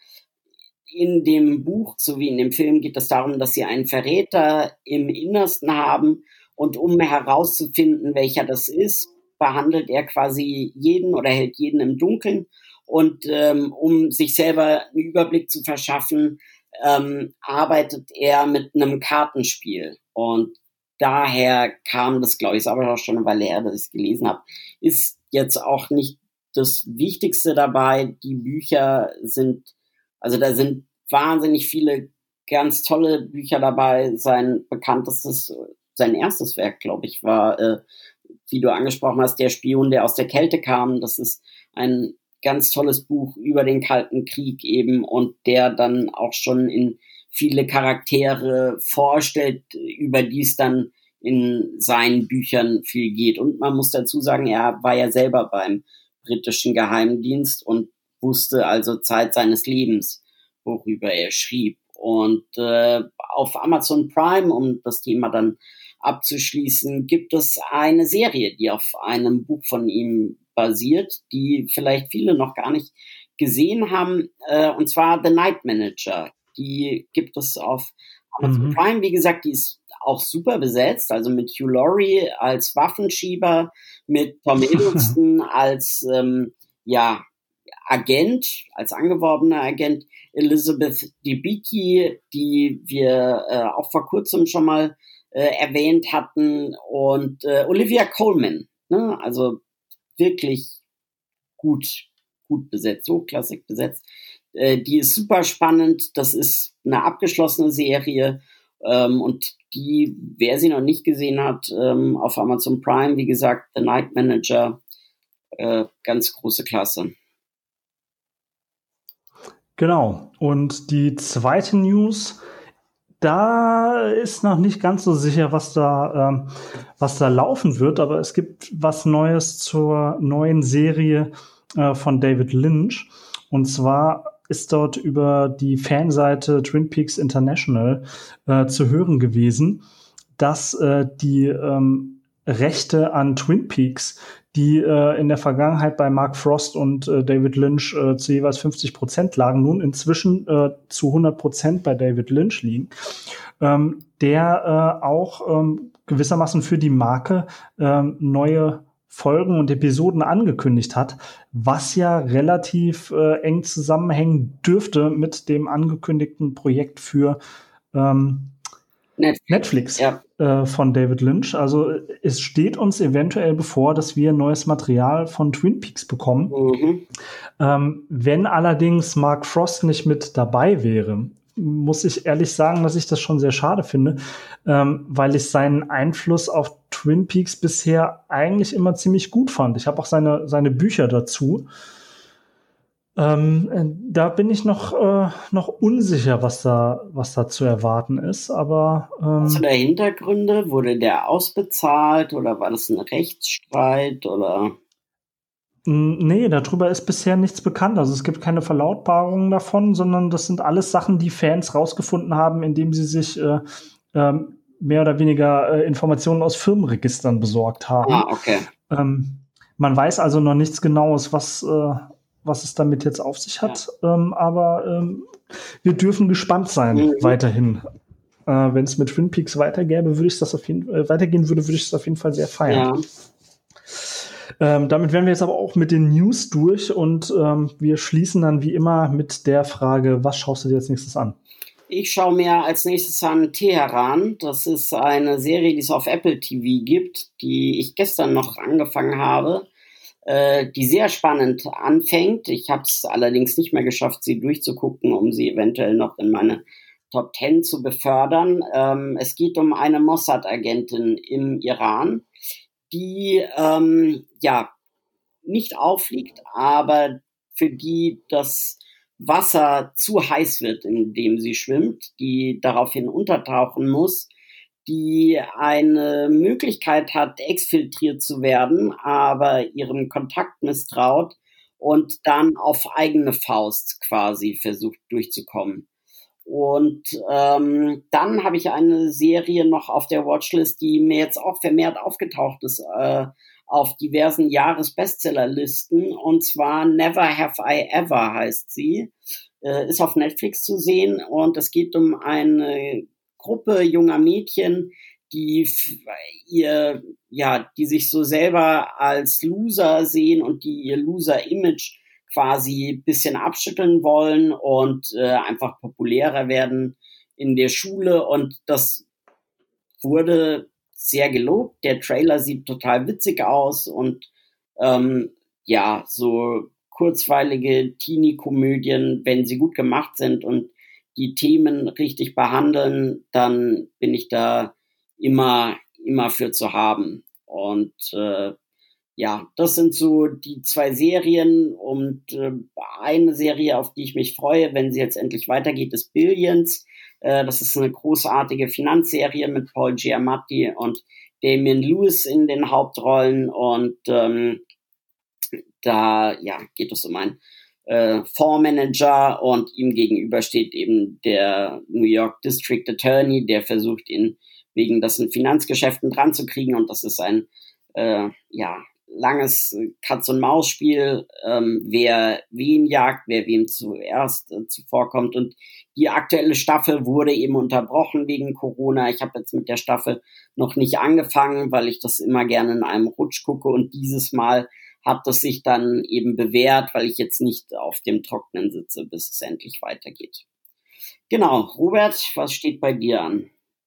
in dem Buch sowie in dem Film geht es darum, dass sie einen Verräter im Innersten haben und um herauszufinden, welcher das ist, behandelt er quasi jeden oder hält jeden im Dunkeln und ähm, um sich selber einen Überblick zu verschaffen, ähm, arbeitet er mit einem Kartenspiel und daher kam das, glaube ich, ist aber auch schon eine Weile her, dass ich es gelesen habe, ist jetzt auch nicht das Wichtigste dabei. Die Bücher sind, also da sind wahnsinnig viele ganz tolle Bücher dabei. Sein bekanntestes, sein erstes Werk, glaube ich, war, äh, wie du angesprochen hast, Der Spion, der aus der Kälte kam. Das ist ein ganz tolles Buch über den Kalten Krieg eben und der dann auch schon in viele Charaktere vorstellt, über die es dann in seinen Büchern viel geht. Und man muss dazu sagen, er war ja selber beim britischen Geheimdienst und wusste also Zeit seines Lebens, worüber er schrieb. Und äh, auf Amazon Prime, um das Thema dann abzuschließen, gibt es eine Serie, die auf einem Buch von ihm basiert, die vielleicht viele noch gar nicht gesehen haben, äh, und zwar The Night Manager. Die gibt es auf Amazon mhm. Prime. Wie gesagt, die ist auch super besetzt, also mit Hugh Laurie als Waffenschieber, mit Tom Hiddleston als ähm, ja Agent, als angeworbener Agent, Elizabeth Debicki, die wir äh, auch vor kurzem schon mal äh, erwähnt hatten, und äh, Olivia Colman, ne? Also wirklich gut, gut besetzt, hochklassig besetzt. Äh, die ist super spannend, das ist eine abgeschlossene Serie, ähm, und die, wer sie noch nicht gesehen hat, ähm, auf Amazon Prime, wie gesagt, The Night Manager, äh, ganz große Klasse. Genau. Und die zweite News, da ist noch nicht ganz so sicher, was da, ähm, was da laufen wird, aber es gibt was Neues zur neuen Serie äh, von David Lynch. Und zwar ist dort über die Fanseite Twin Peaks International äh, zu hören gewesen, dass äh, die ähm, Rechte an Twin Peaks, die äh, in der Vergangenheit bei Mark Frost und äh, David Lynch äh, zu jeweils fünfzig Prozent lagen, nun inzwischen äh, zu hundert Prozent bei David Lynch liegen, ähm, der äh, auch ähm, gewissermaßen für die Marke ähm, neue Folgen und Episoden angekündigt hat, was ja relativ äh, eng zusammenhängen dürfte mit dem angekündigten Projekt für ähm, Netflix, Netflix ja. äh, von David Lynch. Also es steht uns eventuell bevor, dass wir neues Material von Twin Peaks bekommen. Mhm. Ähm, wenn allerdings Mark Frost nicht mit dabei wäre, muss ich ehrlich sagen, dass ich das schon sehr schade finde, ähm, weil ich seinen Einfluss auf Twin Peaks bisher eigentlich immer ziemlich gut fand. Ich habe auch seine, seine Bücher dazu. Ähm, da bin ich noch, äh, noch unsicher, was da, was da zu erwarten ist, aber ähm, hast du da Hintergründe? Wurde der ausbezahlt oder war das ein Rechtsstreit oder? Nee, darüber ist bisher nichts bekannt. Also es gibt keine Verlautbarungen davon, sondern das sind alles Sachen, die Fans rausgefunden haben, indem sie sich äh, äh, mehr oder weniger äh, Informationen aus Firmenregistern besorgt haben. Ah, okay. Ähm, man weiß also noch nichts Genaues, was, äh, was es damit jetzt auf sich hat. Ja. Ähm, aber ähm, wir dürfen gespannt sein, mhm. weiterhin. Äh, wenn es mit Twin Peaks weitergäbe, würde ich das auf jeden äh, weitergehen würde, würde ich das auf jeden Fall sehr feiern. Ja. Ähm, damit wären wir jetzt aber auch mit den News durch und ähm, wir schließen dann wie immer mit der Frage, was schaust du dir als nächstes an? Ich schaue mir als nächstes an Teheran. Das ist eine Serie, die es auf Apple T V gibt, die ich gestern noch angefangen habe, äh, die sehr spannend anfängt. Ich habe es allerdings nicht mehr geschafft, sie durchzugucken, um sie eventuell noch in meine Top Ten zu befördern. Ähm, es geht um eine Mossad-Agentin im Iran, die ähm, ja nicht auffliegt, aber für die das Wasser zu heiß wird, in dem sie schwimmt, die daraufhin untertauchen muss, die eine Möglichkeit hat, exfiltriert zu werden, aber ihrem Kontakt misstraut und dann auf eigene Faust quasi versucht durchzukommen. Und ähm, dann habe ich eine Serie noch auf der Watchlist, die mir jetzt auch vermehrt aufgetaucht ist, äh, auf diversen Jahresbestsellerlisten, und zwar Never Have I Ever heißt sie, äh, ist auf Netflix zu sehen, und es geht um eine Gruppe junger Mädchen, die ihr, ja, die sich so selber als Loser sehen und die ihr Loser-Image quasi ein bisschen abschütteln wollen und äh, einfach populärer werden in der Schule, und das wurde sehr gelobt. Der Trailer sieht total witzig aus und ähm, ja, so kurzweilige Teenie-Komödien, wenn sie gut gemacht sind und die Themen richtig behandeln, dann bin ich da immer, immer für zu haben. Und äh, ja, das sind so die zwei Serien, und äh, eine Serie, auf die ich mich freue, wenn sie jetzt endlich weitergeht, ist Billions. Äh, das ist eine großartige Finanzserie mit Paul Giamatti und Damian Lewis in den Hauptrollen, und ähm, da ja geht es um einen äh, Fondsmanager, und ihm gegenüber steht eben der New York District Attorney, der versucht, ihn wegen dessen Finanzgeschäften dran zu kriegen, und das ist ein äh, ja langes Katz-und-Maus-Spiel, ähm, wer wen jagt, wer wem zuerst äh, zuvorkommt. Und die aktuelle Staffel wurde eben unterbrochen wegen Corona. Ich habe jetzt mit der Staffel noch nicht angefangen, weil ich das immer gerne in einem Rutsch gucke, und dieses Mal hat es sich dann eben bewährt, weil ich jetzt nicht auf dem Trockenen sitze, bis es endlich weitergeht. Genau, Robert, was steht bei dir an?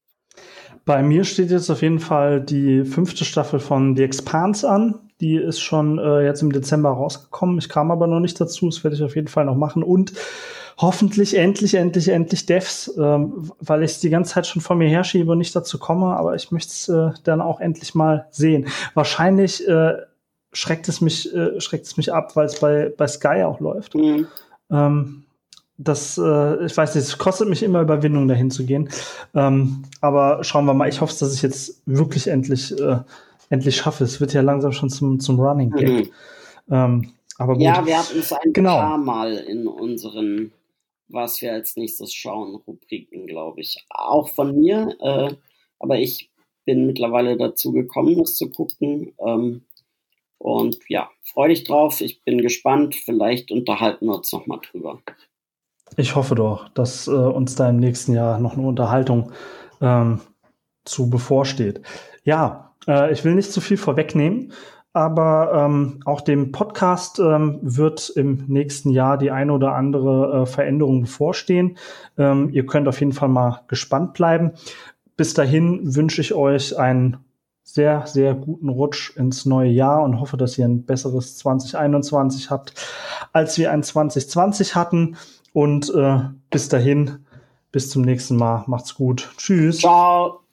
Bei mir steht jetzt auf jeden Fall die fünfte Staffel von The Expanse an. Die ist schon äh, jetzt im Dezember rausgekommen. Ich kam aber noch nicht dazu. Das werde ich auf jeden Fall noch machen. Und hoffentlich endlich, endlich, endlich Devs, ähm, weil ich es die ganze Zeit schon vor mir herschiebe und nicht dazu komme. Aber ich möchte es äh, dann auch endlich mal sehen. Wahrscheinlich äh, schreckt es mich, äh, schreckt es mich ab, weil es bei, bei Sky auch läuft. Mhm. Ähm, Das, äh, ich weiß nicht, es kostet mich immer Überwindung, dahin zu gehen. Ähm, aber schauen wir mal. Ich hoffe, dass ich jetzt wirklich endlich, äh, endlich schaffe. Es wird ja langsam schon zum, zum Running Gag. Mhm. Ähm, aber gut. Ja, wir hatten es ein genau. paar Mal in unseren Was wir als nächstes schauen Rubriken, glaube ich. Auch von mir. Äh, aber ich bin mittlerweile dazu gekommen, das zu gucken. Ähm, und ja, freu dich drauf. Ich bin gespannt. Vielleicht unterhalten wir uns noch mal drüber. Ich hoffe doch, dass äh, uns da im nächsten Jahr noch eine Unterhaltung ähm, zu bevorsteht. Ja, äh, ich will nicht zu viel vorwegnehmen, aber ähm, auch dem Podcast ähm, wird im nächsten Jahr die eine oder andere äh, Veränderung bevorstehen. Ähm, ihr könnt auf jeden Fall mal gespannt bleiben. Bis dahin wünsche ich euch einen sehr, sehr guten Rutsch ins neue Jahr und hoffe, dass ihr ein besseres zwanzig einundzwanzig habt, als wir ein zwanzig zwanzig hatten. Und äh, bis dahin, bis zum nächsten Mal. Macht's gut. Tschüss. Ciao.